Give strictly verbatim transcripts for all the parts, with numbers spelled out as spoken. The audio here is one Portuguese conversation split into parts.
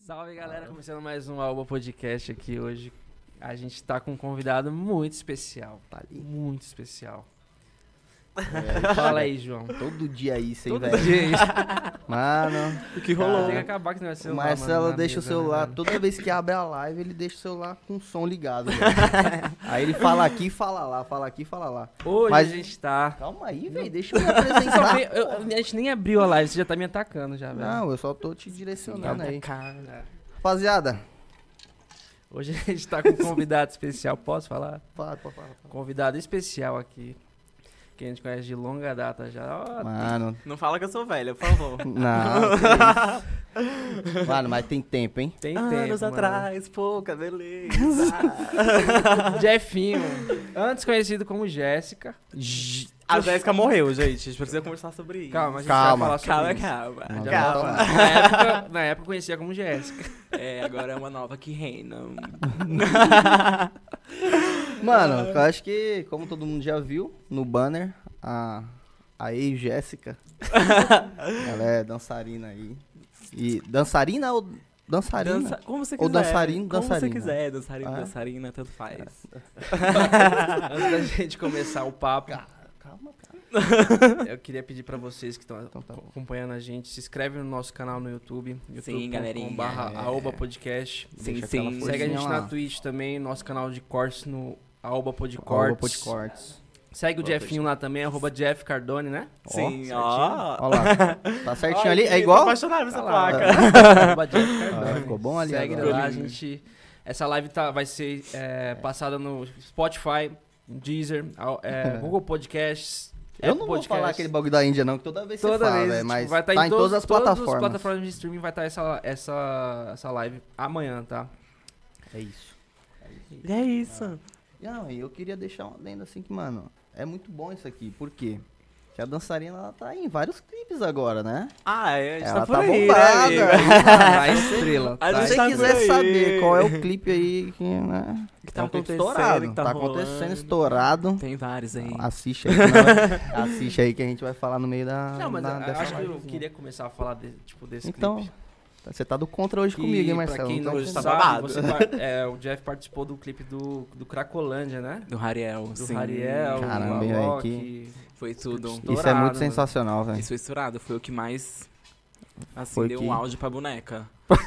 Salve, galera, começando mais um Alba Podcast aqui hoje. A gente tá com um convidado muito especial, tá ali, muito especial. É, Fala aí, João. todo dia isso, hein, Todo velho? dia isso. Mano, O que rolou? Tem que acabar que não vai ser o Marcelo deixa o celular, toda vez que abre a live, ele deixa o celular com o som ligado, velho. Aí ele fala aqui e fala lá, fala aqui e fala lá. Hoje Mas- a gente tá... Calma aí, velho, deixa eu me Só apresentar. veio- eu- a gente nem abriu a live, você já tá me atacando já, velho. Não, eu só tô te direcionando aí. Cara. Rapaziada, Hoje a gente tá com um convidado especial, posso falar? fala, fala, fala. Convidado especial aqui, que a gente conhece de longa data já. Ó, Mano, Não fala que eu sou velha, por favor. não, que isso. Mano, mas tem tempo, hein? tem tempo, Anos mano. atrás, pouca beleza. Jeffinho, antes conhecido como Jéssica. A Jéssica morreu, gente. A gente precisa conversar sobre isso. Calma, a gente Calma. vai falar sobre calma, isso. calma. Não, calma. não, Na época, na época eu conhecia como Jéssica. É, agora é uma nova que reina. Mano, eu acho que, como todo mundo já viu no banner, a, a ex-Jéssica, ela é dançarina aí. E dançarina ou dançarina? Dança, como você quiser. Ou dançarino, Como dançarina. você quiser, dançarino, Ah. dançarina, tanto faz. Antes da gente começar o papo, Calma, cara. eu queria pedir pra vocês que estão Então tá bom. acompanhando a gente, se inscreve no nosso canal no YouTube, Sim, galerinha. barra É. Aoba Podcast. Sim, Deixa sim. aquela Segue a forcinha gente lá. na Twitch também, nosso canal de cortes no Aoba Pod Cortes. Cortes. Cortes. Segue o Boa, Jeffinho lá também, arroba Jeff Cardone, né? Sim, certinho. ó. Olha lá. Tá certinho Ai, ali? que É igual? Tô apaixonado por essa Tá lá. placa. Arroba Jeff Cardone. Ah, ficou bom ali Segue agora. lá, a Ficou lindo. gente... Essa live tá, vai ser é, passada no Spotify, Deezer, ao- é, Google Podcasts, Eu Apple não vou Podcasts. falar aquele bagulho da Índia, não, que toda vez você Toda fala, vez, velho, tipo, mas vai estar tá em, em todos, todas as todas plataformas. as plataformas de streaming, vai estar essa, essa, essa live amanhã, tá? É isso. E é isso. Não, e eu queria deixar uma lenda assim que, mano, é muito bom isso aqui. Por quê? Que a dançarina, ela tá em vários clipes agora, né? Ah, é, a gente Ela tá por tá aí, bombada. né, amigo? Tá estrela. A Se gente você tá por quiser aí. saber qual é o clipe aí que, né? Que tá é um clipe acontecendo, estourado. que tá Tá rolando. acontecendo estourado. Tem vários aí. Assiste aí, que nós- assiste aí que a gente vai falar no meio da. Não, mas da- eu dessa acho que eu livezinha. queria começar a falar de, tipo, desse Então, clipe. você tá do contra hoje Que, comigo, hein, pra Marcelo? quem Então, não hoje tá sabe, babado. você par- é, o Jeff participou do clipe do, do Cracolândia, né? Do Hariel, Do sim. Rariel, Caramba, do hein, velho, Alok. Foi tudo. isso é estourado, muito né? sensacional, velho. Isso foi estourado. Foi o que mais, assim, Foi deu que- um áudio pra boneca.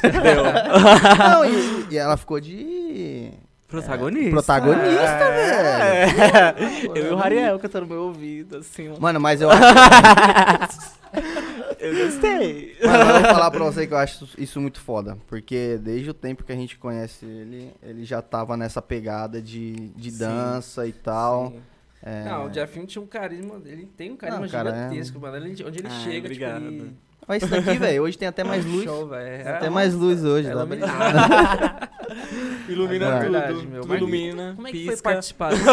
Não, e, e ela ficou de Protagonista. protagonista, É. velho. Eu e o Hariel cantando no meu ouvido, assim. ó. Mano, mas eu acho. Eu gostei. Mano, eu vou falar pra você que eu acho isso muito foda. Porque desde o tempo que a gente conhece ele, ele já tava nessa pegada de, de Sim. dança e tal. Sim. É, Não, o Jeffinho tinha um carisma, ele tem um carisma Não, cara, é- gigantesco, mano. Ele- onde ele Ah, chega, obrigado. tipo, ele... Olha isso daqui, velho. Hoje tem até mais luz. Show, velho. Tem até mais luz hoje. É dá pra- iluminado. Ilumina É tudo. verdade, meu. Tudo Mas ilumina, Como é que pisca. foi participar desse...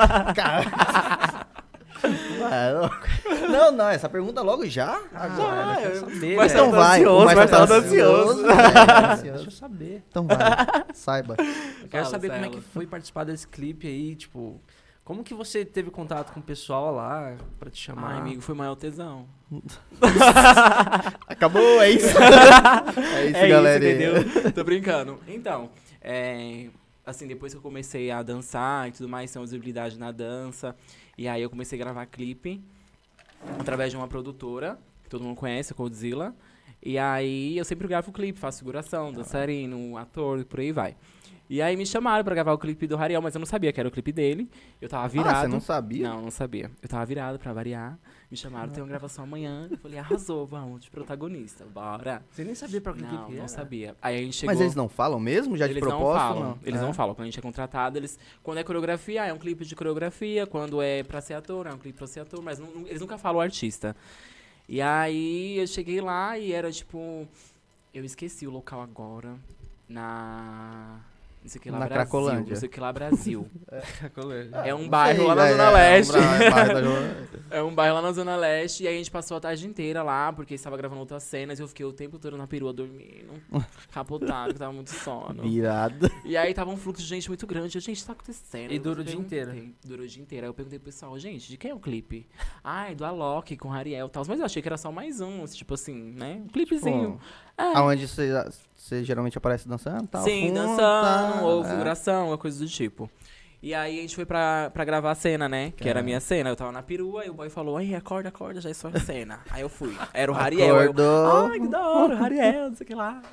Mano, não, não, essa pergunta logo já? Agora, Ah, eu quero eu- saber, Mas velho. tá ansioso, mas mas tá tá ansioso. velho, Deixa eu saber. Então vai, saiba. Eu quero Fala, saber como é Celo. que foi participar desse clipe aí, tipo... Como que você teve contato com o pessoal lá pra te chamar? Ai, amigo, foi o maior tesão. Acabou, é isso. É isso, é galera. isso, entendeu? Tô brincando. Então, é, assim, depois que eu comecei a dançar e tudo mais, tem visibilidade na dança. E aí eu comecei a gravar clipe através de uma produtora, que todo mundo conhece, a Coldzilla. E aí eu sempre gravo clipe, faço figuração, dançarino, ator, por aí vai. E aí me chamaram pra gravar o clipe do Hariel, mas eu não sabia que era o clipe dele. Eu tava virado. Ah, você não sabia? Não, não sabia. Eu tava virado pra variar. Me chamaram, tem uma gravação amanhã. Eu falei, arrasou, vamos, de protagonista, bora. Você nem sabia pra que Não, que não era? sabia. Aí a gente chegou... Mas eles não falam mesmo, já de eles propósito? não falam, eles É. não falam. Quando a gente é contratado, eles... Quando é coreografia, é um clipe de coreografia. Quando é pra ser ator, é um clipe pra ser ator. Mas não- não- eles nunca falam o artista. E aí eu cheguei lá e era tipo... Eu esqueci o local agora. Na... Não sei o que lá, Na Brasil. Cracolândia. Não sei o que lá, Brasil. Cracolândia. É um Não bairro sei, lá na velho, Zona é um Leste. bra- bairro da Zona- É um bairro lá na Zona Leste. E aí a gente passou a tarde inteira lá, porque estava gravando outras cenas. E eu fiquei o tempo todo na perua dormindo. Capotado, que tava muito sono. Virada. E aí tava um fluxo de gente muito grande. Eu, gente, tá acontecendo? E dura o Eu dia perguntei. inteiro? Durou o dia inteiro. Aí eu perguntei pro pessoal, gente, de quem é o clipe? Ah, é do Alok com o Hariel e tal. Mas eu achei que era só mais um, tipo assim, né? Um clipezinho. É. Aonde você, você geralmente aparece dançando, tal? Sim, fundo, dançando, tá, ou é. figuração, uma coisa do tipo. E aí a gente foi pra, pra gravar a cena, né? Que era a minha cena. Eu tava na perua e o boy falou, ai, acorda, acorda, já é sua cena. Aí eu fui. Era o Hariel. Acordou. Eu, ai, que da hora, o Hariel, não sei o que lá.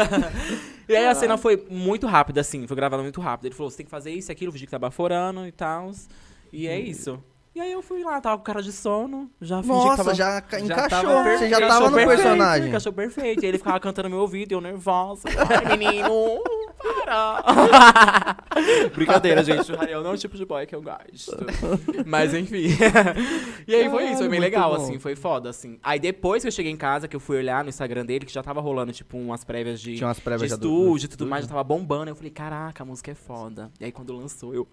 E aí a cena foi muito rápida, assim, foi gravada muito rápido. Ele falou, você tem que fazer isso e aquilo, fingi que tá baforando e tal. E é isso. E aí eu fui lá, tava com cara de sono, já fingi Nossa, que tava... já ca- já encaixou. tava Você já Encaixou tava no perfeito, personagem. Encaixou perfeito. E aí ele ficava cantando no meu ouvido, eu nervosa. Ai, menino, para. Brincadeira, gente. O Hariel não é o tipo de boy que eu gosto. Mas enfim. E aí foi isso, foi bem Muito legal, bom. assim, foi foda, assim. Aí depois que eu cheguei em casa, que eu fui olhar no Instagram dele, que já tava rolando, tipo, umas prévias de, Tinha umas de prévias já do- estúdio e do tudo mais, já tava bombando. Eu falei, caraca, a música é foda. E aí quando lançou, eu...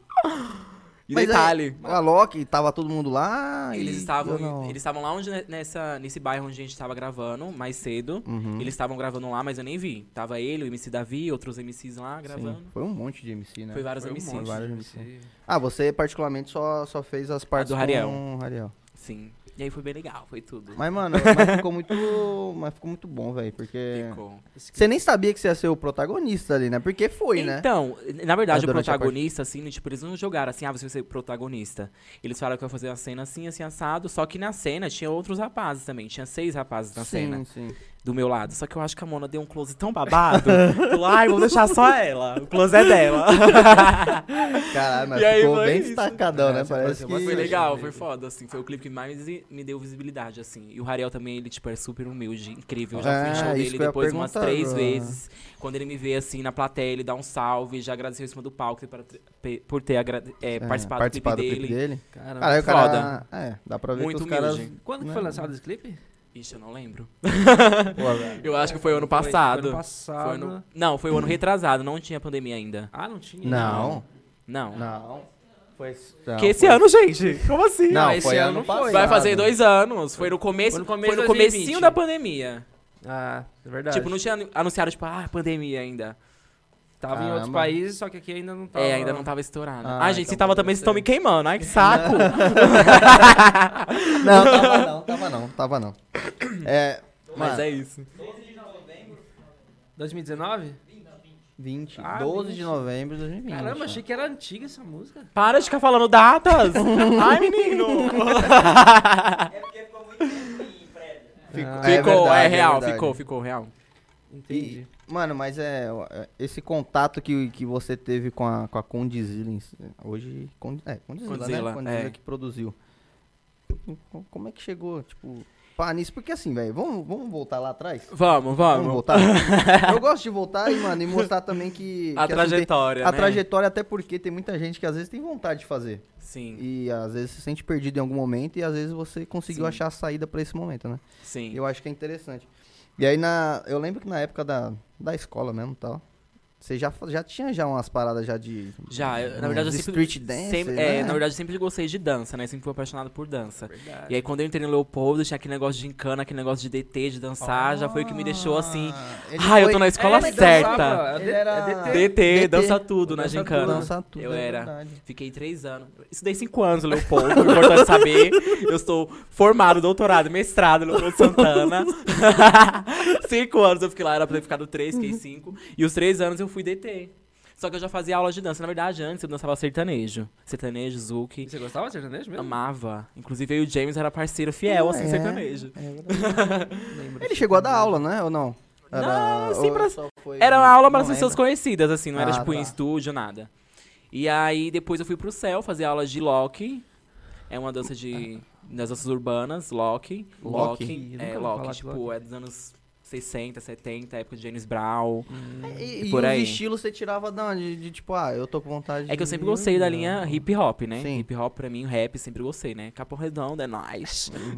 E Mas detalhe... aí, a Loki, tava todo mundo lá. Eles e estavam, eu não. eles estavam lá onde, nessa, nesse bairro onde a gente tava gravando, mais cedo. Uhum. Eles estavam gravando lá, mas eu nem vi. Tava ele, o M C Davi, outros M Cs lá Sim, gravando. foi um monte de M C, né? Foi vários Foi um M Cs. monte vários de M C. M C. Ah, você particularmente só, só fez as partes do Hariel. com o Hariel. Sim. E aí foi bem legal, foi tudo. Mas, mano, mas ficou muito, mas ficou muito bom, velho, porque... Ficou. Você nem sabia que você ia ser o protagonista ali, né? Porque foi, né? Então, na verdade, É, o durante a protagonista, assim, tipo, eles não jogaram assim, ah, você vai ser o protagonista. Eles falaram que ia fazer a cena assim, assim, assado, só que na cena tinha outros rapazes também. Tinha seis rapazes na sim, cena, sim. do meu lado. Só que eu acho que a Mona deu um close tão babado. Eu, ai, vou deixar só ela. O close é dela. Caralho, mas E aí ficou foi bem isso. destacadão, É, né? você Parece apareceu que... bastante. Foi legal, Sim. foi foda, assim. Foi o clipe que mais me deu visibilidade, assim. E o Hariel também, ele, tipo, é super humilde, incrível. Eu já fui É, em show isso dele que eu ia depois umas perguntar três agora. vezes. Quando ele me vê, assim, na plateia, ele dá um salve, já agradeceu em cima do palco por, por ter agrade- é, É, participado participar do clipe dele. dele. Caramba. Caralho, o Foda. cara... É, dá pra ver Muito que os caras... humilde. Quando que né? foi lançado esse clipe? Ixi, eu não lembro. Pô, velho. Eu acho que foi ano Foi- passado. Foi ano passado. Foi ano- Não, foi o ano retrasado, não tinha pandemia ainda. Ah, não tinha? Não, Não. não. Foi... Não, Que esse foi- ano, gente? Como assim? Não, esse foi ano ano não foi. passado. Vai fazer dois anos. Foi no começo, Foi no foi começo no de comecinho dois mil e vinte. da pandemia. Ah, é verdade. Tipo, não tinha anunciado, tipo, ah, pandemia ainda. Tava em outros Caramba. países, só que aqui ainda não tava. É, ainda não tava estourado. Ah, Ai, gente, então se tava pode também, vocês ser. estão me queimando. Ai, que saco. Não, tava não, tava não, tava não. É... Mas Mano, é isso. dois mil e dezenove? vinte, Ah, doze vinte. de novembro de dois mil e vinte. Caramba, achei que era antiga essa música. Para de ficar falando datas. Ai, menino. É porque ficou muito tempo em prévia. Ficou, Ah, é ficou, verdade, é real, verdade. ficou, ficou real. Entendi. E, mano, mas é, é, esse contato que, que você teve com a, com a Condzilla, em si, hoje, Con- é, Condzilla, Condzilla, né? Condzilla é. que produziu. Co- Como é que chegou, tipo, pá, nisso? Porque assim, velho, vamos, vamos voltar lá atrás? Vamos, Vamos vamos. voltar? Eu gosto de voltar e, mano, e mostrar também que... A que, assim, tem- trajetória, a né? trajetória, até porque tem muita gente que às vezes tem vontade de fazer. Sim, E às vezes se sente perdido em algum momento e às vezes você conseguiu Sim. achar a saída pra esse momento, né? sim. Eu acho que é interessante. E aí, na, eu lembro que na época da, da escola mesmo e tal, você já, fa- já tinha já umas paradas já de... Já, eu- na verdade eu uns sempre... street dance, sempre- né? é, na verdade eu sempre gostei de dança, né? Sempre fui apaixonado por dança. Verdade. E aí quando eu entrei no Leopoldo, tinha aquele negócio de gincana, aquele negócio de D T, de dançar, já foi o que me deixou assim... Ah, ele Ah, eu foi- tô na escola É, ele certa. dançava, é Ele D- era- é D T. D T, D T, dança tudo na dança gincana. tudo. Dançar tudo, Eu é era. verdade. Fiquei três anos. Estudei cinco anos no Leopoldo, importante saber. Eu estou formado, doutorado, mestrado no Leopoldo Santana. Cinco anos eu fiquei lá, era pra ter ficado três, fiquei cinco. E os três anos eu fui D T. Só que eu já fazia aula de dança. Na verdade, antes eu dançava sertanejo. Sertanejo, zouk. E você gostava de sertanejo mesmo? Amava. Inclusive, eu e o James era parceiro fiel, assim, É, sertanejo. é verdade. Ele chegou a dar aula, né? Ou não? Não, assim, ou pra- só foi- Era uma aula não para as pessoas lembro. conhecidas, assim, não era Ah, tipo em tá. estúdio, nada. E aí depois eu fui pro céu fazer aula de Loki. É uma dança de. das danças urbanas, Loki. Loki? Eu nunca É, ouvi Loki, falar de tipo, Loki. é dos anos sessenta, setenta, época de James Brown. E, e por os aí. estilos você tirava de onde? De tipo, ah, eu tô com vontade É que eu de- sempre gostei da linha hip hop, né? Sim. Hip hop pra mim, o rap, sempre gostei, né? Capão Redondo é nóis. Uhum.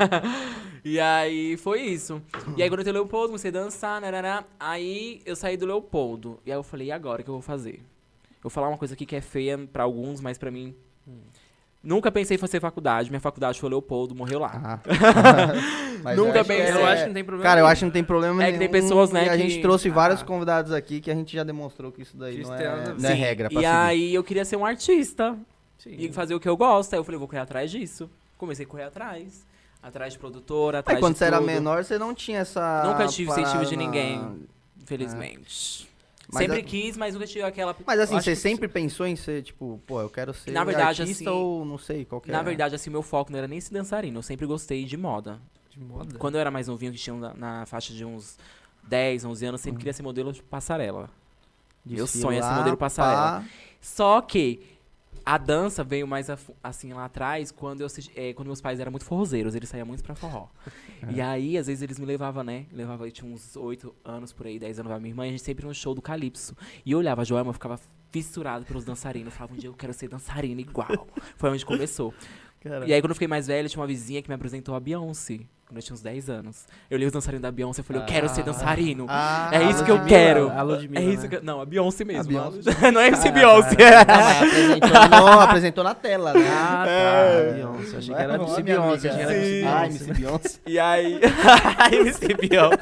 E aí foi isso. E aí quando eu entrei no Leopoldo, comecei a dançar, narará. Aí eu saí do Leopoldo. E aí eu falei, e agora o que eu vou fazer? Eu vou falar uma coisa aqui que é feia pra alguns, mas pra mim... Nunca pensei em fazer faculdade. Minha faculdade foi Leopoldo, morreu lá. Ah. Mas Nunca eu acho que pensei. é- Eu acho que não tem problema. Cara, eu nenhum. acho que não tem problema É que tem nenhum, pessoas, né, E a que- gente trouxe vários Ah. convidados aqui que a gente já demonstrou que isso daí Que isso não tem é, nada a ver. não é Sim. regra pra E seguir. aí eu queria ser um artista. Sim. E fazer o que eu gosto. Aí eu falei, vou correr atrás disso. Comecei a correr atrás. Atrás de produtora, atrás Aí quando de você era tudo. menor, você não tinha essa... Nunca tive parada incentivo de na- ninguém. Infelizmente. Mas sempre a- quis, mas nunca tive aquela... Mas assim, Eu acho você que- sempre pensou em ser, tipo, pô, eu quero ser Na verdade, artista assim, ou não sei, qual que Na é? verdade, assim, o meu foco não era nem ser dançarino. Eu sempre gostei de moda. De moda. Quando eu era mais novinho, que tinha na, na faixa de uns dez, onze anos, eu sempre queria ser modelo de passarela. Meu sonho é ser modelo passarela. pá. Só que a dança veio mais a fu- assim lá atrás, quando, eu, assisti- eh, quando meus pais eram muito forrozeiros, eles saíam muito pra forró. E aí, às vezes, eles me levavam, né? Levavam, eu tinha uns oito anos por aí, dez anos com a minha irmã, e a gente sempre no show do Calypso. E eu olhava a Joelma, eu ficava fissurado pelos dançarinos. Eu falava, um dia eu quero ser dançarina igual. Foi onde começou. Cara. E aí, quando eu fiquei mais velha, tinha uma vizinha que me apresentou a Beyoncé. Quando eu tinha uns dez anos. Eu li os dançarinos da Beyoncé e falei, eu quero ser dançarino. Ah, É isso a que eu Ludmilla. quero. A Ludmilla, É isso né? que eu- Não, a Beyoncé mesmo. A Beyoncé. a- Não é esse Ah, Beyoncé. Ah, mas apresentou, não, apresentou na tela, né? Ah, tá. É. Beyoncé. Achei Não que é era bom, M C minha Beyoncé. amiga. Achei que era M C Sim. Ah, Beyoncé. M C Beyoncé. E aí... M C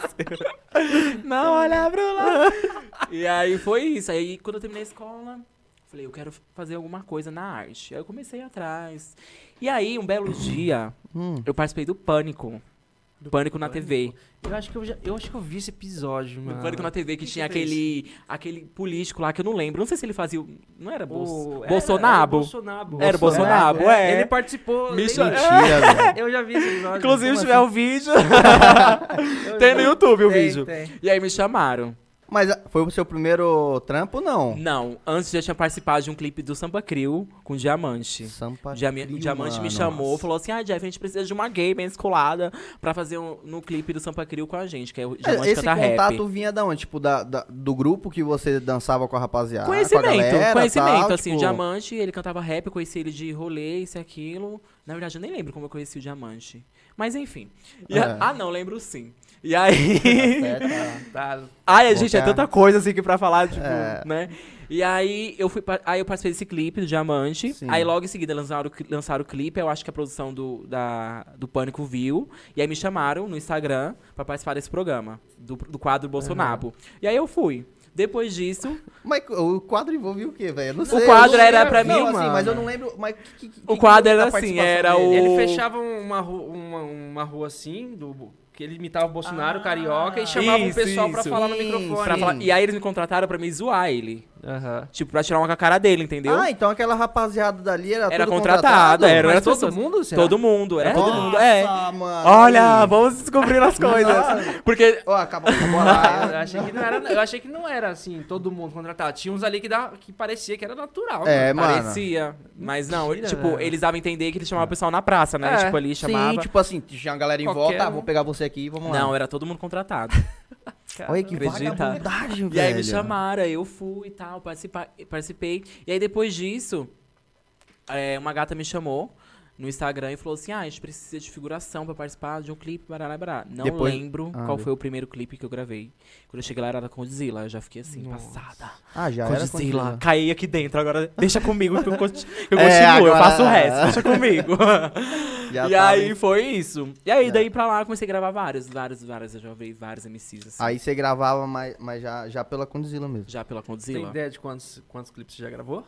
Beyoncé. Não, olha pro lado. E aí foi isso. Aí quando eu terminei a escola, falei, eu quero fazer alguma coisa na arte. Aí eu comecei atrás. E aí, um belo dia, Hum. eu participei do Pânico. Do Pânico na T V. Eu acho que eu, já, eu acho que eu vi esse episódio, Do mano. Pânico na T V, que Quem tinha que fez? aquele, aquele político lá que eu não lembro. Não sei se ele fazia. o- Não era Bolso... O- era- Bolsonaro? Era o Bolsonaro. Era o Bolsonaro, é. Ele participou. Me eu- chama- Mentira, velho. Eu já vi esse episódio. Inclusive, se Como tiver o vídeo. assim? Tem no YouTube o Tem, vídeo. tem. E aí me chamaram. Mas ah, foi o seu primeiro trampo, não? Não, antes já tinha participado de um clipe do Sampa Crio com Diamante. Sampa O Diami- Crio, o Diamante me mano. chamou, falou assim: ah, Jeff, a gente precisa de uma gay bem descolada pra fazer um, no clipe do Sampa Crio com a gente, que é o É, Diamante esse canta contato rap. vinha da onde? Tipo, da, da- do grupo que você dançava com a rapaziada? com a Conhecimento, galera, conhecimento, tal, assim, tipo... o Diamante, ele cantava rap, eu conheci ele de rolê, isso e aquilo. Na verdade, eu nem lembro como eu conheci o Diamante. Mas enfim. E a- É. Ah, não, lembro sim. E aí. Tá, Tá. Ai, gente, é Colocar- tanta coisa assim que pra falar, tipo, É. né? E aí eu fui pa- aí eu participei desse clipe do Diamante. Sim. Aí logo em seguida lançaram, o cli- lançaram o clipe, eu acho que a produção do, da, do Pânico viu. E aí me chamaram no Instagram pra participar desse programa, do, do quadro Bolsonaro. E aí eu fui. Depois disso, Mas o quadro envolvia o quê, velho? Eu não sei. quadro eu não era lembro. pra não, mim, assim, mano. mas eu não lembro... Mas que, que, O que quadro que era a assim, participação era dele? o- Ele fechava uma, ru- uma, uma rua assim, do, que ele imitava o Bolsonaro, Ah, carioca, e chamava isso, o pessoal pra isso. falar no Sim, microfone. pra Sim. falar- e aí eles me contrataram pra me zoar ele. Aham. Tipo, pra tirar uma com a cara dele, entendeu? Ah, então aquela rapaziada dali era Era tudo contratada, contratado? era. Mas as todo pessoas- mundo, será? Todo mundo, é. Nossa, Todo mundo, é. mano. Olha, aí. vamos descobrir as coisas. Porque Ó, acabou de Ah, morar. eu, achei que não era, eu achei que não era assim, todo mundo contratado. Tinha uns ali que, dá, que parecia que era natural. É, mano. mano. parecia. Mas não, Mentira, tipo, velho. eles davam a entender que eles chamavam o pessoal na praça, né? É, Tipo, ali Sim, chamava. tipo assim, tinha uma galera em Qualquer volta, ah, um. vou pegar você aqui, vamos lá. Não, era todo mundo contratado. Olha que acredita? vagabundagem, velho. E aí me chamaram, aí eu fui e tal, participa- participei. E aí depois disso, é, uma gata me chamou no Instagram e falou assim: ah, a gente precisa de figuração pra participar de um clipe, barará, barará. Não Depois- lembro Ah, qual de- foi o primeiro clipe que eu gravei. Quando eu cheguei lá era da Condzilla, eu já fiquei assim, Nossa. passada. Ah, já era Condzilla, Condzilla. caí aqui dentro, agora deixa comigo que eu, conti- eu É, continuo, eu agora- faço o resto, deixa comigo. Já e tava aí em- foi isso. E aí Já. daí pra lá eu comecei a gravar vários, vários, vários, eu já vi vários M Cs assim, Aí você gravava, mas, mas já, já pela Condzilla mesmo. já pela Tem Condzilla. ideia de quantos, quantos clipes você já gravou?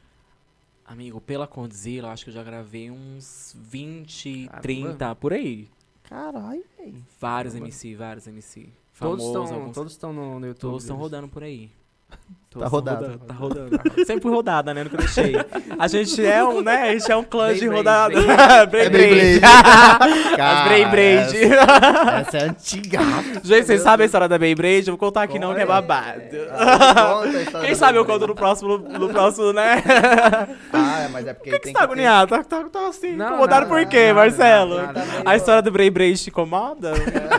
Amigo, pela Condzilla, eu acho que eu já gravei uns vinte, Caramba. trinta, por aí. Caralho, velho. Vários Caramba. M C, vários M C. Todos Famosos, estão alguns- todos estão no, no YouTube. todos estão deles. rodando por aí. Tá Todos tão rodado. Tá rodando. Sempre fui rodada, né? Nunca deixei. A gente é um, né? A gente é um clã de Beyblade, rodada. Beyblade. Braid É Braid. Beyblade. As Beyblade. Essa é antiga. Gente, vocês sabem a história da Beyblade? Eu vou contar aqui não, que é babado. Quem sabe eu conto no próximo, no próximo, né? Ah, mas é porque Por que, que tem você tá que ter... agoniado? Tá, tá, tá assim, Não, incomodado nada, por quê, nada, Marcelo? nada, nada. A história do Braid Braid te incomoda?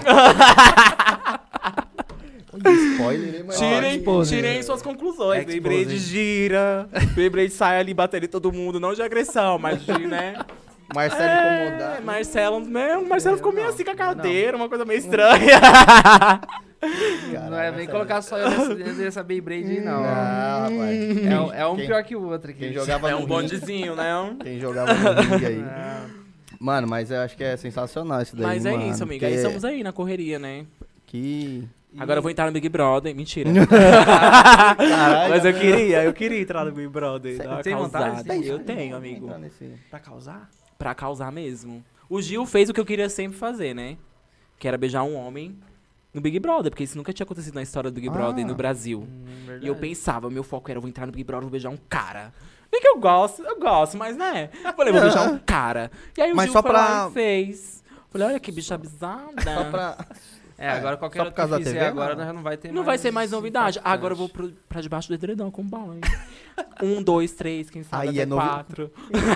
Olha, spoiler, hein, mano? Tirem, Ó, tirem suas conclusões. Expose, Beyblade hein? gira, Beyblade sai ali batendo em todo mundo, não de agressão, mas de, né? Marcelo É, incomodado. Marcelo, né? O Marcelo ficou meio Não, assim com a não. cadeira, uma coisa meio estranha. Não é bem colocar só eu nessa, nessa Beyblade aí, não. Não, rapaz. É, um- é um Quem- pior que o outro aqui. Quem jogava É no um ringue, bondezinho, né? quem jogava no ringue aí. Ah, Mano, mas eu acho que é sensacional isso daí, Mas é mano, isso, amiga. Aí porque estamos aí na correria, né? Que... Agora eu vou entrar no Big Brother. Mentira. Caralho, Mas eu né? queria, eu queria entrar no Big Brother. Cê dar uma tem vontade? causada. Tem Eu vontade? tenho, amigo. Entrar nesse- pra causar? Pra causar mesmo. O Gil fez o que eu queria sempre fazer, né? Que era beijar um homem no Big Brother, porque isso nunca tinha acontecido na história do Big Brother Ah. no Brasil. Hum, E eu verdade. pensava, meu foco era, vou entrar no Big Brother, vou beijar um cara. Nem que eu gosto, eu gosto, mas né? Falei, vou beijar um cara. E aí o Mas Gil só foi lá pra- e fez. Falei, olha que bicha bizada. Só pra... É, agora É, qualquer só por outro causa que da fizer T V, agora não. já não vai ter Não mais... vai ser mais novidade. impactante. Agora eu vou pro, pra debaixo do edredom com banho. Um, dois, três, quem sabe Aí até é novi- quatro.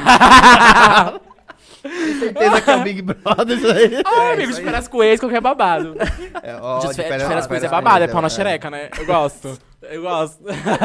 Tem certeza que é o Big Brother isso aí. Ah, amigo, de férias com ex, qualquer babado. É, ó, De de férias, férias- de férias com ex é férias babado, é com pau na ex, xereca, né? Eu gosto. Eu gosto.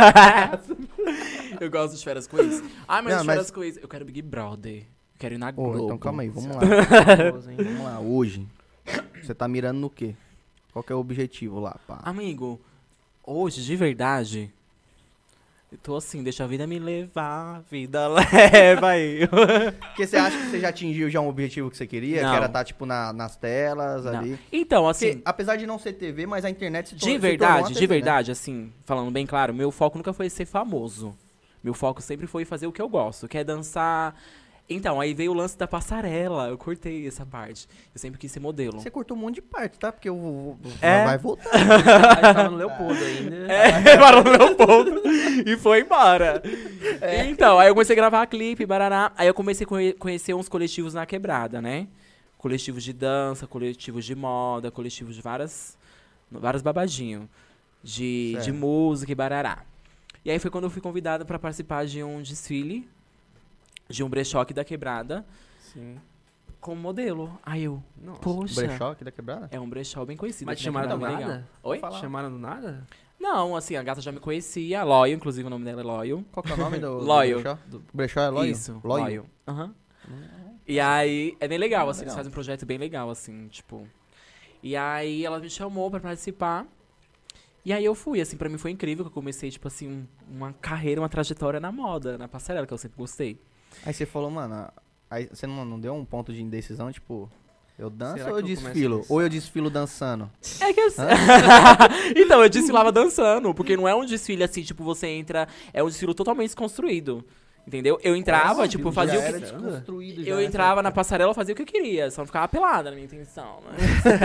Eu gosto de férias com ex. Ah, mas Não, de mas- férias com ex, eu quero Big Brother. Eu quero ir na Ô, Globo. então calma aí, vamos lá. Famoso, hein? Vamos lá, hoje. Você tá mirando no quê? Qual que é o objetivo lá, pá? Amigo, hoje, de verdade, eu tô assim, deixa a vida me levar, a vida leva aí. Porque você acha que você já atingiu já um objetivo que você queria? Não. Que era estar, tipo, na- nas telas Não. ali? Então, Porque, assim, apesar de não ser T V, mas a internet se tor- de se tornou uma verdade, T V, de né? verdade, assim, falando bem claro, meu foco nunca foi ser famoso. Meu foco sempre foi fazer o que eu gosto, que é dançar. Então, aí veio o lance da passarela, eu cortei essa parte. Eu sempre quis ser modelo. Você cortou um monte de parte, tá? Porque eu vou... vou- É? Vai voltar. Aí tava no Leopoldo ainda. É, parou no meu ponto e foi embora. Então, aí eu comecei a gravar clipe, barará. Aí eu comecei a conhe- conhecer uns coletivos na quebrada, né? Coletivos de dança, coletivos de moda, coletivos de várias, vários babadinhos. De, de Certo. música e barará. E aí foi quando eu fui convidada pra participar de um desfile, de um brechó aqui da quebrada, Sim. como modelo. Aí eu, Nossa. poxa, Brechó aqui da quebrada? é um brechó bem conhecido. Mas te aqui na chamaram do quebrada, bem nada? legal. Oi? Falar. Chamaram do nada? Não, assim, a gata já me conhecia, Loyal, inclusive o nome dela é Loyal. Qual que é o nome do, do Loyal. brechó? Do brechó é Loyal? Isso, Loyal. Loyal. Aham. E aí, é bem legal, Ah, assim, eles legal. fazem um projeto bem legal, assim, tipo. E aí ela me chamou pra participar. E aí eu fui, assim, pra mim foi incrível, que eu comecei, tipo assim, um- uma carreira, uma trajetória na moda, na passarela, que eu sempre gostei. Aí você falou, mano, aí você não, não deu um ponto de indecisão, tipo, eu danço Será ou eu que eu começo desfilo? nisso? Ou eu desfilo dançando? É que eu... Então, eu desfilava dançando, porque não é um desfile assim, tipo, você entra, é um desfile totalmente desconstruído. Entendeu? Eu entrava, tipo, Já fazia o era que... desconstruído, já Eu essa- entrava na passarela, fazia o que eu queria, só não ficava pelada na minha intenção, né?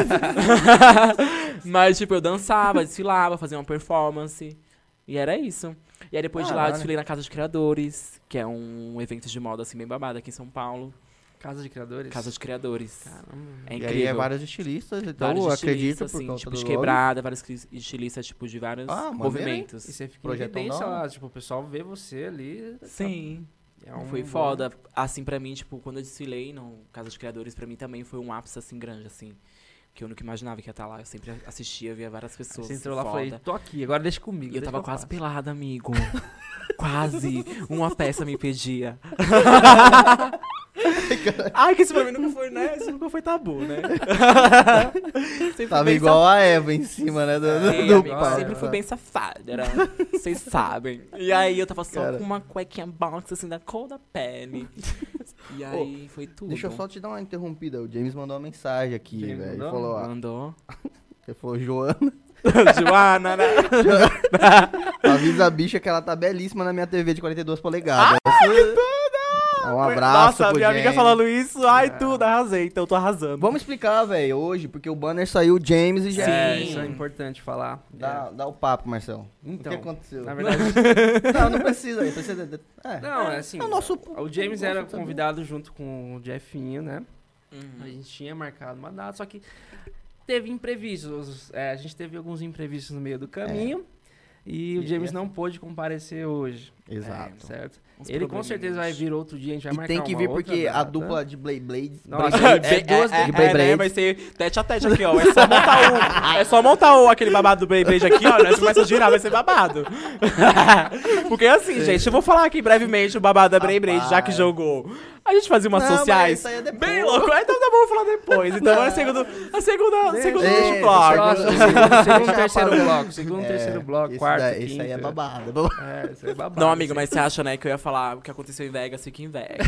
Mas, tipo, eu dançava, desfilava, fazia uma performance. E era isso. E aí depois de lá eu Caralho. desfilei na Casa de Criadores, que é um evento de moda assim bem babado aqui em São Paulo. Casa de criadores? Casa de Criadores. Caramba. É E incrível. aí é vários estilistas, então Vários eu acredito estilistas, por assim, conta tipo do de logo. quebrada, vários cri- estilistas, tipo, de vários Ah, maneiro, movimentos. E você fica em Projetão evidência da hora. lá, tipo, o pessoal vê você ali. Sim. É um Foi bom- foda. Assim, pra mim, tipo, quando eu desfilei no Casa de Criadores, pra mim também foi um ápice, assim, grande, assim. Que eu nunca imaginava que ia estar lá. Eu sempre assistia, via várias pessoas. Você entrou assim, lá e falei, foda. tô aqui, agora deixa comigo. E eu deixa tava que quase faço. pelada, amigo. Quase. Uma peça me pedia. Ai, que isso pra mim nunca foi, né? Isso nunca foi tabu, né? Sempre fui Tava bem igual a Eva em cima, né, do, do, É, do amigo, palco. sempre fui bem safada, era- vocês sabem. E aí eu tava só Cara. com uma cuequinha box, assim, da cor da pele. E aí foi tudo. Deixa eu só te dar uma interrompida, o James mandou uma mensagem aqui, James velho. Ele mandou? falou, ó, Mandou. ele falou, Joana, Joana, né? avisa a bicha que ela tá belíssima na minha T V de quarenta e duas polegadas. Ah, que tudo! Um abraço Nossa, pro minha amiga James. falando isso. Ai, tudo, arrasei. Então eu tô arrasando. Vamos explicar, velho, hoje, porque o banner saiu James e Sim. James. É, isso é importante falar. Dá, dá o papo, Marcelo. Então, o que aconteceu? Na verdade, Não, não precisa aí, precisa... de- É. não, é assim. É o nosso... O James era nosso- convidado junto com o Jeffinho, né? A Uhum. gente tinha marcado uma data, só que teve imprevistos. É, a gente teve alguns imprevistos no meio do caminho. E o E- James e- não pôde comparecer hoje. Exato. É, certo? Uns Ele com probleminhas. certeza vai vir outro dia, a gente vai E marcar tem que uma vir outra porque a data. dupla de Blade Blades... Nossa, Blade- é duas é, de é, Beyblade. né? Vai ser tete a tete aqui, ó. É só montar o, é só montar o, aquele babado do Beyblade aqui, ó. Nós começa a girar, vai ser babado. Porque assim, gente, eu vou falar aqui brevemente o babado da Beyblade, já que Rapaz. jogou. A gente fazia umas Não, mas sociais isso aí é depois. bem louco. Então tá bom, vou falar depois. Então agora é segundo, a segunda, segundo Deixa, deixa o deixa, bloco. Próximo, Deixa segundo, segundo eu terceiro falar. bloco. Segundo, É, terceiro bloco, esse quarto, daí- quinto. Esse aí é babado. É, isso aí é babado. Não, amigo, isso aí. mas você acha, né, que eu ia falar o que aconteceu em Vegas, fica em Vegas.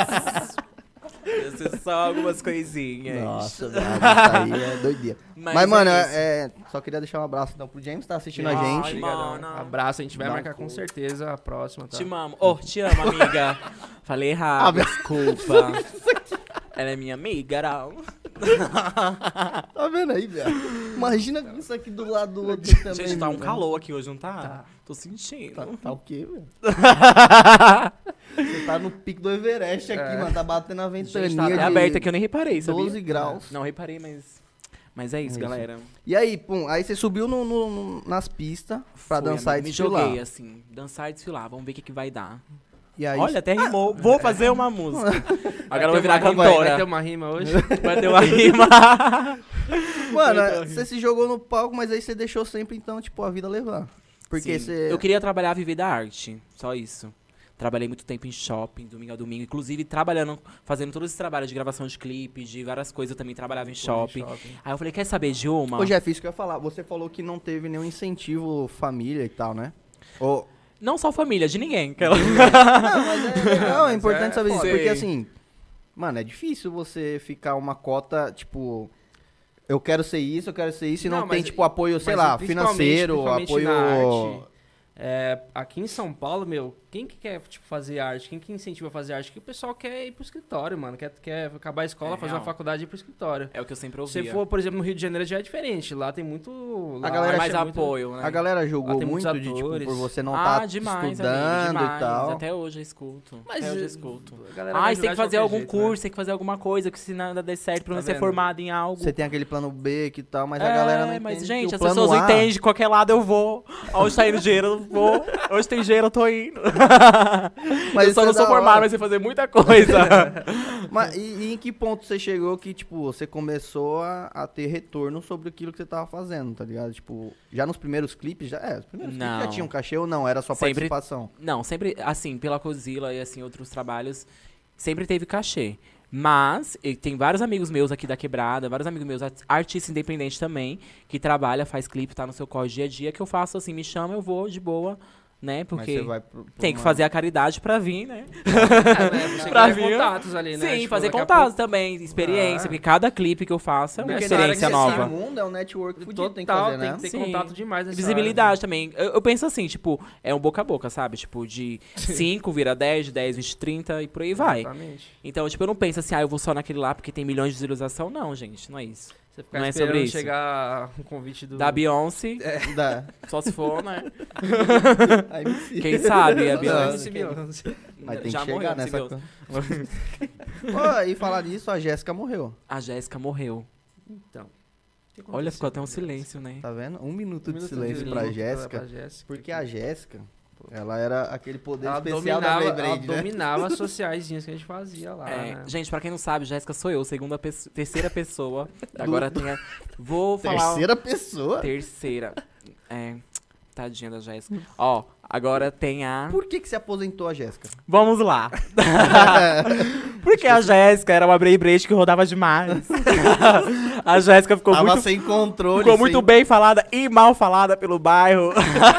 Ia ser só algumas coisinhas. Nossa, velho, isso aí é doideira. Mas, Mas, mano, é isso. é, é, só queria deixar um abraço então pro James que tá assistindo a Ai, gente. Obrigadão. mano. Abraço, a gente vai Dá um marcar com cu. certeza a próxima, tá? Te amo. Oh, te amo, amiga. Falei errado, Ah, meu- desculpa. Ela é minha amiga, não. Tá vendo aí, velho? Imagina isso aqui do lado do outro também. Gente, tá um velho. calor aqui hoje, não tá? Tá. Tô sentindo. Tá, tá o quê, velho? Você tá no pico do Everest aqui, É. mano. Tá batendo a ventania Gente, tá até de aberto aqui, eu nem reparei, sabia? doze graus. Não, reparei, mas... Mas é isso, É isso. galera. E aí, pum, aí você subiu no, no- no- nas pistas pra Foi, dançar e amigo, me desfilar. joguei, assim. Dançar e desfilar. Vamos ver o que, que vai dar. E aí, Olha, até rimou. Vou fazer uma música. Agora eu vou ter virar uma rima- cantora. Vai ter uma rima hoje? Vai ter uma rima. mano, eu tô você se jogou no palco, mas aí você deixou sempre, então, tipo, a vida levar. Porque Sim. você... Eu queria trabalhar, viver da arte. Só isso. Trabalhei muito tempo em shopping, domingo a domingo. Inclusive, trabalhando, fazendo todos esses trabalhos de gravação de clipe, de várias coisas. Eu também trabalhava em shopping. Aí eu falei, quer saber de uma? Ô, Jeff, isso que eu ia falar. Você falou que não teve nenhum incentivo família e tal, né? Ou... Não só família, de ninguém. Aquela- Não, mas é legal, é Mas importante é saber isso. foda. Porque Sei. assim, mano, é difícil você ficar uma cota, tipo, eu quero ser isso, eu quero ser isso, e não, Não, tem, mas- tipo, apoio, sei Mas, lá, principalmente- financeiro, principalmente apoio. na arte, é, aqui em São Paulo, meu, quem que quer tipo, fazer arte? Quem que incentiva a fazer arte? Que o pessoal quer ir pro escritório, mano. Quer, quer acabar a escola, É fazer real. uma faculdade e ir pro escritório. É o que eu sempre Se ouvia. você for, por exemplo, no Rio de Janeiro já é diferente. Lá tem muito. Lá A galera É mais tem muito- apoio, né? A galera Lá julgou tem muitos muito de, tipo, atores. por você não ah, estar demais, estudando amigo, demais. e tal. Até hoje eu escuto. Mas Até hoje eu eh, escuto. a galera Ah, vai você tem julgar que de fazer qualquer algum jeito, curso, né? tem que fazer alguma coisa, que se nada der certo, pra Tá você ser vendo? formado em algo. Você tem aquele plano B que tal, mas a É, galera não entende mas, que gente, o as plano pessoas não A- entendem de qualquer lado eu vou. Hoje tá indo dinheiro, eu vou. Hoje tem dinheiro, eu tô indo. Mas eu só isso não é sou da formado, hora. mas sei fazer muita coisa. Mas e, e em que ponto você chegou que, tipo, você começou a, a ter retorno sobre aquilo que você tava fazendo, tá ligado? Tipo, já nos primeiros clipes, já, é, os primeiros clipes já Não. tinham cachê ou não? Era só Sempre- participação? Não, sempre, assim, pela Cozilla e, assim, outros trabalhos, sempre teve cachê. Mas, e tem vários amigos meus aqui da Quebrada, vários amigos meus, art- artista independente também, que trabalha, faz clipe, tá no seu corre dia a dia, que eu faço assim, me chama, eu vou de boa, né? Mas Porque você vai pro- pro tem que uma- fazer a caridade pra vir, né? É, né, você Pra quer vir. contatos ali, né? Sim, Tipo, fazer daqui a contatos pouco- também, experiência, Ah. porque cada clipe que eu faço é uma Porque experiência na área que nova. Esse mundo é um network fudido, Total, tem que fazer, né? tem que ter Sim. contato demais nessa Visibilidade também. Eu, eu penso assim, tipo, é um boca a boca, sabe? Tipo, de cinco vira dez, de dez, vinte, trinta e por aí área. vai. Exatamente. Então, tipo, eu não penso assim, ah, eu vou só naquele lá porque tem milhões de visualização. Não, gente, não é isso. Você ficar Não é esperando sobre isso. chegar um convite do... Da Beyoncé, Da, só se for, né? a M C. Quem sabe a Não, Beyoncé. Esse Beyoncé. Mas tem Já que morreu, chegar esse nessa Beyoncé. coisa. Ó, e falar nisso, a Jéssica morreu. A Jéssica morreu. Então. o que Olha, ficou até um aconteceu? silêncio, né? Tá vendo? Um minuto Um de minuto silêncio de pra silêncio Jéssica. pra Jéssica. Porque a Jéssica, ela era aquele poder Ela especial dominava, da ela Beyblade, né? dominava as sociaizinhas que a gente fazia lá, É, né? gente, pra quem não sabe, Jéssica sou eu, segunda pessoa, terceira pessoa. Agora tem a... Vou falar... Terceira pessoa? Terceira. É, tadinha da Jéssica. Ó, agora tem a... Por que que você aposentou a Jéssica? Vamos lá. Porque a Jéssica era uma Beyblade que rodava demais. A Jéssica ficou Tava muito, sem controle. ficou sem- muito bem falada e mal falada pelo bairro.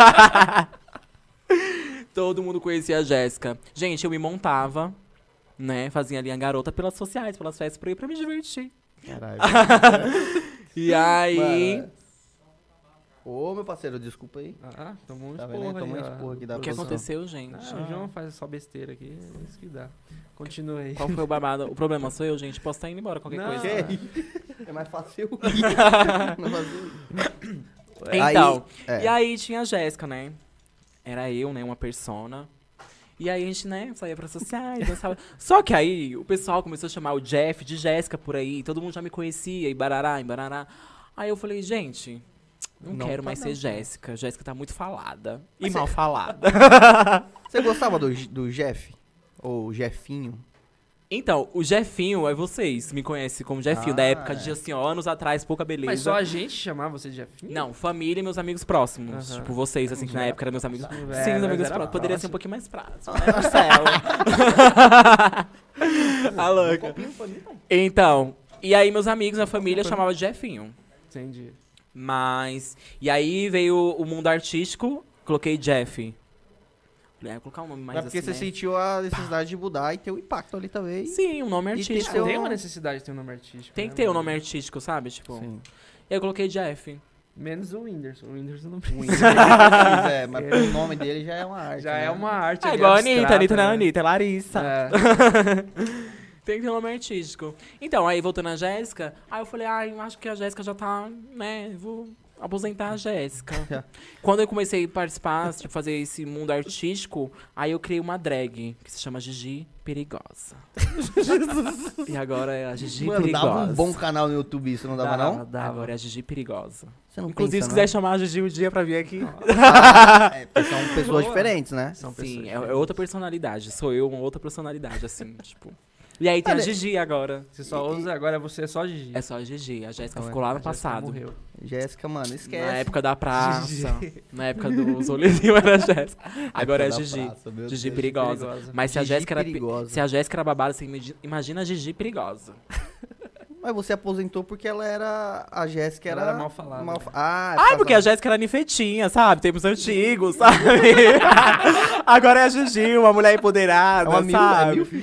Todo mundo conhecia a Jéssica. Gente, eu me montava, né? Fazia ali a garota pelas sociais, pelas festas, pra ir pra me divertir. Caralho. E aí... Mano. Ô, meu parceiro, desculpa aí. Ah, tomou um Tá esporro vendo? Tomou um aí, ó. esporro aqui da O que produção. aconteceu, gente? Ah, o João faz só besteira aqui, é isso que dá. Continua aí. Qual foi o babado? O problema sou eu, gente. Posso estar indo embora qualquer Não. coisa. Que? É mais fácil eu ir. Mais fácil eu ir. Então, Aí, é. e aí tinha a Jéssica, né? Era eu, né? Uma persona. E aí a gente, né, saía pra sociais, dançava. Só que aí o pessoal começou a chamar o Jeff de Jéssica por aí. Todo mundo já me conhecia, e barará, e barará. Aí eu falei, gente, não, Não quero tá mais não. ser Jéssica. Jéssica tá muito falada. E Mas mal cê- falada. Você gostava do, do Jeff? Ou Jefinho? Então, o Jeffinho, é vocês, me conhecem como Jeffinho, Ah, da época é. de, assim, ó, anos atrás, pouca beleza. Mas só a gente chamava você de Jefinho? Não, família e meus amigos próximos. Aham. Tipo, vocês, assim, que na época eram meus amigos. É, Sim, os mas amigos era próximos. Poderia ser um próximo. pouquinho mais próximo, né, Marcelo? A louca. Então, e aí meus amigos, a família chamava de Jefinho. Entendi. Mas, e aí veio o mundo artístico, coloquei Jeff. Falei, ah, vou colocar um nome mais É porque assim, você né? sentiu a necessidade de mudar e ter o impacto ali também. Sim, um nome E ter artístico. seu- Tem uma necessidade de ter um nome artístico. Tem né, que ter um mano? nome artístico, sabe? Tipo, Sim. e aí eu coloquei Jeff. Menos o Whindersson. O Whindersson não O precisa. Whindersson, é, mas o nome dele já é uma arte. Já né? é uma arte. É ali igual a abstrata, Anitta, Anitta não é né? Anitta, é Larissa. É. Tem que ter um nome artístico. Então, aí voltando a Jéssica, aí eu falei, ai, acho que a Jéssica já tá, né, vou aposentar a Jéssica. Quando eu comecei a participar, tipo, fazer esse mundo artístico, aí eu criei uma drag, que se chama Gigi Perigosa. E agora é a Gigi Mano, Perigosa. dava um bom canal no YouTube, isso não dava, Dava, não? dava. Agora é a Gigi Perigosa. Você não Inclusive, pensa, se não? quiser chamar a Gigi um dia pra vir aqui. É, porque são pessoas Boa. diferentes, né? São Sim, pessoas é, diferentes. é outra personalidade. Sou eu, uma outra personalidade, assim, tipo. E aí tem a Olha, Gigi agora. Você só usa agora, você é só Gigi. É só a Gigi. A Jéssica Não, ficou lá A no Jéssica passado. morreu. Jéssica, mano, esquece. Na época da praça. Na época dos olhinhos era a Jéssica. Agora é a Da Gigi. praça, meu Gigi Deus. perigosa. perigosa. Mas se a Gigi Jéssica era, pe- perigosa. se a Jéssica era babada, você imagi- imagina a Gigi perigosa. Mas você aposentou porque ela era... A Jéssica Ela era... era mal falada, né? fa- Ah, é Ai, por porque a causa- Jéssica era ninfetinha, sabe? Tempos antigos, sabe? Agora é a Gigi, uma mulher empoderada, É uma mil, é sabe? mil.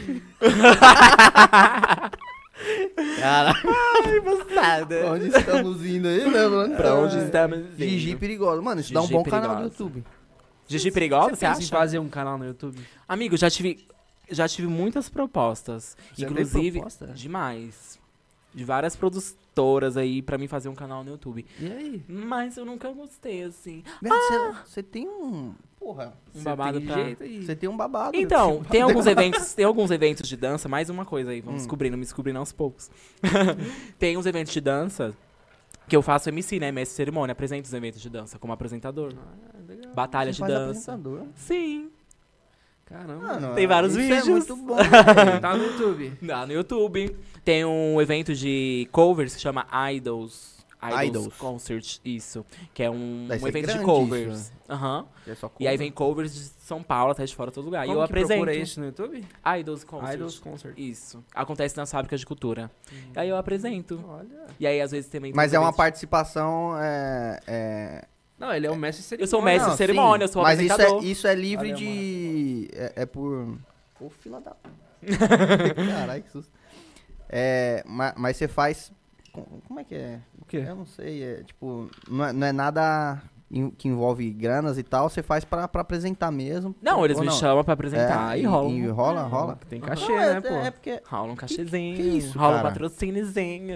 Cara, Ai, moçada. pra onde estamos indo aí, né, mano? Pra onde estamos indo? Gigi perigosa. Mano, isso dá um Gigi bom canal no perigosa. YouTube. Gigi perigosa, você pensa em acha? fazer um canal no YouTube? Amigo, já tive, já tive muitas propostas. Já tem inclusive, proposta? demais. De várias produtoras aí pra mim fazer um canal no YouTube. E aí? Mas eu nunca gostei, assim. Velho, você- Você tem um... Porra, Um Você babado tem pra... jeito aí. você tem um babado. Então, tem alguns eventos, tem alguns eventos de dança, mais uma coisa aí, vamos Hum. descobrindo, me descobrindo aos poucos. Tem uns eventos de dança que eu faço M C, né, mestre de cerimônia, apresento os eventos de dança como apresentador. Ah, legal. Batalha Você de faz dança. apresentador. Sim. Caramba. Mano, Tem vários isso vídeos. É muito bom, velho. Tá no YouTube. Lá no YouTube. Tem um evento de covers que chama Idols. Idols, Idols. Concert, isso. Que é um, Deve um ser evento de grande covers. isso, Aham. É só E aí cover. vem covers de São Paulo, até de fora, todo lugar. Como e eu que procura apresento. isso no YouTube? Idols Concert. Idols Concert. Isso. Acontece nas fábricas de cultura. E aí eu apresento. Olha. E aí, às vezes, também... tem Mas uns é uma eventos- participação... É, é... Não, ele é o mestre cerimônia. Eu sou mestre Não, de cerimônia, sim, eu sou Mas isso apresentador. é, isso é livre Olha, de... É, é por... Ô, fila da... Caralho, que susto. É, ma- mas você faz... com- Como é que é? O quê? Eu não sei, é tipo... Não é, não é nada em- que envolve granas e tal, você faz pra, pra apresentar mesmo. Não, eles Ou me não? chamam pra apresentar É, e rola. E um- rola, rola. Tem Não, cachê, é, né, pô? É porque... Rola um cachezinho. que isso, rola um cara? patrocíniozinho.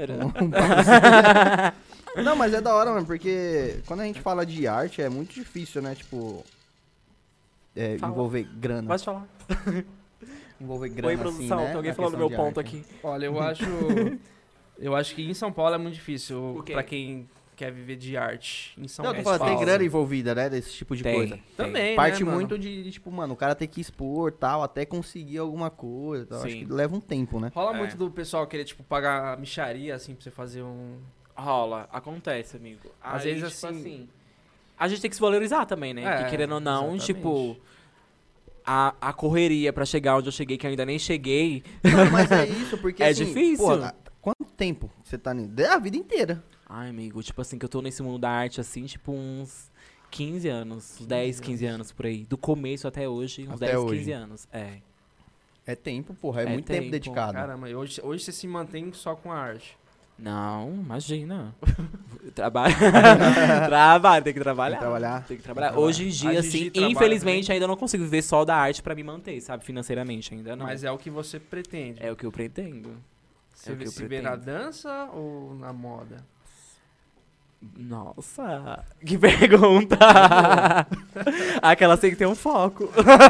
Não, mas é da hora, mano, porque quando a gente fala de arte é muito difícil, né? Tipo... é, Fala. envolver grana. Pode falar. Envolver grana Oi, assim, produção, né? tem alguém na falando no questão meu de ponto arte. aqui. Olha, eu acho... eu acho que em São Paulo é muito difícil Por quê? pra quem quer viver de arte. Em São Não, eu tô Paulo. falando, tem grana envolvida, né? Desse tipo de Tem, coisa. tem. Também, Parte né, mano? muito de, de, tipo, mano, o cara tem que expor tal, até conseguir alguma coisa. Tal. Acho Sim. que leva um tempo, né? Rola É. muito do pessoal querer, tipo, pagar micharia, assim, pra você fazer um... Rola, acontece, amigo. Às Aí, vezes, tipo assim- A gente tem que se valorizar também, né? É, Porque querendo ou não, exatamente. tipo... A, a correria pra chegar onde eu cheguei, que eu ainda nem cheguei. Mano, mas é isso, porque É assim, difícil. pô, quanto tempo você tá nisso? É a vida inteira. Ai, amigo, tipo assim, que eu tô nesse mundo da arte, assim, tipo uns quinze anos. Uns dez, quinze anos por aí. Do começo até hoje, uns Até dez, hoje. quinze anos. É. É tempo, porra. É, É muito tempo, tempo. dedicado. Caramba, e hoje, hoje você se mantém só com a arte. Não, imagina. Trabalho. Trabalho, tem que trabalhar. Tem que trabalhar. Tem que trabalhar. Tem que Hoje em A dia, Gigi assim, trabalha infelizmente, ainda não consigo viver só da arte pra me manter, sabe? Financeiramente, ainda não. Mas é o que você pretende. É o que eu pretendo. Você é o que eu se vê na pretendo. dança ou na moda? Nossa, que pergunta! Aquela tem que ter um foco.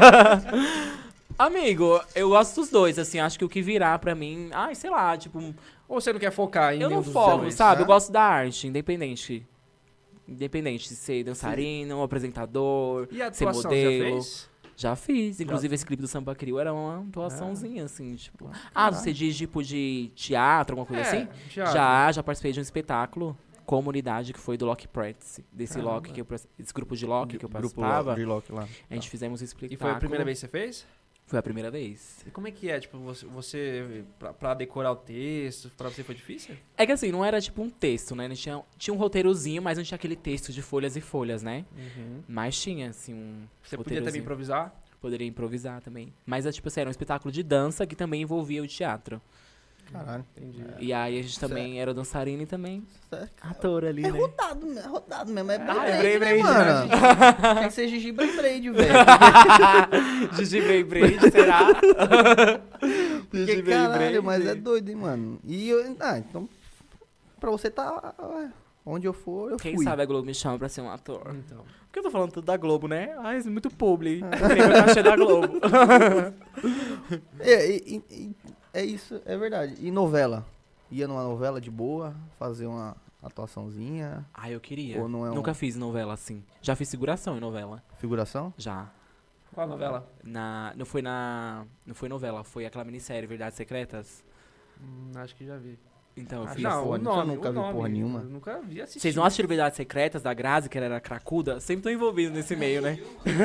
Amigo, eu gosto dos dois, assim, acho que o que virar pra mim, ai, sei lá, tipo, Ou você não quer focar em eu nenhum não dos foco, dois? sabe? né? Eu gosto da arte, independente. Independente de ser dançarino, apresentador, E a ser atuação, modelo. já fez? Já fiz, inclusive esse clipe do Samba Crio era uma atuaçãozinha, assim, tipo. Ah, caralho. você diz tipo de teatro, alguma coisa É, assim? já. Já, já participei de um espetáculo, Comunidade, que foi do Lock Prats, desse Caramba. Lock que eu, esse grupo de Lock que eu Grupo participava. de Loki lá. A gente fizemos um espetáculo. E foi a primeira vez que você fez? Foi a primeira vez. E como é que é? Tipo, você, você pra, pra decorar o texto, pra você foi difícil? É que assim, não era tipo um texto, né? A gente tinha, tinha um roteirozinho, mas não tinha aquele texto de folhas e folhas, né? Mas tinha, assim, um Você podia também roteirozinho. improvisar? Poderia improvisar também. Mas, é, tipo assim, era um espetáculo de dança que também envolvia o teatro. Caralho. Entendi. E aí a gente também era dançarina e também Certo. ator ali, É né? rodado, é rodado mesmo. É Ah, é Beyblade, Beyblade, né, mano? né? Tem que ser Gigi Beyblade, velho. Gigi Beyblade, será? Porque, caralho, mas é doido, hein, mano. E eu, ah, então, pra você tá, ué, onde eu for, eu Quem fui. sabe a Globo me chama pra ser um ator. Então. Por que eu tô falando tudo da Globo, né? Ai, isso é muito publi. Tem meu cachê da Globo. É, e- e- e- é isso, é verdade. E novela? Ia numa novela de boa, fazer uma atuaçãozinha, Ah, eu queria. Ou não é um- Nunca fiz novela assim. Já fiz figuração em novela. figuração? Já. Qual a novela? Na, não foi na. Não foi novela, foi aquela minissérie Verdades Secretas. Hum, acho que já vi. Então, eu Ah, fiz. não, porra, o então eu nome, nunca o vi nome. porra nenhuma. Eu nunca vi assistir. Vocês não assistiram Verdades Secretas da Grazi, que ela era cracuda? Sempre tô envolvido nesse meio, né?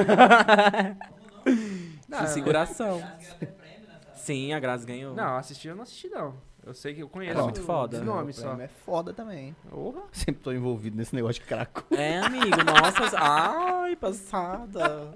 Não, Fiz figuração. Sim, a Grazi ganhou. Não, assistir eu não assisti, não. Eu sei que eu conheço. Era muito foda. Os Meu nomes só. prêmio é foda também. Porra. Sempre tô envolvido nesse negócio de craco. É, amigo, nossa. Ai, passada.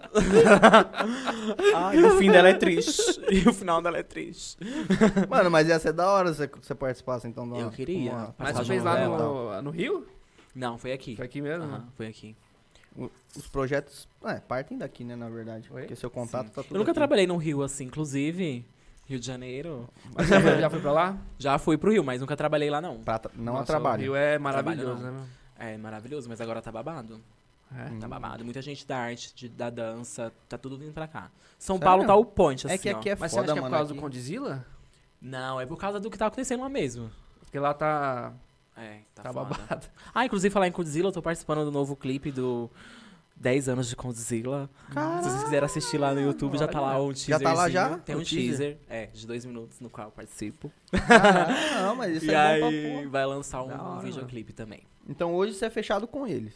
Ai, o fim dela é triste. E o final dela é triste. Mano, mas ia ser da hora você, você participasse então. de uma- Eu queria. uma- Mas Participar você de fez lá novela. no, no Rio? Não, foi aqui. Foi aqui mesmo? Aham, foi aqui. o- Os projetos, é, partem daqui, né, na verdade. Oi? Porque seu contato Sim. tá tudo Eu nunca aqui. trabalhei no Rio assim, inclusive. Rio de Janeiro. Mas já, foi, já foi pra lá? Já fui pro Rio, mas nunca trabalhei lá, não. Pra tra- não a Nossa, trabalho. O Rio é Trabalho maravilhoso, não. né, meu? É maravilhoso, mas agora tá babado. É. Hum. Tá babado. Muita gente da arte, de- da dança, tá tudo vindo pra cá. São Sério? Paulo tá o point, assim, É que aqui é ó. Mas você foda, acha que é por mano. causa aqui. do Condzilla? Não, é por causa do que tá acontecendo lá mesmo. Porque lá tá, É, tá, tá foda. babado. Ah, inclusive falar em Godzilla, eu tô participando do novo clipe do dez anos de Godzilla. Se vocês quiserem assistir lá no YouTube, já tá lá um Já teaser. tá lá já? Tem O um teaser? teaser, é, de dois minutos, no qual eu participo. Ah, não, mas isso e é bom pra aí porra. vai lançar Da um hora, videoclipe também. Então hoje você é fechado com eles.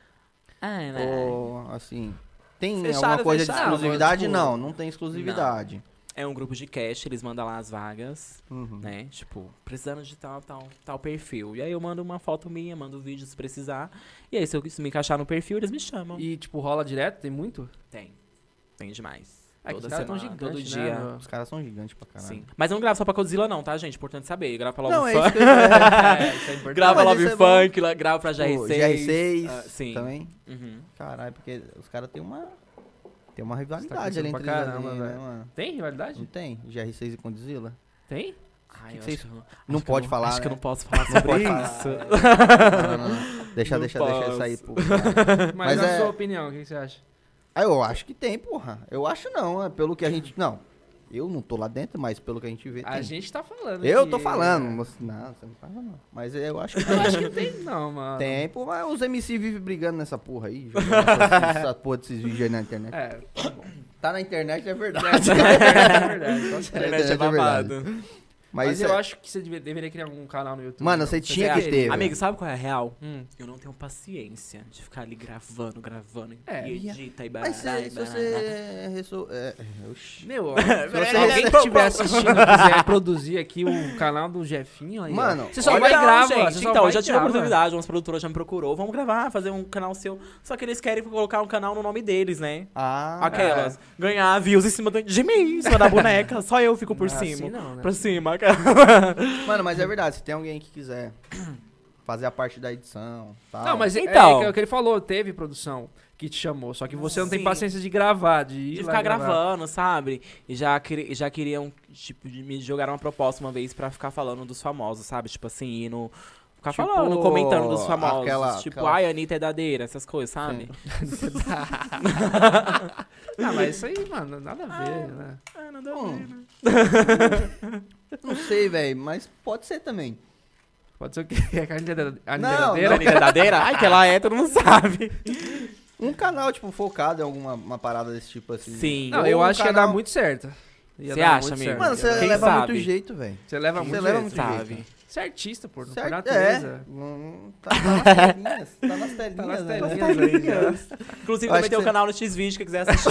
É, Ou, assim, tem Fechado, alguma coisa fechado, de exclusividade? tipo- Não, não tem exclusividade. É um grupo de cast, eles mandam lá as vagas, Uhum. né? Tipo, precisando de tal, tal, tal perfil. E aí eu mando uma foto minha, mando um vídeo se precisar. E aí, se eu se me encaixar no perfil, eles me chamam. E, tipo, rola direto? Tem muito? Tem. Tem demais. É que Toda os caras tão semana, todo gigantes, dia. né, meu? Os caras são gigantes pra caralho. Sim. Mas eu não gravo só pra Godzilla, não, tá, gente? Importante saber. Eu gravo pra Love Não, é Funk. isso que eu ia É, isso é importante. Gravo pra Mas Love isso é Funk, lá, gravo pra G R seis. G R seis Ah, sim. também. Uhum. Caralho, porque os caras têm uma. Tem uma Você tá rivalidade ali crescendo entre pra eles caramba, ali, né, velho. mano? Tem rivalidade? Não tem? G R seis e Condzilla? Tem? Ai, Que eu que acho vocês- que eu não acho que eu pode falar, Acho que eu né? não posso falar Não sobre pode isso. falar. Não, não, não. Deixa, Não deixa, deixa posso. isso aí, pô. Mas, Mas na é- sua opinião, o que que você acha? Ah, eu acho que tem, porra. Eu acho não, é pelo que a gente. Não, eu não tô lá dentro, mas pelo que a gente vê. A tem. gente tá falando. Eu que- tô falando. mas- Não, você não tá falando. Mas eu acho que Eu acho tem. que tem, não, mano. Tem, pô, mas os M C vivem brigando nessa porra aí. Jogando essa, essa porra desses vídeos aí na internet. É, tá bom. Tá na internet, é verdade. É verdade. Tá certo. Internet é é verdade. babado. Mas, Mas isso eu é- acho que você deve- deveria criar um canal no YouTube. Mano, não? você tinha Você que acha? ter. Amigo, velho. sabe qual é a real? Hum. Eu não tenho paciência de ficar ali gravando, gravando. É. E edita e Mas barará, se, e se barará. você. Resol... É, é, oxi. Meu, ó, você- se alguém que estiver assistindo quiser produzir aqui o canal do Jefinho aí, ó, Mano, você só olha vai e Não, grava, gente, você só então, vai já e tive a grava. oportunidade, umas produtoras já me procurou, vamos gravar, fazer um canal seu. Só que eles querem colocar um canal no nome deles, né? Ah, Aquelas. Ganhar views em cima do- de mim, em cima da boneca. Só eu fico por Não é assim cima. não, né? Pra cima. Mano, mas é verdade, se tem alguém que quiser fazer a parte da edição, tal. Não, mas Então. é, é o que ele falou, teve produção que te chamou, só que você não tem Sim. paciência de gravar, de ir De lá ficar gravar. gravando, sabe? E já, queri- já queriam, tipo, de me jogaram uma proposta uma vez pra ficar falando dos famosos, sabe? Tipo assim, ir no. Ficar Tipo, falando, comentando dos famosos. aquela- tipo, aquela- ai, Anitta é dadeira, essas coisas, sabe? Ah, mas isso aí, mano, nada a ver, né? Ah, nada a Hum. ver, né? Não sei, velho, mas pode ser também. Pode ser o quê? A Anitta é da- a Anitta é Não, dadeira? Anitta é dadeira? Ai, que ela é, todo mundo sabe. Um canal, tipo, focado em alguma uma parada desse tipo assim. Sim. Não, Ou eu um acho que ia dar canal- muito certo. Ia Você dar acha, muito amigo? certo. Mano, Ia você dar- Quem leva sabe? muito jeito, velho. Você leva Você muito leva jeito. muito sabe? jeito. Você é artista, pô, não por Certo? natureza. É. Hum, Tá, tá nas telinhas. Tá nas telinhas. Tá nas né? telinhas aí, já. Inclusive, Eu acho também tem um que canal no X-Vídeo, que quiser assistir.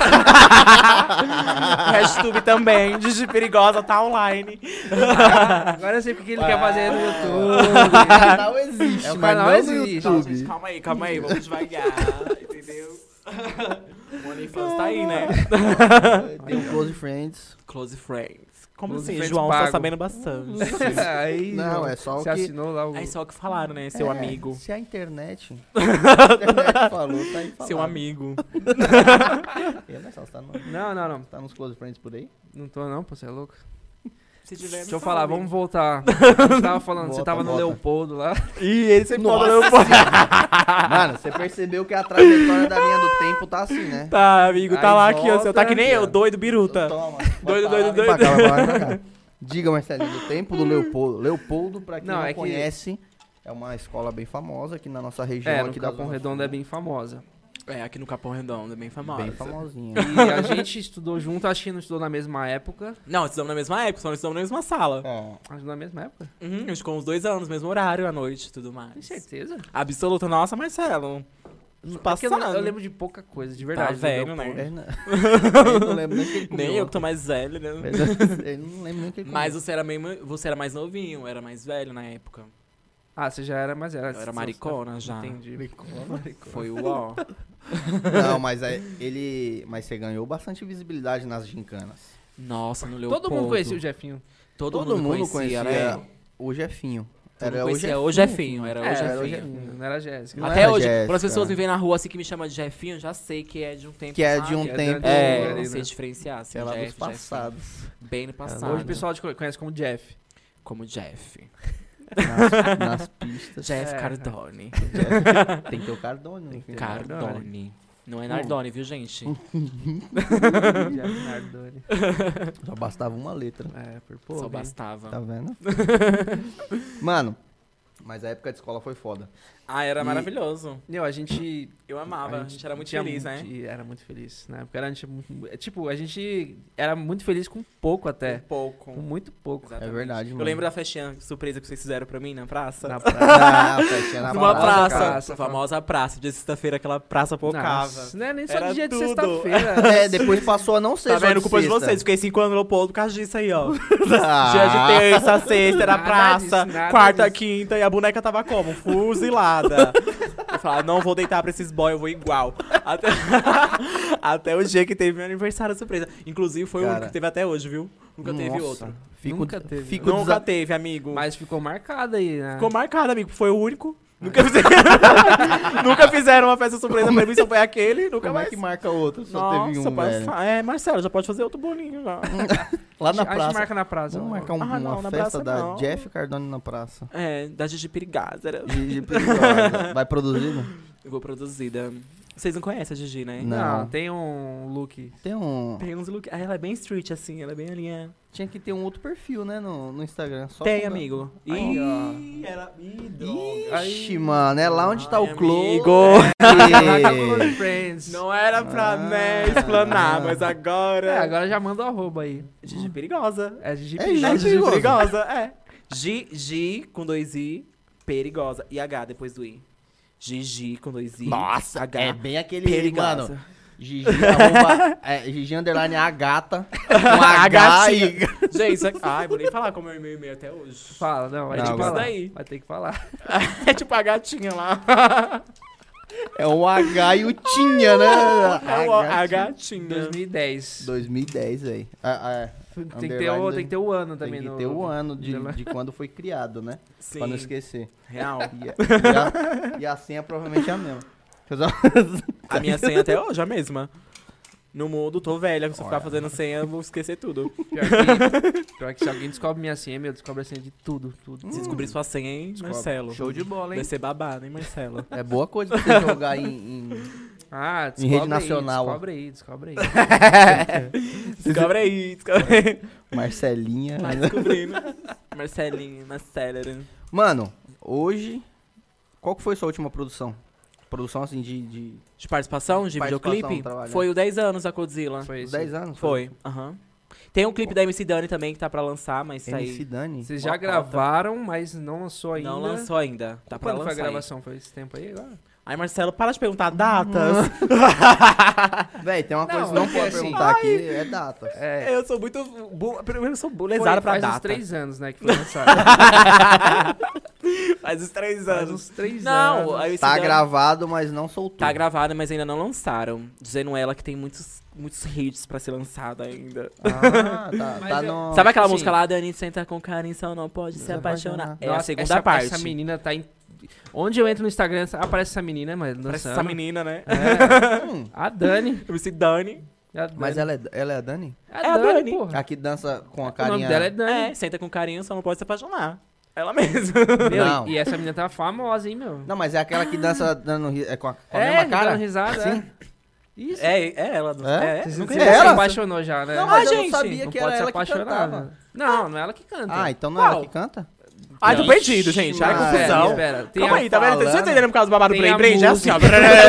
RedTube também, Digi Perigosa tá online. Agora eu sei porque ele quer fazer no O YouTube. canal existe, É, o mas canal não existe. no Não, YouTube. gente, calma aí, calma aí, vamos devagar, entendeu? O OnlyFans tá aí, né? Tem o Close Friends. Close Friends. Como Close assim? Friends João tá pago. sabendo bastante. Aí, Não, ó, é só o você que- assinou lá o... É só o que falaram, né? Seu É, amigo. Se a internet. a internet falou, tá aí falando. Seu amigo. E olha só, você tá, no- Não, não, não. tá nos Close Friends por aí? Não tô não, pô, você é louco. Se tiver, Deixa eu falar, vamos voltar. A gente tava falando, você Volta, tava no volta. Leopoldo lá. Ih, ele sempre Nossa fala Leopoldo. Mano, você percebeu que a trajetória da linha do tempo tá assim, né? Tá, amigo, tá Aí lá aqui, ó. Você volta, tá que nem eu, viado. doido, biruta. Toma. Doido, Vai pra lá, doido, vem pra doido. cá, vai pra lá, vem pra cá. Diga, Marcelinho, do tempo do Leopoldo. Leopoldo, pra quem Não, não, é que- conhece, é uma escola bem famosa aqui na nossa região. É, no aqui da Capão Zona Redondo Sul. é bem famosa. É, aqui no Capão Redondo, é bem famosa. Bem famosinha. E a gente estudou junto, acho que não estudou na mesma época. Não, estudamos na mesma época, só não estudamos na mesma sala. É. Acho que na mesma época. Uhum, a gente ficou uns dois anos, mesmo horário, à noite e tudo Tem mais. certeza? Absoluta, nossa, Marcelo. É porque eu, não- Passando. eu lembro de pouca coisa, de verdade. do velho, Leopoldo. né? É, não. Eu não lembro nem que ele comeu. Nem eu que tô mais velho, né? Eu não lembro nem que ele comeu. Mas você era, meio, você era mais novinho, eu era mais velho na época. Ah, você já era mais era. Eu era maricona já. Entendi. Maricona. Foi o ó. Não, mas é, ele... Mas você ganhou bastante visibilidade nas gincanas. Nossa, no Leopoldo. Todo mundo conhecia o Jefinho. Todo, Todo mundo, mundo conhecia, conhecia né? o Jefinho. Todo mundo Era conhecia o o Jefinho, era o É, Jefinho. era o Jefinho, não era a Jéssica. Não Até era hoje, Jéssica. quando as pessoas me veem na rua assim que me chamam de Jefinho, eu já sei que é de um tempo Que é sabe? de um Que é tempo... da- É, ali, eu né? sei diferenciar, assim, É lá Jeff, dos passados. Jefinho. Bem no passado. Hoje o pessoal te conhece como Jeff. Como Jeff. Nas, nas pistas. Jeff É. Cardone. Tem que ter o Cardone. né? Cardone. Não é Nardone, viu, gente? Jeff Nardoni. Só bastava uma letra. É, por pouco. Só hein? bastava. Tá vendo? Mano, mas a época de escola foi foda. Ah, era E- maravilhoso. Meu, a gente... Eu amava, a gente era muito tinha feliz, né? muito- Era muito feliz. Na época era, a gente, é, tipo, a gente era muito feliz com pouco até. Um pouco. Com muito pouco. Exatamente. É verdade, Eu mano. lembro da festinha surpresa que vocês fizeram pra mim na praça. Na praia. Ah, festinha na Numa famosa praça, praça, a famosa praça. Dia de sexta-feira, aquela praça pocava. Nossa, não é nem só Era de dia de tudo. sexta-feira. É, depois passou a não ser Tá só vendo? Culpa de sexta. vocês. Fiquei cinco anos no Leopoldo por causa disso aí, ó. Ah. Dia de terça, sexta, era Nada praça. disso, nada quarta, disso. quinta, e a boneca tava como? Fuzilada. Eu falava, não vou deitar pra esses boy, eu vou igual. Até, até o dia que teve meu aniversário surpresa. Inclusive, foi o Cara. único que teve até hoje, viu? Nunca teve Nossa, outro. Fico, Nunca teve. Fico Nunca desa- teve, amigo. Mas ficou marcado aí, né? Ficou marcado, amigo. Foi o único. Nunca fizeram, nunca fizeram uma festa surpresa pra mim, só foi aquele. Nunca Como mais. é que marca outro? Só Nossa, teve um, passa- velho. É, Marcelo, já pode fazer outro bolinho já. Lá na A gente praça. marca na praça. Vamos ó. marcar um- Ah, não, uma na festa praça da não. Jeff Cardone na praça. É, da Gigi Perigaza. Era... Gigi perigosa. Vai produzindo? Eu vou produzida. Vocês não conhecem a Gigi, né? Não. Não, tem um look. Tem um... Tem uns look. Ah, ela é bem street, assim, ela é bem alinha. Tinha que ter um outro perfil, né, no, no Instagram. Só Tem, com- amigo. Aí, Ih, ela. Ih, droga. Ixi, mano, é lá onde tá Ai, o Close. amigo. Close Friends. Não era pra Ah. né, explanar, mas agora. É, agora já manda o arroba aí. Gigi Perigosa. É Gigi É Perigosa. É Gigi Gigi Perigosa. Perigosa, é. G, G com dois I, Perigosa. E H depois do I. Gigi com dois I. Nossa, H, é bem aquele, Perigosa. mano. Gigi, arroba, é, Gigi underline a gata. Com A H gatinha. e... Gente, isso aqui... Ai, vou nem falar como é o meu e-mail até hoje. Fala, não, vai Não, ter que agora- falar. daí. Vai ter que falar. É tipo a gatinha lá. É um H e o tinha, né? É o- a gatinha. dois mil e dez. dois mil e dez, velho. Ah, ah, Tem que, ter o, tem que ter o ano tem também. que no- ter o ano de, no- de quando foi criado, né? Sim, Pra não esquecer. real. E, a, e a, e a senha provavelmente é a mesma. A minha senha até hoje é a mesma. No mundo, tô velha. Se eu ficar Olha. fazendo senha, eu vou esquecer tudo. Pior que, pior que se alguém descobre minha senha, meu, descobre a senha de tudo, tudo. Se descobrir sua senha, hein, Marcelo? Show de bola, hein? Vai ser babado, hein, Marcelo? É boa coisa pra você jogar em... em- Ah, Em descobre rede aí, nacional. Descobre aí, descobre aí. Descobre aí, descobre aí. Marcelinha. Vai descobrindo. Marcelinho, Marcelo. Mano, hoje... Qual que foi sua última produção? Produção, assim, de... de De participação, de Participação, videoclipe? trabalho, Foi o dez anos da Godzilla. Foi isso. dez anos? Foi, aham. Tem um clipe da M C Dani também que tá pra lançar, mas tá M C aí. Dani? Vocês Uma já cota. gravaram, mas não lançou ainda. Não lançou ainda. Tá pra Quando foi lançar. a aí. gravação? Foi esse tempo aí agora? Ai, Marcelo, para de perguntar datas. Véi, tem uma Não, coisa que não é que pode assim- perguntar aqui, é data. É. Eu sou muito. Bu... Primeiro, eu sou bu- Foi, lesada pra faz uns data. três anos, né, que foi lançado. Faz uns três faz anos. uns três Não, anos. a M C Tá Dani gravado, mas não soltou. Tá gravada, mas ainda não lançaram. Dizendo ela que tem muitos, muitos hits pra ser lançada ainda. Ah, tá, Mas tá eu- no... Sabe aquela assim- música lá, Dani senta com carinho, só não pode se Se apaixonar? apaixonar. É a Nossa, segunda essa, parte. Essa menina tá em... Onde eu entro no Instagram, aparece essa menina, mas dançando. Parece essa menina, né? É, Hum, a Dani. Eu me sinto Dani. É a Mas Dani. ela é, ela é a Dani? É é a Dani. porra. A que dança com a O carinha... nome dela é Dani. É, senta com carinho, só não pode se apaixonar. Ela mesma. Meu, Não. E essa menina tá famosa, hein, meu? Não, mas é aquela que dança dando ri- é com a, com a é, mesma cara? dando risada. Sim. É. Isso. É, é ela. É? É, Você, nunca você é já se ela? apaixonou já, né? Não, mas Ah, eu gente, não sabia não que pode era se ela que apaixonar. cantava. né? Não, não é ela que canta. Ah, então não é ela Qual? que canta? Ai, tô Ixi, perdido, gente. Ai, mas confusão. espera, espera. Tem Calma a- aí, tá vendo? Vocês estão falando. entendendo por causa do babado Tem Play a Play? Já assim, ó.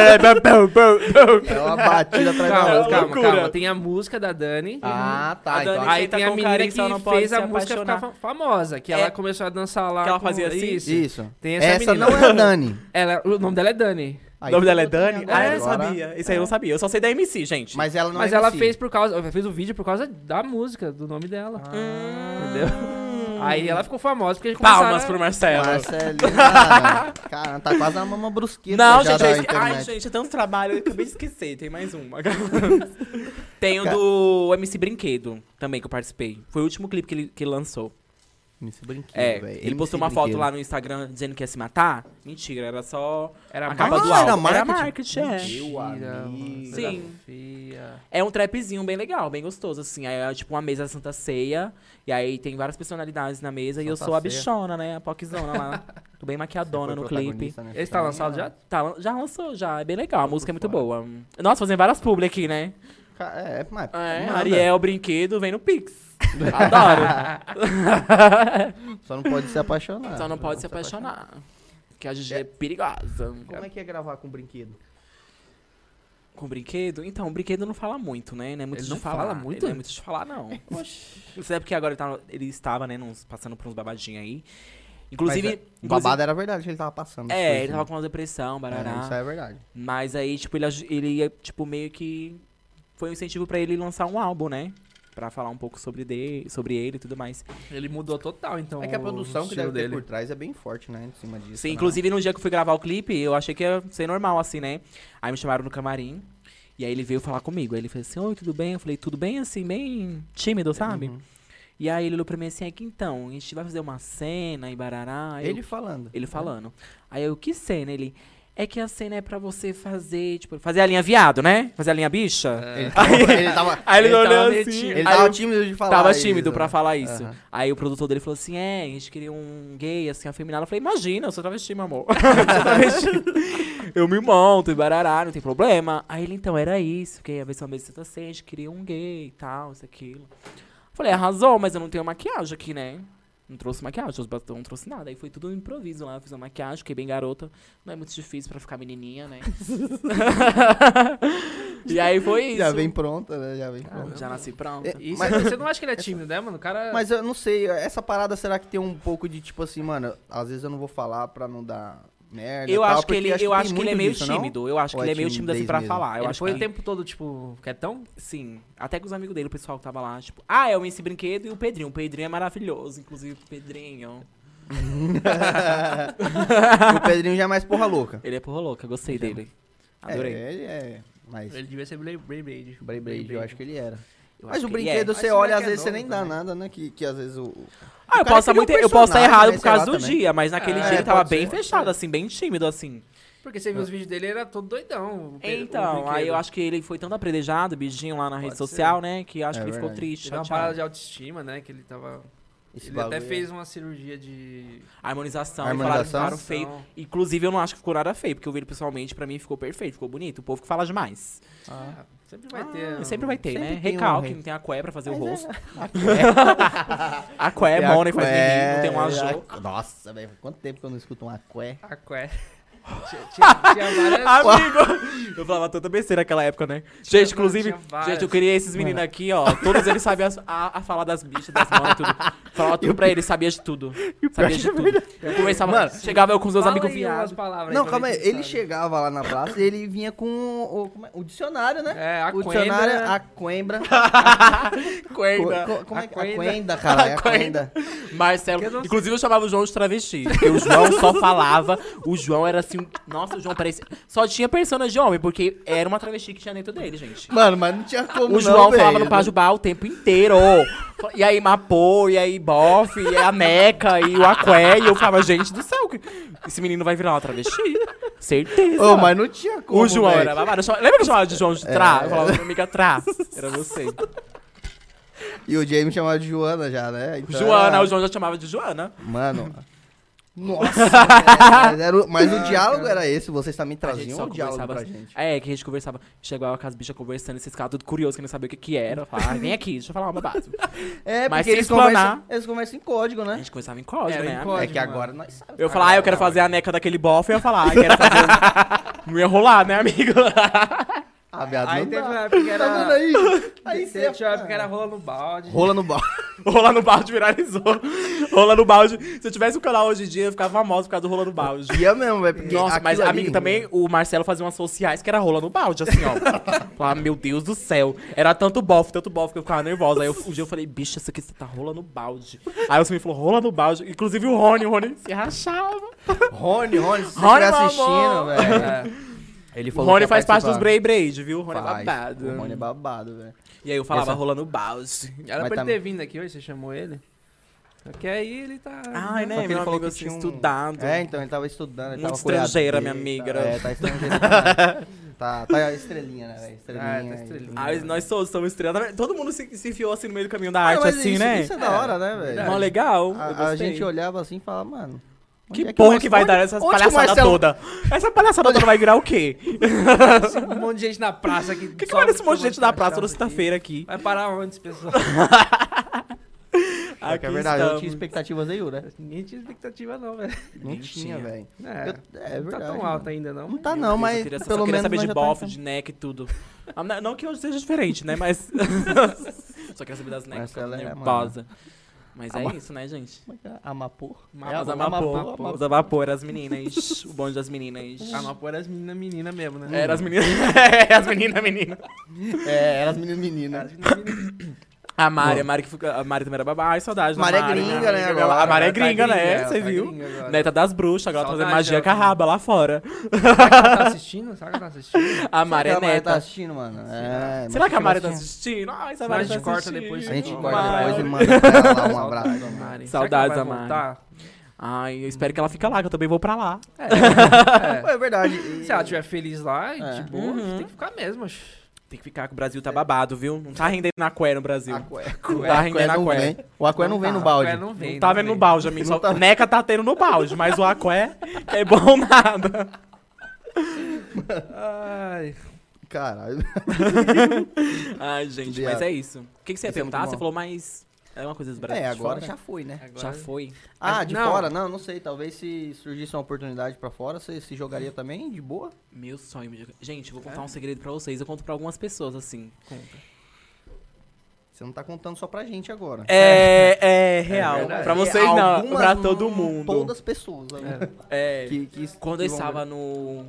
É uma batida atrás da Calma, outra. calma, loucura. calma. Tem a música da Dani. Ah, tá. A Então, Dani- Aí Senta tem a com menina carinho, que só não pode fez se a música ficar apaixonar. fa- famosa. Que É. ela começou a dançar lá. Que ela com- fazia assim? Isso. isso. Tem essa Essa menina. não é a Dani. Ela, o nome dela é Dani. O Aí nome dela é ficou Dani? também Ah, eu agora. não sabia. Isso aí eu não sabia. Eu só sei da M C, gente. Mas ela não Mas é ela M C. fez por causa. Fez o vídeo por causa da música, do nome dela. Hum. Entendeu? Aí ela ficou famosa porque começaram Palmas a- pro Marcelo. Marcelina. Cara, tá quase na mama brusqueta Não, já gente, da esse- internet. ai, gente, é tanto trabalho, eu acabei de esquecer, tem mais uma. Tem o do M C Brinquedo, também, que eu participei. Foi o último clipe que ele, que ele lançou. M C Brinquedo, É, velho. ele M C postou uma foto Brinquedo. lá no Instagram dizendo que ia se matar. Mentira, era só Era a capa Ah, do era álbum. Era marketing? marketing, é. Meu amigo. Sim. Fia. É um trapzinho bem legal, bem gostoso, assim. Aí é tipo uma mesa da Santa Ceia. E aí tem várias personalidades na mesa. e eu Santa sou a Ceia. bichona, né? A poczona lá. Tô bem maquiadona no clipe. Esse tá lançado já? Tá, lan- já lançou, já. É bem legal. A música é muito boa. Nossa, fazendo várias publi aqui, né? É, mas... É, manda. Ariel Brinquedo vem no Pix. Adoro. Só não pode se apaixonar. Só não pode se apaixonar. Porque a Gigi é perigosa. Como é que é gravar com brinquedo? Com brinquedo? Então, o brinquedo não fala muito, né? Não é muito Ele de não falar. fala muito? Ele não é muito de falar, não. Não sei porque agora ele, tá, ele estava, né, nos- passando por uns babadinhos aí. Inclusive... Mas, é, o inclusive- babado era verdade que ele tava passando. É, ele tava com uma depressão, É, barará. isso é verdade. Mas aí, tipo, ele, aj- ele ia, tipo, meio que... Foi um incentivo pra ele lançar um álbum, né? Pra falar um pouco sobre, de, sobre ele e tudo mais. Ele mudou total, então. É que a o produção que estilo deve ter dele. por trás é bem forte, né? Em cima disso. Sim, né? inclusive no dia que eu fui gravar o clipe, eu achei que ia ser normal, assim, né? Aí me chamaram no camarim. E aí ele veio falar comigo. Aí ele fez assim, oi, tudo bem? Eu falei, tudo bem, assim, bem tímido, sabe? Uhum. E aí ele olhou pra mim assim, é que então, a gente vai fazer uma cena e barará. Aí eu- Ele falando. Ele falando. Aí eu, que cena? Ele, é que a cena é pra você fazer, tipo, fazer a linha viado, né? Fazer a linha bicha. Ele tava, ele tava, Aí ele, Ele olhou tava meio assim. tímido. ele aí tava eu tímido de falar tava isso, tímido pra né? falar isso. Aham. Aí o produtor dele falou assim, é, a gente queria um gay, assim, afeminado. Eu falei, imagina, eu sou travesti, meu amor. Eu sou travesti. Eu me monto e barará, não tem problema. Aí ele, então, era isso, porque a versão mesmo você assim, a gente queria um gay e tal, isso, aquilo. Falei, arrasou, mas eu não tenho maquiagem aqui, né? Não trouxe maquiagem, os batom, não trouxe nada. Aí foi tudo improviso lá, eu fiz uma maquiagem, fiquei bem garota. Não é muito difícil pra ficar menininha, né? E aí foi isso. Já vem pronta, né? Já vem pronta. Já nasci pronta. É, Isso, Mas- você não acha que ele é tímido, né, mano? O cara. Mas eu não sei, essa parada será que tem um pouco de tipo assim, mano, às vezes eu não vou falar pra não dar merda. Eu tal, acho que porque ele, eu tem acho que ele é muito meio disso, não? tímido. Eu acho Ou que é ele é meio tímido assim timidez pra mesmo? falar. Eu ele acho foi que o tempo todo, tipo, quietão? sim. Até com os amigos dele, o pessoal que tava lá, tipo, ah, é o Esse Brinquedo e o Pedrinho. O Pedrinho é maravilhoso, inclusive o Pedrinho. O Pedrinho já é mais porra louca. Ele é porra louca, gostei dele. Adorei. É, ele é. Mas. Ele devia ser Blade Blade. Beyblade, eu acho que ele era. Eu Mas acho o que ele brinquedo é. você Esse olha, às moleque é vezes você novo nem dá também. nada, né? Que, que às vezes o. Ah, eu cara posso, estar cria um muito, eu posso estar personagem, errado né, por sei causa lá do também. dia, mas naquele É, dia ele tava pode bem ser, fechado, pode assim, bem tímido, assim. Porque você viu os vídeos dele, ele era todo doidão. o pe- o Então, aí brinquedo. eu acho que ele foi tão apredejado, bichinho lá na rede Pode social, né? Que acho É que ele ficou verdade. triste, Teve uma chateado. parada de autoestima, né? Que ele tava. Esse ele até bagulho fez uma cirurgia de. Harmonização, e Harmonização? falaram que ficaram feio. Inclusive, eu não acho que ficou nada feio, porque eu vi ele pessoalmente, pra mim ficou perfeito, ficou bonito. O povo que fala demais. Ah, sempre vai Ah, ter. um- sempre vai ter, sempre né? tem um Recalque, rei. não tem a cué pra fazer o Mas é- rosto. Aqué. A cué é mão, né? Faz menino, não tem um é, ajô. a- Nossa, velho, quanto tempo que eu não escuto um aqué? A cué. tinha, tinha, tinha várias. Amigo! Eu falava tanta besteira naquela época, né? Gente, inclusive, tinha várias. gente, eu queria esses meninos aqui, ó. Todos eles sabiam as- a, a falar das bichas, das mães, tudo. Falava tudo pra eles, sabia de tudo. Sabia de tudo. Eu conversava, Mano, chegava eu com os meus Fala amigos aí umas viados. palavras aí Não, pra calma ver aí. quem Ele sabe. chegava lá na praça e ele vinha com o, como é? O dicionário, né? É, a o dicionário, Coimbra. a coimbra. Coenda. Co- co- como é que A a Coenda. coenda, cara? É a Coenda. coenda. Marcelo. Eu não sei. Inclusive, eu chamava o João de travesti. Porque o João só falava. O João era assim. um- Nossa, o João parecia. Só tinha persona de homem, porque era uma travesti que tinha dentro dele, gente. Mano, mas não tinha como O não, João falava velho. no Pajubá o tempo inteiro. E aí, Mapô, e aí, Bof, e aí a Meca, e o Aqué. E eu falava, gente do céu, que- esse menino vai virar uma travesti. Certeza. Ô, mas não tinha como, O João velho. era babado. Eu chamava- Lembra que eu chamava de João de Trá? É. Eu falava, amiga Trá. Era você. E o Jamie chamava de Joana já, né? Então Joana, era- o João já chamava de Joana. Mano... Nossa, velho, era o- mas o diálogo era esse, vocês também A gente traziam só o diálogo conversava pra assim. gente. É, que a gente conversava, chegava com as bichas conversando, esses caras tudo curiosos, querendo saber o que que era. Eu falava, ah, vem aqui, deixa eu falar uma babado. É, Mas porque sem eles explanar- conversam, eles conversam em código, A né? gente conversava em código, Era em né? código. É que mano. agora nós sabemos. Eu ia falar, ah, eu quero fazer a neca daquele bofe, eu ia falar, ah, eu quero fazer... Não ia rolar, né, amigo? Ah, viado, Aí não teve dá. uma época que era... Tá vendo aí? Aí Teve você... tinha uma época que era rola no balde. Rola no balde. Rola no balde viralizou. Rola no balde. Se eu tivesse um canal hoje em dia, eu ficava famoso por causa do rola no balde. Ia mesmo, velho. porque Nossa, mas aquilo ali- amigo, também o Marcelo fazia umas sociais que era rola no balde, assim, ó. Ah, meu Deus do céu. Era tanto bofe, tanto bofe que eu ficava nervosa. Aí eu, um dia eu falei, bicho, isso aqui você tá rola no balde. Aí o me falou, rola no balde. Inclusive o Rony, o Rony se rachava. Rony, Rony, se você Rony, estiver meu assistindo, amor. velho. É. Ele O falou Rony que ia faz parte dos participar. Bray Braid, viu? O Rony Faz. é babado. O Rony é babado, velho. E aí eu falava Essa- rola no balde. Era Mas pra tá- ele ter vindo aqui hoje, você chamou ele. Só que aí ele tá... Ai, Só né, que ele meu falou amigo, que assim, tinha um- estudado. É, então, ele tava estudando, ele Muito tava com o E A D, estrangeira, minha amiga. Tá, é, tá estrangeira também. tá, tá estrelinha, né, velho? Estrelinha. Ah, tá estrelinha. Ai, nós todos somos estrelas. Todo mundo se, se enfiou assim no meio do caminho da Ah, arte, mas assim, isso, né? Isso é da hora, né, velho? Mó legal. eu A, a gostei. gente olhava assim e falava, mano... onde Que é porra o que vai Marcelo- dar essas onde que o palhaçadas Marcelo- toda? Essa palhaçada toda vai virar o quê? Um monte de gente na praça aqui. O que, que vai nesse monte de gente na praça toda sexta-feira aqui? Vai parar onde esse pessoal? É que é Aqui verdade, eu estamos. tinha expectativas aí, né? Ninguém tinha expectativa não, velho. Não Nem tinha, tinha. velho. É, Eu- É não tá verdade. tão mano. alto ainda não. Não tá Meu não, Deus, mas eu queria, só pelo queria menos saber nós de já tá bofe, em- de neck e tudo. Ah, não- Não que hoje seja diferente, né? Mas. só queria saber das necks, Marcelo é, nervosa. Mas é Ama- isso, né, gente? Amapô? Ma- É, Os Amapô, Amapô. Amapô. Os Amapô eram as meninas. O bonde das meninas. Ah, mas pô, era as meninas menina mesmo, né? Era as meninas. É, as meninas, menina. É, eram as meninas meninas. A Mari, a Mari, que fica- a Mari também era babá. Ai, saudade da Mari é Mari. gringa, minha né, amiga. agora. A Mari é Ela tá gringa, né? ela Você tá viu? gringa agora. Neta das bruxas, agora tá fazendo Saudade magia dela com a também. raba lá fora. Será que ela tá assistindo? Será que ela tá assistindo? A Mari é Será que a Mari tá neta. assistindo, mano? É, Será que a Mari tá assistindo? assistindo? Ai, essa Mas Mari a gente tá corta assistindo. depois, A gente Sim, corta Mari. depois e manda pra ela lá um abraço. Mari. Saudades Será da que ela vai Mari. voltar? Ai, eu espero que ela fique lá, que eu também vou pra lá. É. Pô, é verdade. E- Se ela estiver feliz lá, e É. de boa, Uhum. tem que ficar mesmo. acho. Tem que ficar que o Brasil tá babado, viu? Não tá rendendo na Aqué no Brasil. Aqué. Não Aqué tá rendendo não Aqué. vem. O Aqué não vem no tá, balde. Aqué Não vem. Não tá vendo no vem. balde, amigo. Só Não tá- Neca tá tendo no balde, mas o Aqué é bom nada. Ai. Caralho. Ai, gente, Viado. mas é isso. O que, que você ia Isso é muito perguntar? bom. Você falou mais... É uma coisa dos Brasil É, de agora fora? já foi, né? Agora... Já foi. Ah, Mas de não. fora? Não, não sei. Talvez se surgisse uma oportunidade pra fora, você se jogaria também, de boa? Meu sonho. meu- Gente, eu vou contar um segredo pra vocês. Eu conto pra algumas pessoas, assim. Você não tá contando só pra gente agora. É, é real. verdade. pra vocês E não, algumas pra todo não, mundo. Todas as pessoas. né? É, Que, que, quando que eu vão estava no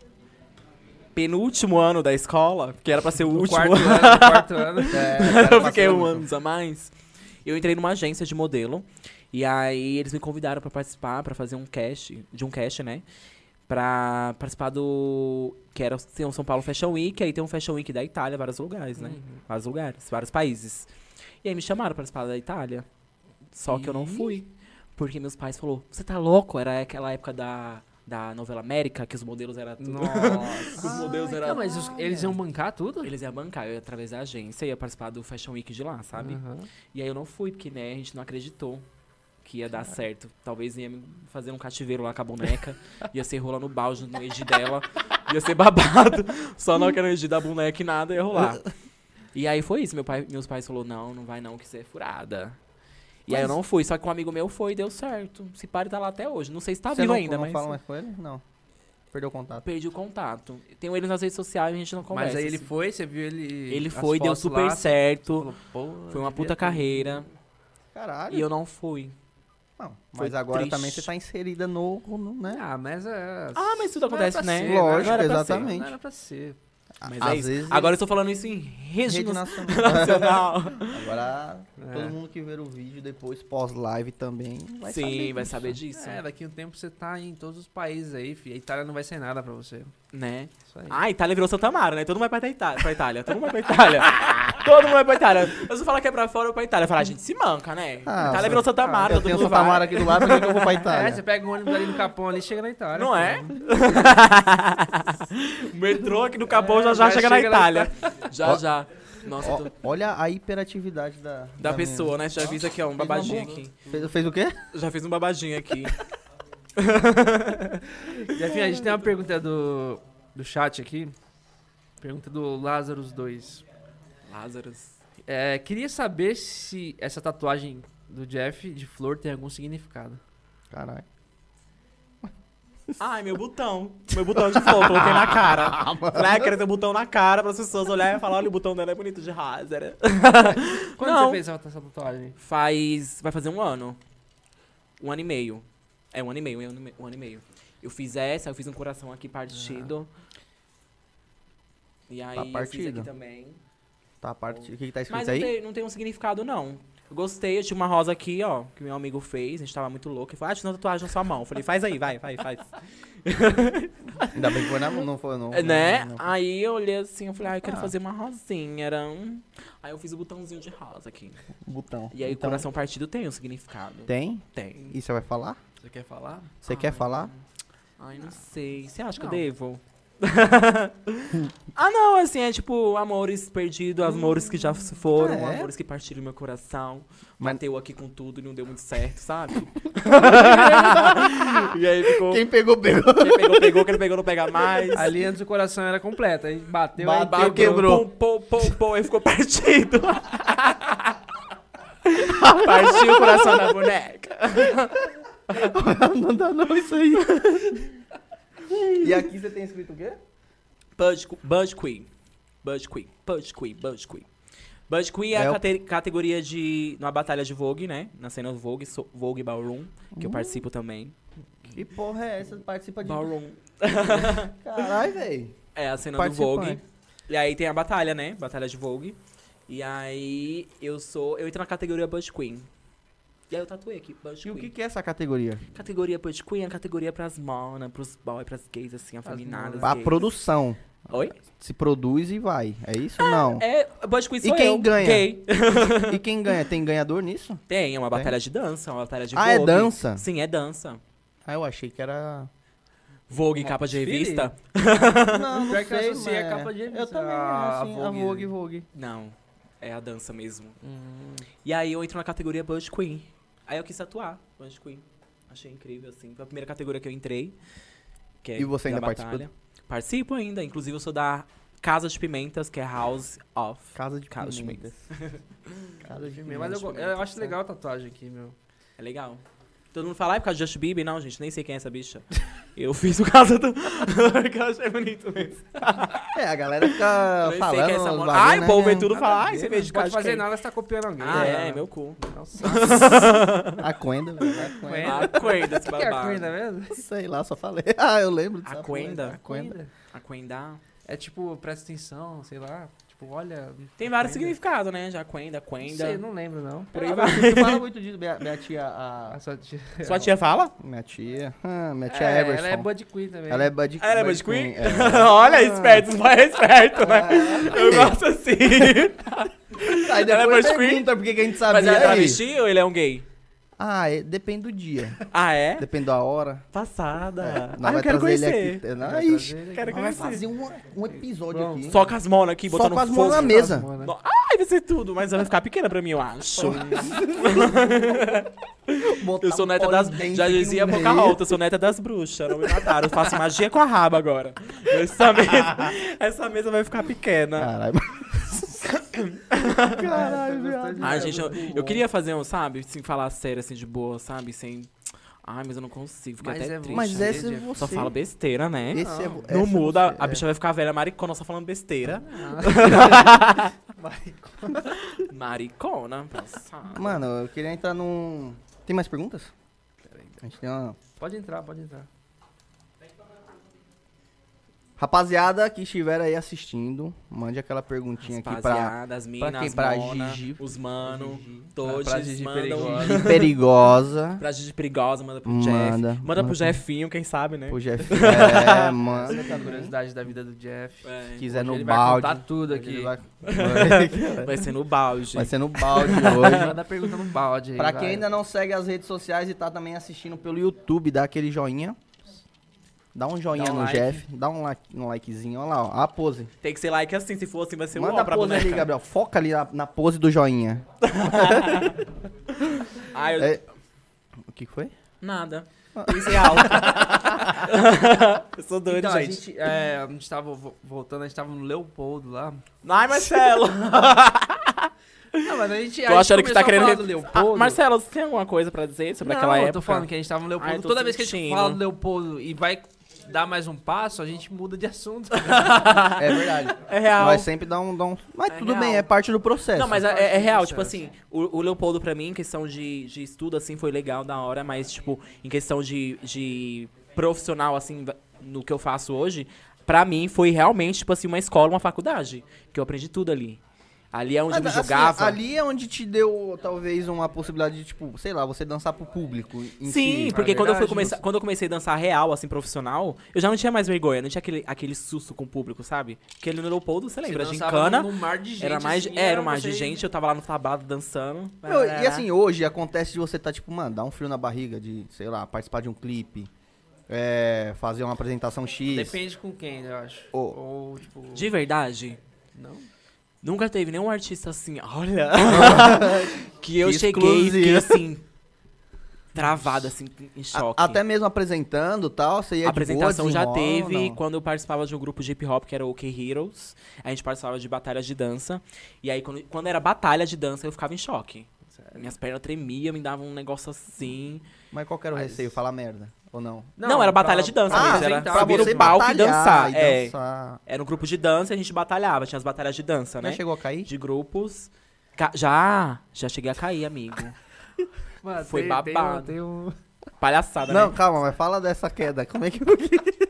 penúltimo ano da escola, que era pra ser o No último, quarto ano, no quarto ano. ver. É, cara, eu fiquei passando um muito. ano a mais. Eu entrei numa agência de modelo e aí eles me convidaram pra participar, pra fazer um cast, de um cast, né? Pra participar do que era tem um São Paulo Fashion Week, aí tem um Fashion Week da Itália, vários lugares, né? Vários lugares, vários países. E aí me chamaram pra participar da Itália. Só que eu não fui, porque meus pais falaram: "Você tá louco?" Era aquela época da da novela América, que os modelos eram tudo. Nossa. Os modelos eram Não, mas os- eles iam bancar tudo? Eles iam bancar, eu ia através da agência, ia participar do Fashion Week de lá, sabe? Aham. E aí eu não fui, porque, né, a gente não acreditou que ia dar certo. Talvez ia me fazer um cativeiro lá com a boneca, ia ser rola no balde, no edi dela, ia ser babado, só não que era no edi da boneca e nada ia rolar. E aí foi isso, meu pai, meus pais falaram, não, não vai não, que isso é furada. E aí eu não fui, só que um amigo meu foi e deu certo. Se pare tá lá até hoje, não sei se tá Você vivo não, ainda, não mas... fala mais com ele? Não. Perdeu o contato. Perdi o contato. Tenho ele nas redes sociais e a gente não conversa. Mas aí ele assim. foi, você viu ele. Ele as foi, deu fotos super lá, certo. falou, "Pô, Foi uma devia puta ter carreira. Caralho. E eu não fui. Não, Foi mas agora triste. também você tá inserida no, no né? Ah, mas é. Ah, mas tudo não era acontece, pra né? ser, Não Lógico, era pra ser. exatamente. Não era pra ser. Mas Às é isso. vezes Agora eu tô falando isso em rede, Rede na- nacional. nacional. Agora, É. todo mundo que ver o vídeo depois, pós-live também, vai Sim, saber vai disso. saber disso. É, daqui a um tempo você tá em todos os países aí, fi. A Itália não vai ser nada pra você. Né? Isso aí. Ah, a Itália virou Santa Mara, né? Todo mundo vai pra Itália. Pra Itália. Todo mundo vai pra Itália. Todo mundo vai pra Itália. Eu só falar que é pra fora ou pra Itália. Eu falo, a gente se manca, né? Ah, Itália só- virou Santa Marta, Eu todo tenho mundo Santa vai. Mara aqui do lado, por que que eu vou pra É, Itália? você pega o ônibus ali no Capão ali e chega na Itália. Não pô. é? O metrô aqui no Capão já, já, já chega, na chega na Itália. Já, já. Nossa, Ó, tô... olha a hiperatividade da... Da pessoa, né? Já fiz aqui, ó, um uma babadinho boa. aqui. Fez, fez o quê? Já fiz um babadinho aqui. Jefinho, a gente tem uma pergunta do, do chat aqui. Pergunta do Lazarus dois. Lázaros. É, queria saber se essa tatuagem do Jeff de flor tem algum significado. Caralho. Ai, meu botão. Meu botão de flor, coloquei na cara. Falei, ah, quero ter um botão na cara para as pessoas olharem e falar, olha, o botão dela é bonito de rosa. Quando Não. você fez essa, essa tatuagem? Faz... Vai fazer um ano. Um ano e meio. É, um ano e meio, um ano e meio. Um ano e meio. Eu fiz essa, eu fiz um coração aqui partido. E aí Tá eu fiz partido. aqui também. Tá a parte... O que que tá escrito Mas não aí? tem, não tem um significado, não. Eu gostei, eu tinha uma rosa aqui, ó, que meu amigo fez, a gente tava muito louco. Ele falou, ah, tinha uma tatuagem na sua mão. Eu falei, faz aí, vai, vai, faz. Ainda bem que foi na mão, não foi não. né? não, não. Aí eu olhei assim, eu falei, ah, eu quero Ah. fazer uma rosinha. Era um... Aí eu fiz o botãozinho de rosa aqui. Botão. E aí Então, o coração partido tem um significado. Tem? Tem. E você vai falar? Você quer falar? Você quer falar? Ai, não sei. Você acha Não. que eu devo? Ah, não, assim, é tipo amores perdidos, amores que já se foram, É? amores que partiram meu coração. Mas- Bateu aqui com tudo e não deu muito certo, sabe? E aí ficou. Quem pegou, pegou. Quem pegou, pegou, quem não pegou, não pega mais. Ali antes o coração era completo. Aí bateu, Bateu, aí quebrou. Pum, pum, pum, pum, aí ficou partido. Partiu o coração da boneca. Não dá não isso aí. E aqui você tem escrito o quê? Bud, Bud Queen. Bud Queen. Bud Queen. Bud Queen. Bud Queen é, É a o- cate- categoria de... Numa batalha de Vogue, né? Na cena do Vogue, so- Vogue Ballroom, que eu Uh. participo também. Que porra é essa? Participa de... Ballroom. Caralho, velho. É a cena do Participante. Vogue. E aí tem a batalha, né? Batalha de Vogue. E aí eu sou... Eu entro na categoria Bud Queen. E aí eu tatuei aqui, Bud E Queen. o que que é essa categoria? Categoria Bud Queen é a categoria pras monas, pros boys, pras gays, assim, afeminadas. A gays. produção. Oi? Se produz e vai. É isso ou não? É, Bud Queen E sou quem eu, ganha? gay. E quem ganha? Tem ganhador nisso? Tem, é uma batalha de dança, uma batalha de Ah, Vogue. é dança? Sim, é dança. Ah, eu achei que era... Vogue, capa de desfile? revista? Não, não Pior que eu sei, associei a mas- capa de revista, Eu também, a assim, a Vogue. Vogue, Vogue. Não, é a dança mesmo. Hum. E aí eu entro na categoria Bud Queen. Aí eu quis atuar, Bud Queen. Achei incrível, assim. Foi a primeira categoria que eu entrei. Que é E você da ainda participa? batalha. Participo ainda. Inclusive eu sou da Casa de Pimentas, que é House of. Casa de Casa de Pimentas. Casa de Mas eu, go- eu acho legal a tatuagem aqui, meu. É legal. Todo mundo fala, ah, é por causa de Justin Bieber? Não, gente, nem sei quem é essa bicha. Eu fiz o caso do... Porque eu achei bonito mesmo. É, a galera fica Eu nem sei falando... quem é essa uns mona. bagulho, Ai, né? o povo vê tudo e Nada fala, a ai, ver, você não fez de pode casa de fazer quem? nada, você tá copiando alguém. Ah, né? é, meu cu. Nossa. A Quenda, velho. A Quenda. A Quenda, esse O que é a babado. Quenda mesmo? Sei lá, só falei. Ah, eu lembro A dessa Quenda? porra. A Quenda. A Quenda. É tipo, presta atenção, sei lá. Tipo, olha. Tem vários Quenda. significados, né? Já Quenda, Não Quenda. sei, não lembro não. Por aí Ah, vai. Você fala muito disso, minha, minha tia... A... A sua tia, Sua tia fala? Minha tia... Ah, minha tia é, Everson. ela é Bud Queen também. Ela é Bud Ela é Bud Bud Queen? é. Olha, esperto, os pais é esperto, né? Eu gosto assim. Aí Ela é depois Bud Queen? pergunta por que que a gente sabia. Mas ela é aí. travesti ou ele é um gay? Ah, é- depende do dia. Ah, é? Depende da hora. Passada. Nós Ah, eu vai quero trazer conhecer. ele aqui. Não, Vai ixi, trazer ele Quero aqui. vai conhecer. fazer um, um episódio Bom, aqui. Só com as monas aqui, Só botando com as fogo. mãos na mesa. Mano. No- Ai, vai ser tudo, mas ela vai ficar pequena pra mim, eu acho. Botar Eu sou um neta pó das... de dente Já aqui no dizia meio. Pocahontas, eu sou neta das bruxas, não me mataram. Eu faço magia com a raba agora. Essa mesa, essa mesa vai ficar pequena. Caralho. Caralho, viado. Ai, gente, eu, eu queria fazer um, sabe, assim, falar sério, assim, de boa, sabe, sem... Ai, mas eu não consigo, fiquei Mas até é triste. Mas Você, esse é Jeff. você. Só fala besteira, né? Esse é, Não. essa Não é muda, você, a é. bicha vai ficar velha maricona só falando besteira. Maricona, passada. Mano, eu queria entrar num... Tem mais perguntas? A gente tem uma... Pode entrar, pode entrar. Rapaziada que estiver aí assistindo, mande aquela perguntinha aqui pra, Rapaziada, as minas, quem? as Pra mona, Gigi. os mano, Gigi. todos Pra Gigi mandam... perigosa. e perigosa. Pra Gigi perigosa, manda pro Manda, Jeff. manda Manda pro pro- Jefinho, quem sabe, né? O Jeff. É, manda. Essa é a curiosidade da vida do Jeff. É, Se quiser Hoje no ele vai balde. contar tudo Ele aqui. Vai, vai ser no balde. vai ser no balde hoje. Manda pergunta no balde aí, Pra vai. quem ainda não segue as redes sociais e tá também assistindo pelo YouTube, dá aquele joinha. Dá um joinha Dá um no like. Jeff, dá um, like, um likezinho, olha lá, ó, a pose. Tem que ser like assim, se for assim vai ser um Manda ó a pra pose boneca. ali, Gabriel, foca ali na, na pose do joinha. Ah, eu... É, o que foi? Nada. Isso é alto. Eu sou doido, Então, a gente. gente, é, a gente tava vo- voltando, a gente tava no Leopoldo lá. Ai, Marcelo. Não, mas a gente, Tô achando que você tá querendo... falar re- do Leopoldo. Ah, Marcelo, você tem alguma coisa pra dizer sobre Não, aquela eu época? tô falando que a gente tava no Leopoldo. Ah, eu tô Toda vez que a gente sentindo. fala do Leopoldo e vai dar mais um passo, a gente muda de assunto. É verdade. É real. Vai sempre dar um... Dar um... Mas É tudo real. bem, é parte do processo. Não, mas parte é, é do real, processo. tipo assim, o, o Leopoldo pra mim, em questão de, de estudo, assim, foi legal, da hora, mas, tipo, em questão de, de profissional, assim, no que eu faço hoje, pra mim foi realmente, tipo assim, uma escola, uma faculdade, que eu aprendi tudo ali. Ali é onde eu me Mas, assim, jogava. ali é onde te deu, talvez, uma possibilidade de, tipo, sei lá, você dançar pro público em Sim, si. porque É quando, eu fui verdade, começar, justo. quando eu comecei a dançar real, assim, profissional, eu já não tinha mais vergonha, não tinha aquele, aquele susto com o público, sabe? Porque ali no Leopoldo, você lembra, Você de dançava gincana, num mar de gente, era mais, assim, é, era um mar de você- gente, eu tava lá no tablado dançando. Meu, e assim, hoje acontece de você tá, tipo, mano, dá um frio na barriga de, sei lá, participar de um clipe, é, fazer uma apresentação X. Depende com quem, eu acho. Ô. Ou, tipo... De verdade, Não? nunca teve nenhum artista assim, olha, que eu Que cheguei e fiquei exclusivo. assim, travado, assim, em A- choque. até mesmo apresentando e tal, você ia A apresentação de boa, já desenrola, teve não? quando eu participava de um grupo de hip hop que era o K-Heroes. A gente participava de batalhas de dança. E aí, quando, quando era batalha de dança, eu ficava em choque. Minhas pernas tremiam, me davam um negócio assim. Mas qual que era o Mas- receio? Falar merda, ou não? Não, era batalha pra- de dança pra mesmo, apresentar, era pra subir você no palco e batalhar dançar. e É, dançar. era um grupo de dança e a gente batalhava. Tinha as batalhas de dança, Já né? chegou a cair? De grupos. Ca- Já, já cheguei a cair, amigo. Mano, Foi tem- tem um- babado. tem um- Palhaçada, Não, né? calma, mas fala dessa queda. Como é que foi?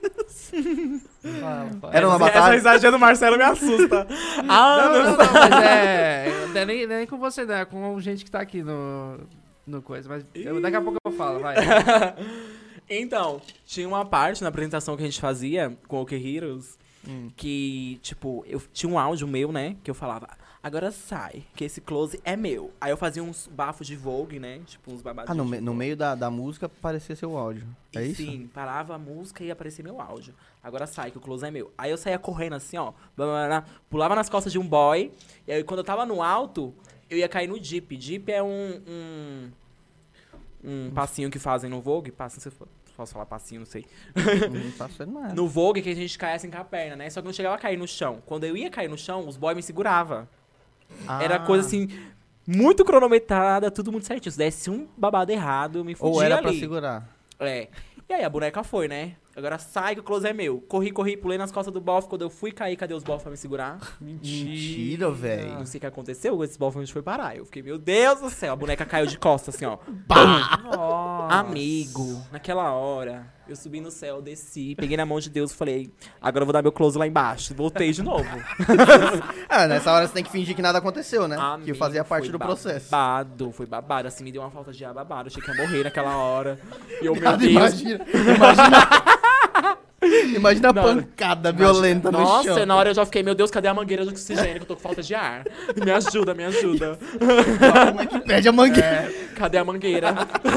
Era uma Essa batalha? risadinha do Marcelo me assusta. Ah, Não, não, não, não, mas é... Não é nem, nem com você, né? Com gente que tá aqui no... No coisa, mas eu- daqui a pouco eu falo, vai. Então, tinha uma parte na apresentação que a gente fazia com o K-Heroes Hum. que, tipo, eu tinha um áudio meu, né? Que eu falava, agora sai, que esse close é meu. Aí eu fazia uns bafos de Vogue, né? Tipo, uns babados Ah, no, de me- no meio da, da música aparecia seu áudio. É E isso? Sim, parava a música e aparecia meu áudio. Agora sai, que o close é meu. Aí eu saía correndo assim, ó. blá, blá, blá, pulava nas costas de um boy. E aí quando eu tava no alto, eu ia cair no Jeep. Jeep é um. Um, um passinho que fazem no Vogue. Passinho, se eu posso falar passinho, não sei. Não tá sendo nada. No Vogue que a gente caia assim com a perna, né? Só que não chegava a cair no chão. Quando eu ia cair no chão, os boys me seguravam. Ah. Era coisa assim. Muito cronometrada, tudo muito certinho. Se desse um babado errado, eu me fudia Ou era ali. pra segurar. É. E aí a boneca foi, né? Agora sai que o close é meu. Corri, corri, pulei nas costas do bofe. Quando eu fui cair, cadê os bofs pra me segurar? Mentira, velho. Não sei o que aconteceu, esse bofe onde foi parar. Eu fiquei, meu Deus do céu. A boneca caiu de costas, assim, ó. Nossa. Amigo, naquela hora, eu subi no céu, desci, peguei na mão de Deus e falei, agora eu vou dar meu close lá embaixo. Voltei de novo. Ah, nessa hora você tem que fingir que nada aconteceu, né? Amigo, que fazia parte foi do processo. Babado, foi babado. Assim, me deu uma falta de ar babado. Eu achei que ia morrer naquela hora. E eu, meu Cara, Deus. imagina, imagina, imagina a Não, pancada violenta no Nossa, chão. na hora eu já fiquei, meu Deus, cadê a mangueira de oxigênio que eu tô com falta de ar? Me ajuda, me ajuda. Como é que pede a mangueira? Cadê a mangueira?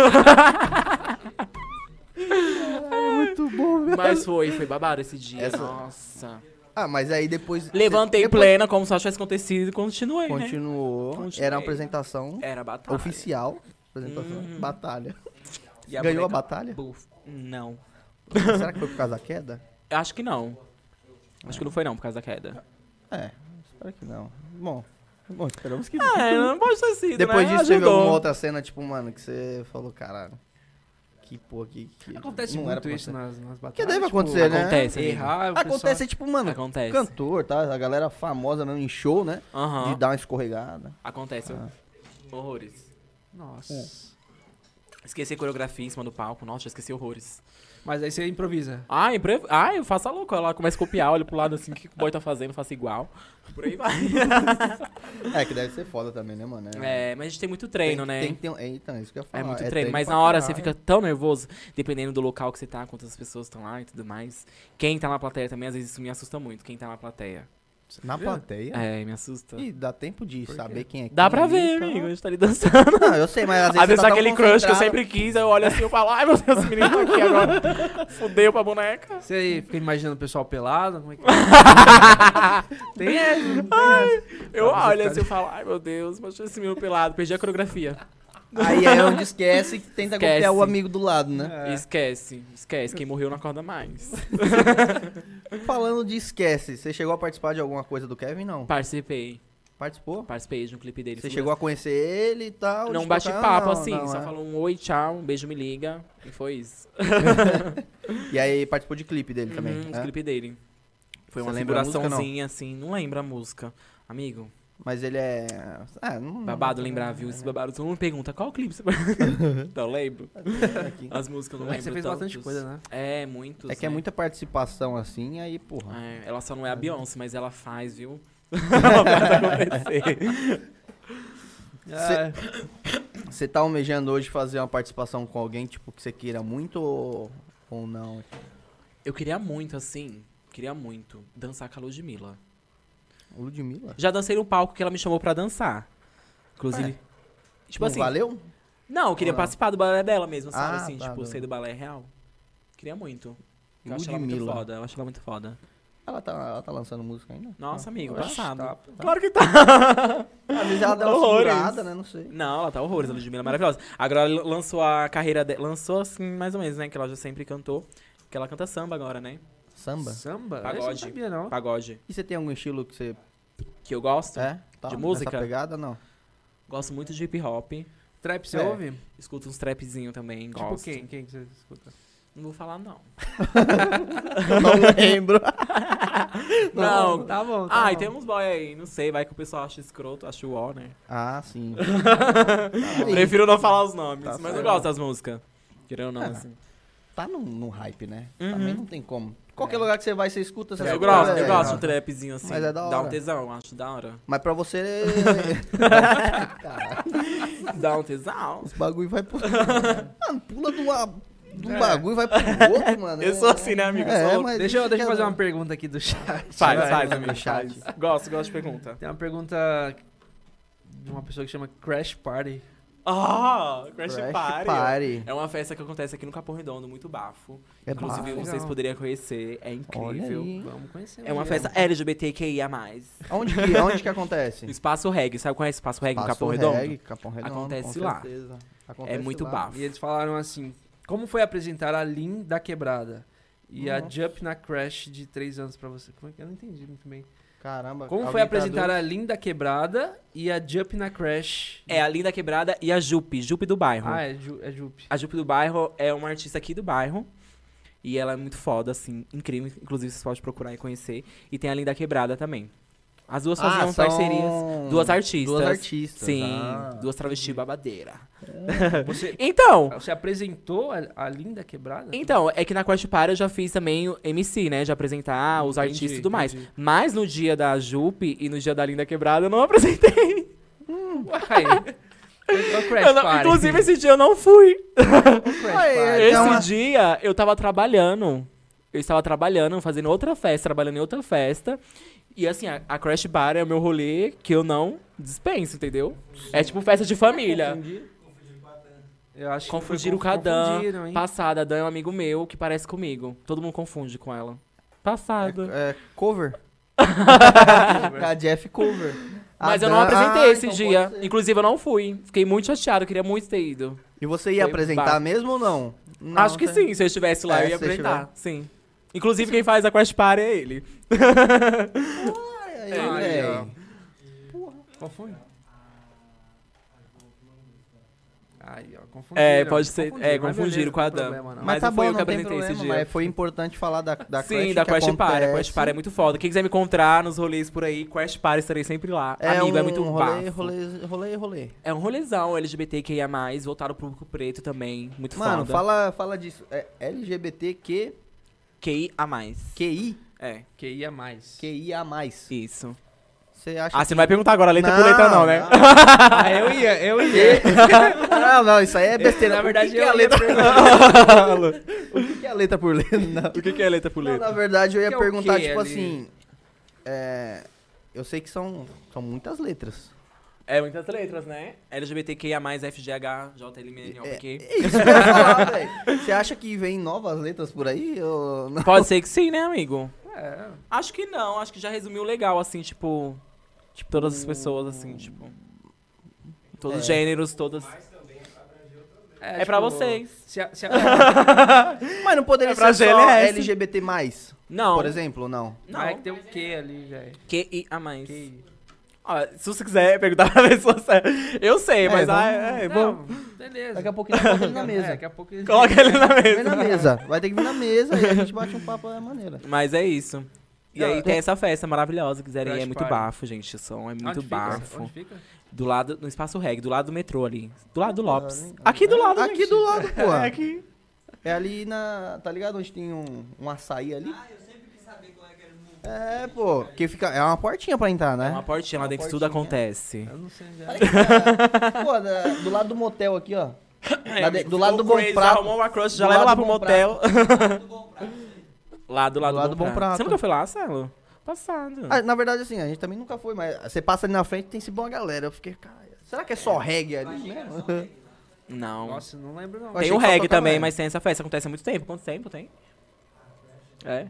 É muito bom, velho. Mas foi, foi babado esse dia. Essa- Nossa. Ah, mas aí depois... Levantei depois plena, como se nada tivesse acontecido e continuei, né? Continuou. Continuei. Era uma apresentação Era batalha. oficial. Apresentação. Uhum. Batalha. E a Ganhou a boneca- batalha? Buf. Não. Será que foi por causa da queda? Eu acho que não. Acho que não foi não, por causa da queda. É, espero que não. Bom, bom esperamos que não. É, não pode ter sido, Depois né? disso, teve Ajudou. alguma outra cena, tipo, mano, que você falou, caralho, que porra, que... que Acontece não era muito pra isso acontecer. nas, nas batalhas. Que deve tipo, acontecer, né? Acontece, amigo. Errar, o pessoal- Acontece, tipo, mano, Acontece. cantor, tá? A galera famosa mesmo em show, né? Aham. De dar uma escorregada. Acontece. Ah. Horrores. Nossa. É. Esqueci a coreografia em cima do palco. Nossa, já esqueci horrores. Mas aí você improvisa. Ah, impre... ah eu faço a louca. Ela começa a copiar, olho pro lado assim, o que o boy tá fazendo, faço igual. Por aí vai. É, que deve ser foda também, né, mano? É, mas a gente tem muito treino, tem, né? Tem que ter um... É, então, isso que eu ia falar. É muito É treino, mas pra na hora você caralho. fica tão nervoso, dependendo do local que você tá, quantas pessoas estão lá e tudo mais. Quem tá na plateia também, às vezes isso me assusta muito, quem tá na plateia. Na plateia? É, me assusta. E dá tempo de Por saber quê? quem é quem. Dá pra ali, ver, então. amigo, a gente tá ali dançando. Não, eu sei, mas às vezes, Às vezes você tá tão aquele crush que eu concentrado- sempre quis, eu olho assim e falo, ai meu Deus, esse menino tá aqui agora. Fudeu pra boneca. Você fica imaginando o pessoal pelado? Como é que é? Tem essa, não tem essa. Eu Pra você olho ficar- assim e falo, ai meu Deus, mas esse menino pelado, perdi a coreografia. Aí é onde esquece que tenta Esquece. copiar o amigo do lado, né? É. Esquece, esquece, quem morreu não acorda mais. Falando de esquece, você chegou a participar de alguma coisa do Kevin, não? Participei, Participou? participei de um clipe dele. Você Foi chegou a conhecer ele e tal? Não de bate tocar? papo Não, assim, não, só é. falou um oi, tchau, um beijo, me liga, e foi isso. E aí participou de clipe dele também, Uhum, é? o clipe dele. Foi Você uma lembra a música, figuraçãozinha assim, não lembra a música. Amigo, Mas ele é... Ah, não... babado lembrar, viu? Esse babado, todo mundo me pergunta, qual clipe você... Então, eu lembro. Aqui. As músicas eu não É que lembro você fez bastante tantos. coisa, né? É, muitos. É que é né? muita participação assim, aí, porra. É, ela só não é a Beyoncé, mas ela faz, viu? Ela faz acontecer. É. Você tá almejando hoje fazer uma participação com alguém, tipo, que você queira muito ou, ou não? Eu queria muito, assim, queria muito dançar com a Ludmilla. Ludmilla? Já dancei no palco que ela me chamou pra dançar. Inclusive, tipo Não assim... valeu? Não, eu queria Ou não? participar do balé dela mesmo, sabe? Ah, assim, tá, tipo, não. ser do balé real. Queria muito. Eu acho ela muito Ludmilla. foda, eu acho ela muito foda. Ela tá, ela tá lançando música ainda? Nossa, amigo, Oxe, passado. tá- Claro que tá. Às vezes ela deu uma Horrores. segurada, né? Não sei. Não, ela tá horrores, a Ludmilla é maravilhosa. Agora ela lançou a carreira dela, lançou assim, mais ou menos, né? Que ela já sempre cantou. Que ela canta samba agora, né? Samba? Samba? Pagode. Essa eu não sabia, não. Pagode. E você tem algum estilo que você... Que eu gosto. É? Tá De nessa música? pegada, não? Gosto muito de hip hop. Trap você É. ouve? Escuto uns trapzinho também, Tipo gosto. quem? Quem que você escuta? Não vou falar, não. Eu não lembro. Não. Tá bom, tá Ah, bom. e tem uns boy aí, não sei, vai que o pessoal acha escroto, acha o ó, né? Ah, sim. Prefiro não falar os nomes, Tá mas eu certo. gosto das músicas. Querendo ou não, Ah, assim. Tá no, no hype, né? Uhum. Também não tem como. Qualquer lugar que você vai, você escuta, você Eu escuta, gosto, é, eu gosto de é. um trapzinho assim. Mas é da Dá um hora. tesão, acho da hora. Mas pra você... Dá um tesão. Os bagulho vai pro... Mano, pula de, uma, de um bagulho e vai pro outro, mano. Eu sou assim, né, amigo? Eu É, sou- mas Deixa eu, deixa eu que fazer é- uma pergunta aqui do chat. Faz, Vai, faz, vai, amigo, chat. faz. Gosto, gosto de pergunta. Tem uma pergunta de uma pessoa que chama Crash Party. Ah, Crash, Crash Party. Party. É uma festa que acontece aqui no Capão Redondo, muito bafo. É Inclusive, bafo. vocês Legal. poderiam conhecer, é Olha incrível. aí. Vamos conhecer. É uma mesmo. festa L G B T Q I A mais. Onde que, onde que acontece? Espaço Reggae, sabe qual é esse Espaço Reggae no Passou Capão Redondo? reggae, Capão Redondo, Acontece com lá. certeza. Acontece É muito lá. bafo. E eles falaram assim, como foi apresentar a Lin da Quebrada? E a Nossa. Jump na Crash de três anos pra você. Como é que eu não entendi muito bem? Caramba. Como alguém foi tá apresentar doido? a Lin da Quebrada e a Jump na Crash? É a Linda Quebrada e a Jupe, Jupe do bairro. Ah, é, Ju, é Jup. A Jupe do bairro é uma artista aqui do bairro. E ela é muito foda, assim, incrível. Inclusive, vocês podem procurar e conhecer. E tem a Linda Quebrada também. As duas faziam Ah, são parcerias. Duas artistas. Duas artistas. Sim, ah. duas travesti babadeira. Você, Então, você apresentou a, a Lin da Quebrada? então, é que na Crash Party eu já fiz também o M C, né? De apresentar os Entendi, artistas e tudo mais. entendi. Mas no dia da Jupe e no dia da Linda Quebrada eu não apresentei. Uai. O Crash Eu não- Party. inclusive, esse dia eu não fui. O Crash Ué, Party. Esse é uma- dia eu tava trabalhando. Eu estava trabalhando, fazendo outra festa, trabalhando em outra festa. E assim, a, a Crash Bar é o meu rolê que eu não dispenso, entendeu? É tipo festa de família. Eu acho que Confundiram foi, com a Dan. confundiram, hein? Passada, a Dan é um amigo meu que parece comigo. Todo mundo confunde com ela. Passada. É, cover. a Jeff cover. A Mas eu Dan- não apresentei Ah, esse então dia. pode ser. Inclusive, eu não fui. Fiquei muito chateado, eu queria muito ter ido. E você ia Foi apresentar bafo. mesmo ou não? Não, Acho que tá- sim, se eu estivesse lá, É, eu ia se você apresentar. Sim. Inclusive, quem faz a Crash Party é ele. Ai, É, ai, aí, véi. Qual foi? Aí, ó, confundiram. É, pode ser. Confundiram, É, mas confundiram beleza, com a não tem Dan. problema, não. Mas, Mas tá não foi bom, eu que não tem apresentei esse problema, dia. mas foi importante falar da, da Sim, Quest da que Quest Party. A acontece. Quest Party é muito foda. Quem quiser me encontrar nos rolês por aí, Quest Party, estarei sempre lá. É Amigo, um é muito rolê, bafo. rolê, rolê, rolê. É um rolezão L G B T Q I A mais, voltado pro público preto também. Muito Mano, foda. fala, fala disso. É L G B T Q Q I A mais. Q I? É, Que ia mais. Q I A mais. isso. Você acha Ah, você não vai perguntar agora letra por Não, letra não, né? não. Ah, eu ia, eu ia. Não, não, isso aí é besteira. Na verdade, o que, que eu é a ia letra perguntar. O que, que é a letra por letra? Não. O que que é letra por Não, letra? na verdade, eu ia Que é o perguntar, quê tipo ali? assim. É, eu sei que são, são muitas letras. É muitas letras, né? L G B T Q I A mais, F G H, J L M N O P Q. É isso que eu ia falar, velho. Você acha que vem novas letras por aí? Ou não? Pode ser que sim, né, amigo? É. Acho que não, acho que já resumiu legal, assim, tipo... Tipo, todas as pessoas, assim, tipo... Todos os É. gêneros, todas... É pra vocês. Se a, se a, Mas não poderia É pra ser só G L S. L G B T mais, Não. por exemplo, não. Não. Não, é que tem o Q ali, velho. Q I A mais. Que... Ó, se você quiser perguntar pra ver se você... Eu sei, É, mas... vamos- ah, é, é, Não, bom. beleza. Daqui a pouco ele coloca ele na É, mesa. daqui a pouco ele... Coloca ele na Vem mesa. na mesa. Vai ter que vir na mesa e a gente bate um papo da maneira. Mas é isso. E Não, aí tem- tem essa festa maravilhosa, quiserem ir, é Crash muito Party. bafo, gente. O som é muito Onde fica? bafo. Onde fica? Do lado, no Espaço Reg, do lado do metrô ali. Do lado do Lopes. Aqui do lado, Aqui gente. do lado, pô. É aqui. É ali na... Tá ligado onde tem um, um açaí ali? Ah, eu sempre quis saber qual é que era o mundo. É, pô. Que fica... É uma portinha pra entrar, né? É uma portinha lá Uma dentro, tudo portinha. acontece. Eu não sei onde Tá é. ligado? Pô, da- do lado do motel aqui, ó. Lá de- do lado do Bom Crazy, Prato. Arrumou uma crush, já Do leva lado lá do pro Bom motel. Tudo bom pra você. Lá do lado Do lado do Bom Prato. Você nunca foi lá, Celo? Passado. Ah, na verdade, assim, a gente também nunca foi, mas você passa ali na frente tem esse bom galera. Eu fiquei, cara, será que é só reggae ali mesmo? Não. Nossa, não lembro não. Eu Tem achei o que só reggae tocava também, reggae. mas tem essa festa. Acontece há muito tempo. Quanto tempo tem? É.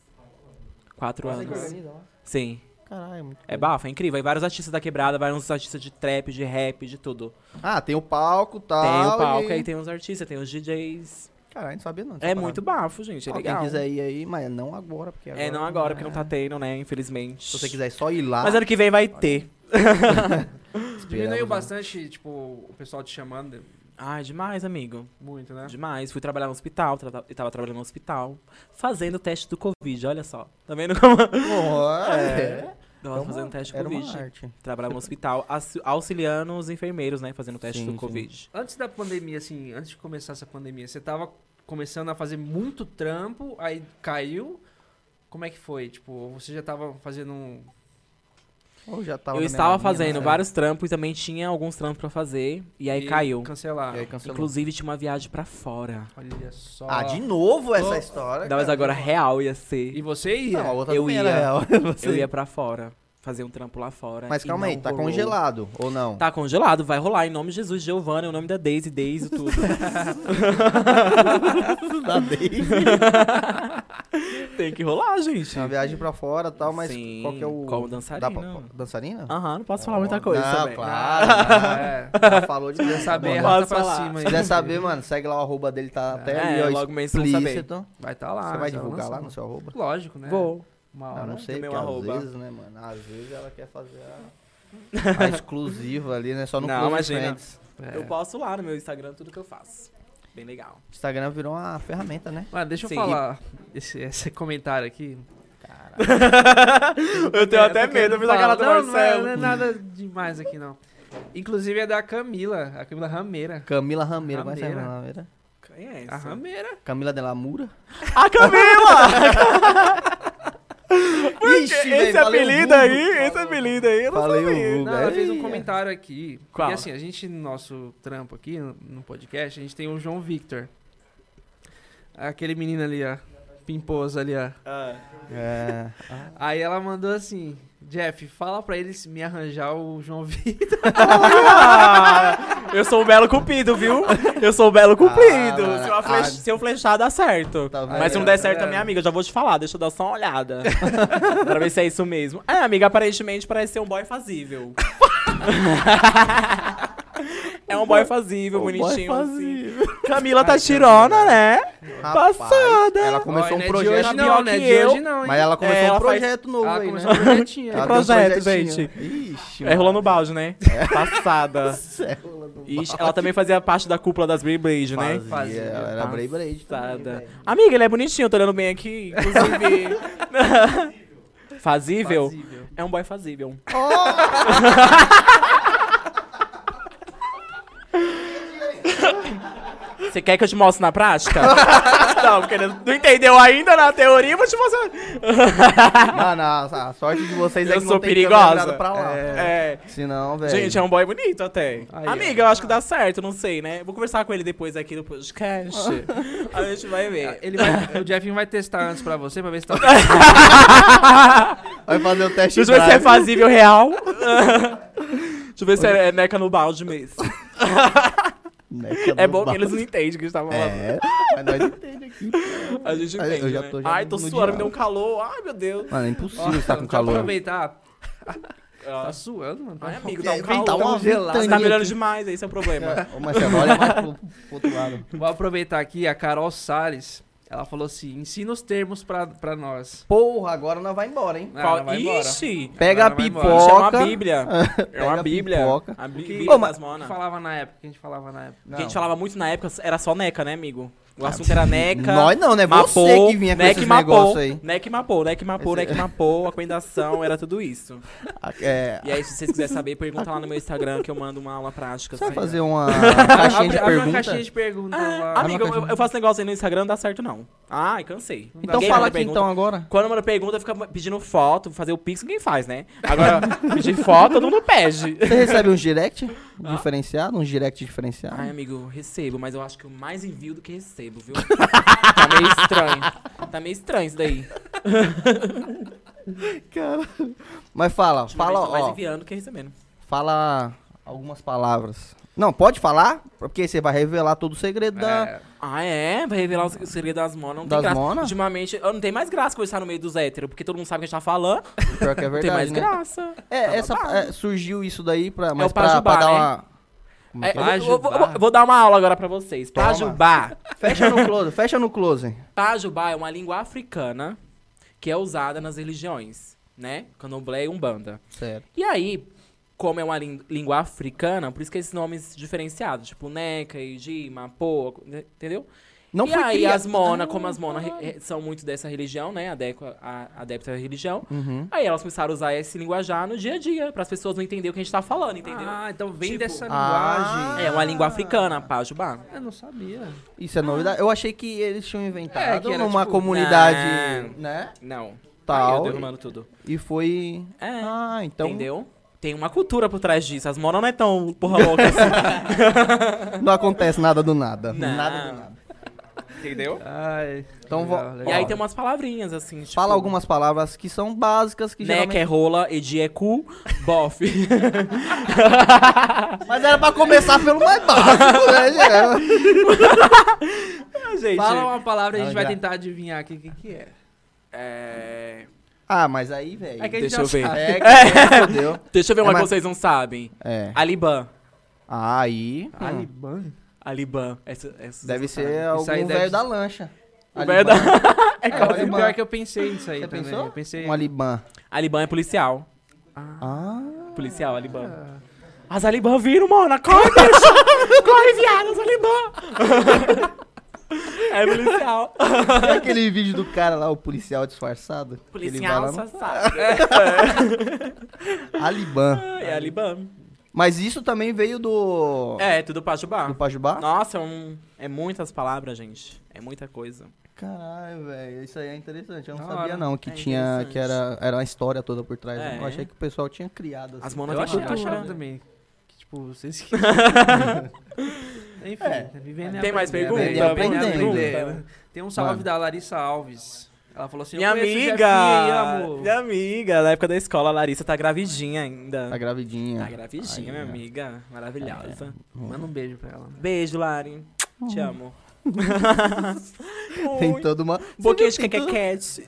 Quatro Você que anos. organiza lá? Sim. Caralho, muito É bafo, é incrível. Aí vários artistas da quebrada, vários artistas de trap, de rap, de tudo. Ah, tem o palco e tal. Tem o palco, e... aí tem os artistas, tem os D Js. Caralho, não sabia não. É dessa muito parada. bafo, gente. É Ó, legal. Quem quiser ir aí, mas não agora, porque agora... É, não agora, porque não tá tendo, né? Infelizmente. Se você quiser só ir lá... Mas ano que vem vai ter. Diminuiu esperamos, bastante, tipo, o pessoal te chamando Ai, demais, amigo. muito, né? Demais. Fui trabalhar no hospital, tra e tava trabalhando no hospital, fazendo teste do Covid, olha só. Tá vendo como... Porra, é. Tava É uma- fazendo teste do era uma Covid. arte. Trabalhava no hospital, auxi- auxiliando os enfermeiros, né? Fazendo o teste Sim, do sim. Covid. Antes da pandemia, assim, antes de começar essa pandemia, você tava começando a fazer muito trampo, aí caiu. Como é que foi? Tipo, você já tava fazendo um... Ou já tava Eu na estava minha fazendo linha, né? vários trampos e também tinha alguns trampos pra fazer. E aí e caiu. Cancelar. E aí cancelou. Inclusive tinha uma viagem pra fora. Olha só. Ah, de novo essa Oh. história, Não, mas cara? agora real ia ser. E você ia? Não, a outra Eu também ia. era real. Você- Eu ia pra fora. Fazer um trampo lá fora. Mas e calma aí, não tá rolou. congelado ou não? Tá congelado, vai rolar. Em nome de Jesus, Giovanna, é o nome da Daisy, Daisy, tudo. Da Daisy. Tem que rolar, gente. Uma viagem pra fora e tal, mas Sim, qual que é o... como Dá dançarina. pra- Dançarina? Aham, não posso falar muita coisa Não, também. claro. É. Já falou de Quer saber, Não Bom, arrasta posso pra falar. cima Se aí. quiser saber, mano, segue lá o arroba dele, tá até É, ali, ó, logo menos vocês vão saber. explícito. Vai estar lá. Você vai já divulgar lá lançando. no seu arroba? Lógico, né? Vou. Uma Ah, hora. não sei, do meu porque às arroba. vezes, né, mano, às vezes ela quer fazer a, a exclusiva ali, né, só no Não, Close imagina. Friends. É. Eu posto lá no meu Instagram tudo que eu faço. Bem legal. Instagram virou uma ferramenta, né? Mano, deixa eu Sim. falar esse, esse comentário aqui. Eu tenho até tô medo, eu querendo fiz a cara do falar. Não, não é, Marcelo. não é nada demais aqui, não. Inclusive é da Camila, a Camila Rameira. Camila Rameira, conhece a Rameira. Camila Rameira? Conhece? A Rameira. Camila de Lamura? A Camila! Ixi, Esse velho, falei o apelido vulgo. aí, esse apelido aí, eu não Falei o sabia. vulgo. Não, ela fez um Eia. comentário aqui. Qual? Porque assim, a gente no nosso trampo aqui, no, no podcast, a gente tem o João Victor. Aquele menino ali, ó. Pimposo ali, ó. É. Aí ela mandou assim, Jeff, fala pra eles me arranjar o João Victor. Ah, eu sou um belo cupido, viu? Eu sou um belo cupido. Ah, se, eu flech- ah. se eu flechar, dá certo. Tá vendo? Mas se não der Tá certo, a vendo? minha amiga, eu já vou te falar, deixa eu dar só uma olhada. Pra ver se é isso mesmo. É, amiga, aparentemente parece ser um boy fazível. É um boy fazível, Um boy bonitinho fazível. assim. Camila tá tirona, né? Rapaz, Passada. Ela começou Ó, um não é de projeto. hoje Tá não, pior não é que de eu. hoje não, hein? Mas ela começou É, ela um faz- projeto novo Ah, aí, começou né? um projetinho. Ela Que deu um projeto, projetinho. gente? Ixi, É rolando balde, né? Passada. Célula do Ixi, ela também fazia parte da cúpula das Beyblade, né? Fazia, Fazia. ela era Beyblade também, Passada. velho. Amiga, ele é bonitinho, eu tô olhando bem aqui. Inclusive. Fazível? Fazível. É um boy fazível. Você quer que eu te mostre na prática? Não, porque ele não entendeu ainda na teoria, eu vou te mostrar. Mano, a, a sorte de vocês é Eu que sou não tem perigosa. câmera virada pra lá. É. Senão, velho. Gente, é um boy bonito até. Aí, ó. Amiga, eu acho que dá certo, não sei, né? Vou conversar com ele depois aqui no podcast. A gente vai ver. Ele vai, o Jeffinho vai testar antes pra você, pra ver se tá... Vai fazer o teste Deixa eu ver se é drive. fazível real. Deixa eu ver se é neca no balde mesmo. Neca É do bom que balde. eles não entendem o que a gente tá falando. É, mas nós entendemos aqui. A gente Aí, eu entende, já né? tô já Ai, no- tô no suando, me diálogo. deu um calor. Ai, meu Deus. Mano, é impossível Ó, estar com deixa eu calor. aproveitar. Ah. Tá suando, mano. Ai, amigo, Tá tá um calor. tá uma gelado. Você tá me olhando aqui. demais, esse é o problema. Ô, Marcelo, olha mais pro, pro outro lado. Vou aproveitar aqui, a Carol Salles, ela falou assim, ensina os termos pra, pra nós. Porra, agora nós vai embora, hein? Ah, Qual- ela vai embora. Ixi! Pega a Agora vai embora. pipoca. Isso é uma bíblia. É Pega uma a bíblia. pipoca. A bí- Que- bíblia Ô, mas- das O que monas. falava na época? Que a gente falava na época? O que a gente falava muito na época era só neca, né, amigo? O assunto era neca. Nós não, né? Você Mapô, que vinha com Nec esses Mapô, negócios aí. Nec Mapô, Nec Mapô, Esse- Nec Mapô, acomendação, era tudo isso. É, E aí, se vocês quiserem saber, pergunta lá no meu Instagram que eu mando uma aula prática. você vai assim. fazer uma caixinha de Abre, abre uma perguntas? caixinha de perguntas Ah, lá. amigo, eu, eu faço negócio aí no Instagram, não dá certo não. Ai, cansei. Então Ninguém fala manda aqui pergunta. então agora. Quando manda pergunta, fica pedindo foto, fazer o pix, ninguém faz, né? Agora, pedir foto, todo mundo pede. Você recebe uns direct diferenciado? Uns direct diferenciado? Ai, amigo, recebo, mas eu acho que eu mais envio do que recebo, viu? Tá meio estranho. Tá meio estranho isso daí. Cara. Mas fala, Ultimamente fala, tô mais ó. enviando do que recebendo. Fala algumas palavras. Não, pode falar? Porque você vai revelar todo o segredo da... É, Ah, é? Vai revelar o segredo das monas. Não Das tem graça. monas? Ultimamente, eu não tem mais graça conversar no meio dos héteros, porque todo mundo sabe o que a gente tá falando. Pior que é Não tem verdade, mais né? graça. É, Tá essa, babado. é, surgiu isso daí pra, mas o pra, Pajubá, pra dar né? uma... Como É, é que eu é? vou, vou- vou- vou dar uma aula agora pra vocês. Toma. Pajubá. Fecha no close, fecha no close. Pajubá é uma língua africana que é usada nas religiões, né? Candomblé e Umbanda. Certo. E aí, como é uma lin- língua africana, por isso que esses nomes diferenciados, tipo Neca, Iji, Mapô, entendeu? Não e foi aí cria- as monas, como as monas re- re- são muito dessa religião, né? Adequ- a- Adeptas à religião. Uhum. Aí elas começaram a usar esse linguajar no dia a dia, para as pessoas não entenderem o que a gente tá falando, entendeu? Ah, então vem Tipo, dessa ah, linguagem. É uma língua africana, Pajubá. Eu não sabia. Isso é novidade. Eu achei que eles tinham inventado É, que era, numa tipo, comunidade, não. né? Não. Tal. Aí eu derrubando tudo. E foi... É. Ah, então... Entendeu? Tem uma cultura por trás disso. As monas não é tão porra louca assim. Não acontece nada do nada. Não. Nada do nada. Entendeu? Ai, Então, legal, vo- legal. E aí tem umas palavrinhas assim. Tipo, Fala algumas palavras que são básicas, que Neca geralmente... é rola, Edi é cu, bofe. Mas era pra começar pelo mais básico, né, gente? Gente, Fala uma palavra e a gente Ah, vai já. tentar adivinhar aqui o que, que é. é... Ah, mas aí, velho... É que a gente Deixa eu já ver. sabe. É, que fodeu. Deixa eu ver É, uma mas- que vocês não sabem. É. Aliban. Ah, aí... hum, Aliban? Aliban. Essa, essa Deve vocês ser não algum Isso aí velho deve- da lancha. O velho da- É, É, quase o pior que eu pensei nisso aí Você também. pensou? Eu pensei... Um Aliban. sabem. Aliban é policial. Ah... Policial, Aliban. As Aliban viram, mano. Corre, bicho. Corre, viado, as Aliban. É policial. Tem aquele vídeo do cara lá, o policial disfarçado? que ele vai Policial, lá só no- sabe. Aliban. É Aliban. Mas isso também veio do... É, tudo Pajubá. Do Pajubá? Nossa, é, um, é muitas palavras, gente. É muita coisa. Caralho, velho, isso aí é interessante. Eu não Da sabia hora. não que É tinha, interessante. que era, era uma história toda por trás. É. Eu achei que o pessoal tinha criado. As Assim. monas Eu têm achei, eu cultura. achava também. Que, tipo, vocês... Enfim, É. tá vivendo e Tem mais aprendendo. pergunta? Vivendo e Aprendendo. aprendendo. Tem um salve Mano. da Larissa Alves. Ela falou assim, Minha eu conheço o amiga! Jefinho, amo. Minha amiga, na época da escola, a Larissa tá gravidinha ainda. Tá gravidinha. Tá gravidinha, Aí, minha ó. amiga. Maravilhosa. Manda um beijo pra ela. Beijo, Lari. Te amo. Tem Ui, toda uma... boquinha de Você viu, tem quequequete.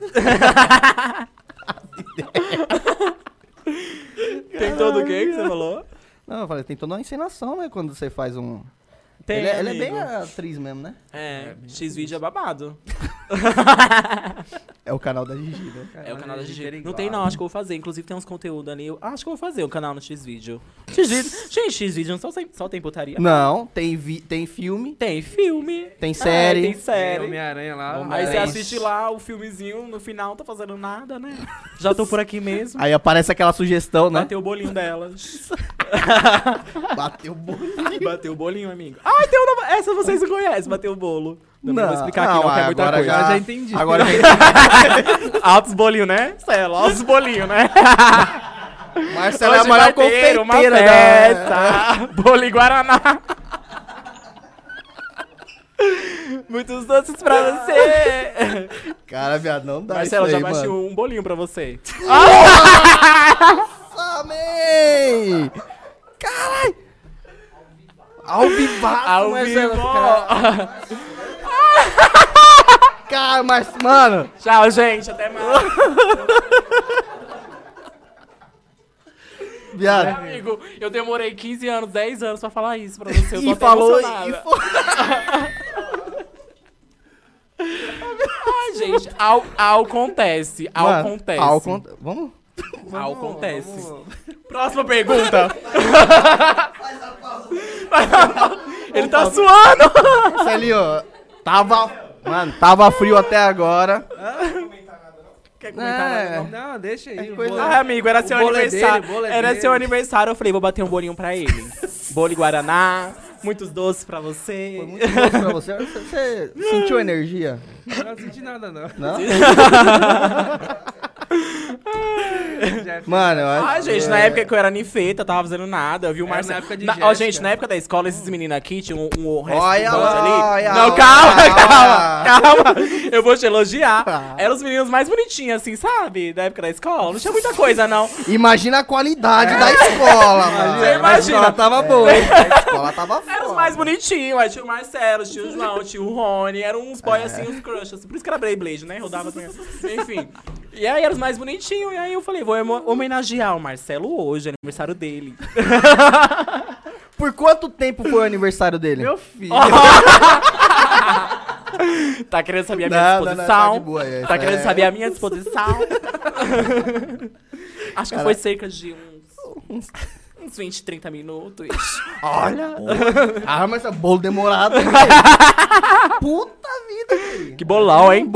Tem todo o que que você falou? Não, eu falei, tem toda uma encenação, né? Quando você faz um... Tem, Ele, é- ele é bem amigo. atriz mesmo, né? É, X-Vídeo é babado. É o canal da Gigi, né? É o canal da Gigi. Não igual. tem não, acho que eu vou fazer. Inclusive tem uns conteúdos ali. Eu acho que eu vou fazer um canal no X-Vídeo. X-Vídeo. Gente, X-Vídeo só, só tem putaria. Não, tem, vi, tem filme, Tem filme. tem série. É, tem Tem série. Homem-Aranha lá. Aí Homem-Aranha. você assiste lá o filmezinho, no final não tá fazendo nada, né? Já tô por aqui mesmo. Aí aparece aquela sugestão, né? Bateu o bolinho delas. Bateu o bolo. Bateu o bolinho, amigo. Ai, tem uma... Essa vocês não conhecem, bateu o bolo. Não, não vou explicar aqui, não, não, que é muita agora coisa. já- Eu já entendi. Agora já entendi. Altos bolinhos, né? Celo, altos bolinhos, né? Marcelo é a Hoje maior vai ter uma confeiteira festa. Bolo e Guaraná. Muitos doces pra você. da... Cara, viado, não dá Marcelo, isso já aí, bati mano. um bolinho pra você. Amém! Caralho! Ao vivaço, Ao Marcelo. vivo. Cara, cara, mas, mano... Tchau, gente. Até mais. Viado... Amigo, eu demorei quinze anos, dez anos pra falar isso pra você. Eu tô E até falou... emocionada. E falou... Ai, gente, ao, ao acontece. Ao Mano, acontece. ao con- Vamos? Ao acontece. Próxima pergunta. Ele tá suando. Marcelinho, tava... Mano, tava frio até agora. Quer comentar É. mais? Não, deixa aí. É o coisa- bolo- Ai, amigo, era seu O bolo é aniversário. dele, o bolo é era dele. seu aniversário. Eu falei, vou bater um bolinho pra ele. Bolo e Guaraná. Muitos doces pra você. Foi muito gosto pra você. Você, você sentiu energia? Eu não senti nada, não. Não? Já- Mano, eu acho Ah, gente, que na é- época que eu era nifeita, tava fazendo nada, eu vi o Era Marcelo. na época de Na- Ó, Jéssica. gente, na época da escola, esses meninos aqui tinham um, um resto Olha do lá, ali. olha Não, lá, calma, olha calma, lá. calma. Eu vou te elogiar. Ah. Eram os meninos mais bonitinhos, assim, sabe? Da época da escola. Não tinha muita coisa, não. Imagina a qualidade da escola, mano. Você imagina. A escola tava boa. hein? A escola tava Eram os foda. mais bonitinhos. Aí tinha o Marcelo, tinha o João, tinha o Rony. Eram uns boys assim, É. uns crush. Assim. Por isso que era Beyblade, né? Rodava assim. Enfim. E aí eram os mais bonitinhos. E aí eu falei, vou emo- homenagear o Marcelo hoje, é aniversário dele. Por quanto tempo foi o aniversário dele? Meu filho. Tá querendo saber a minha Não, não, não, disposição? tá de boa, é, Tá isso querendo é- saber a minha disposição? Acho que foi cerca de uns, uns vinte, trinta minutos. Olha. Ah, mas é bolo demorado. hein, velho? Puta vida, filho. Que bolão, hein?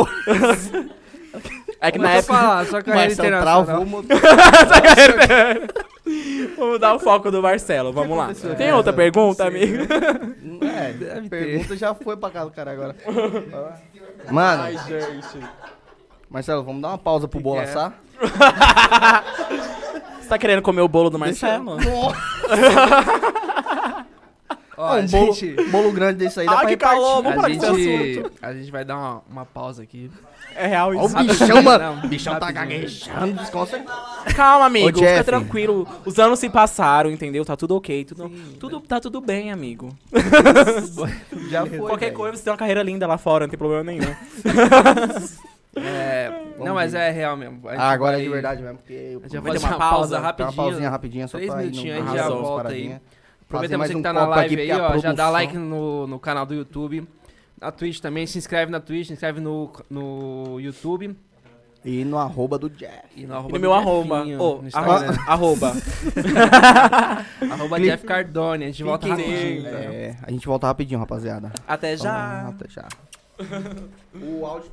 É que na Vou época... falar, só carreira Marcelo internacional. travou o motor. Vamos dar o foco do Marcelo, vamos lá. aconteceu? Tem É, outra não pergunta, sei. amigo? É, Deve ter. pergunta já foi pra casa do cara agora. Mano, Ai, gente. Marcelo, vamos dar uma pausa pro bolo que é? assar? Você tá querendo comer o bolo do Marcelo? Ó, um a bolo, gente, bolo grande desse aí dá Ai, pra que repartir. calor, vamos a parar com esse gente, assunto. a gente vai dar uma, uma pausa aqui. É real Ó o isso. bichão, mano. Não, O bichão tá rapidinho. gaguejando, desconcertado. Calma, amigo, Ô, fica Jeff. tranquilo. Os anos se passaram, entendeu? Tá tudo ok. Tudo, tudo, tá tudo bem, amigo. Já foi, Qualquer velho. coisa, você tem uma carreira linda lá fora, não tem problema nenhum. É, não, mas é real mesmo. A gente Ah, agora é vai- de verdade mesmo, porque eu A gente vai Vai ter fazer uma uma pausa pausa? Dá uma rapidinho. pausinha rapidinha só Três pra ir no- minutinhos aí arrasar já umas volta aí. paradinhas. Aproveita mais você que um tá na copo live aqui, aí, porque a ó. Já dá produção- like no, no canal do YouTube. Na Twitch também, se inscreve na Twitch, se inscreve no, no YouTube. E no arroba do Jeff. E no, E arroba no do meu arroba. Jefinho, Ô, no arroba. Instagram. arroba. Arroba Clique. Jeff Cardone. A gente volta Fiquem rapidinho. dentro. É, a gente volta rapidinho, rapaziada. Até já. Ah, até já. O áudio.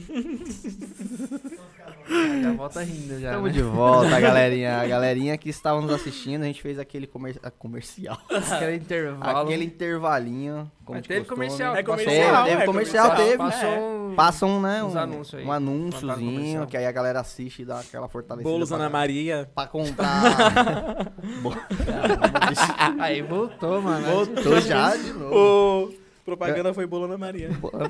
Já volta rindo já. Estamos né? de volta, galerinha. A galerinha que estava nos assistindo, a gente fez aquele comer... ah, comercial. Aquele intervalo. Aquele intervalinho. Como Mas de teve costume. comercial. É passou- comercial, Teve é comercial, comercial. teve. Passou É. um... Passa um, né? Uns Um, anúncios aí. um Botaram anúnciozinho, comercial. que aí a galera assiste e dá aquela fortalecida. Bolos pra, Ana Maria. pra comprar. Bo- Aí voltou, mano. Voltou já de novo. Ô, propaganda foi bolo Ana Maria.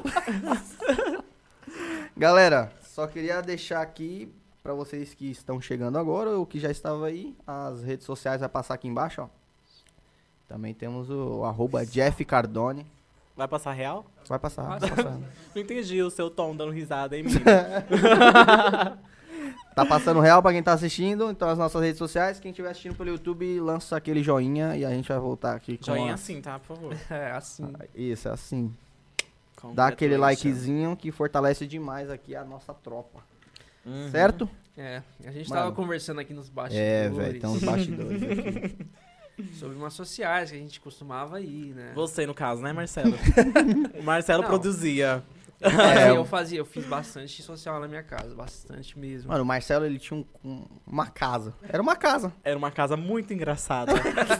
Galera, só queria deixar aqui pra vocês que estão chegando agora ou que já estavam aí, as redes sociais vai passar aqui embaixo, ó. Também temos o arroba Jeff Cardone. Vai passar real? Vai passar, vai Passa. passar. Não entendi o seu tom dando risada, hein, menino? Tá passando real pra quem tá assistindo. Então as nossas redes sociais. Quem estiver assistindo pelo YouTube, lança aquele joinha e a gente vai voltar aqui com Joinha a- assim, tá? Por favor. É, assim. Isso, é assim. Dá aquele Congratulations. likezinho que fortalece demais aqui a nossa tropa. Uhum. Certo? É, a gente Mano. tava conversando aqui nos bastidores. É, velho. Tem uns bastidores aqui. Sobre umas sociais que a gente costumava ir, né? Você, no caso, né, Marcelo? O Marcelo Não. produzia. Eu fazia, É. eu fazia, eu fiz bastante social na minha casa, bastante mesmo. Mano, o Marcelo, ele tinha um- um- uma casa. Era uma casa. Era uma casa muito engraçada.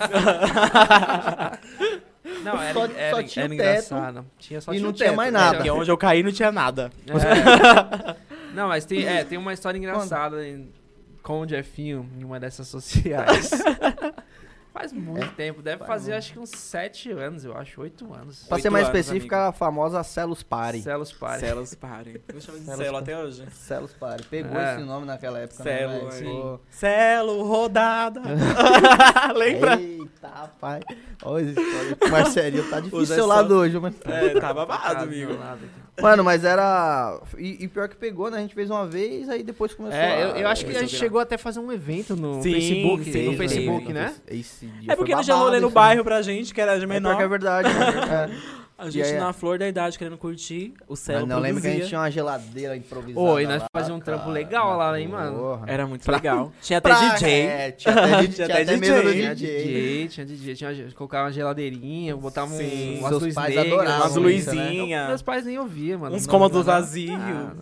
Não, era, Só- era, só tinha era o teto engraçado. Tinha só e tinha não o tinha teto, mais né? nada. Porque onde eu caí não tinha nada. É. Não, mas tem, é, tem uma história engraçada em- com o Jeffinho em uma dessas sociais. Faz muito tempo, deve faz fazer muito. acho que uns sete anos, eu acho, oito anos. Pra Oito ser mais anos, específica, a famosa Celos Party. Celos Party. Celos Party. Eu chamo de Celos Celo Party. até hoje. Celos Party. Pegou É. esse nome naquela época, Celo, né, é. velho? Pô. Celo, rodada. Lembra? Eita, pai. Olha essa história. Marcelinho, tá difícil Hoje é seu só- lado hoje, mas... É, tá babado, Cara, amigo. não, nada aqui. Mano, mas era... E, e pior que pegou, né? A gente fez uma vez, aí depois começou a... É, eu, eu acho que a Começou a gente virar. chegou até a fazer um evento no Sim, Facebook, sim, no Facebook, sim. né? Esse dia É porque foi não tinha babado rolê no esse bairro pra gente, que era de dia. É menor. pior que é verdade, né? É. A gente E aí- na flor da idade querendo curtir, o Celo Mas não, lembra que a gente produzia. tinha uma geladeira improvisada Ô, e nós lá, fazíamos um trampo cara. legal lá, hein, mano? Porra. Era muito legal. Tinha até Pra- D J. É, tinha até, Tinha tinha até até mesa do Tinha D J. D J, tinha D J, tinha, colocava uma geladeirinha, botava um, Sim. umas Seus luzes pais negras, adoravam Umas isso, luzinhas. Meus pais nem ouviam, mano. Uns Não- cômodos não- vazios.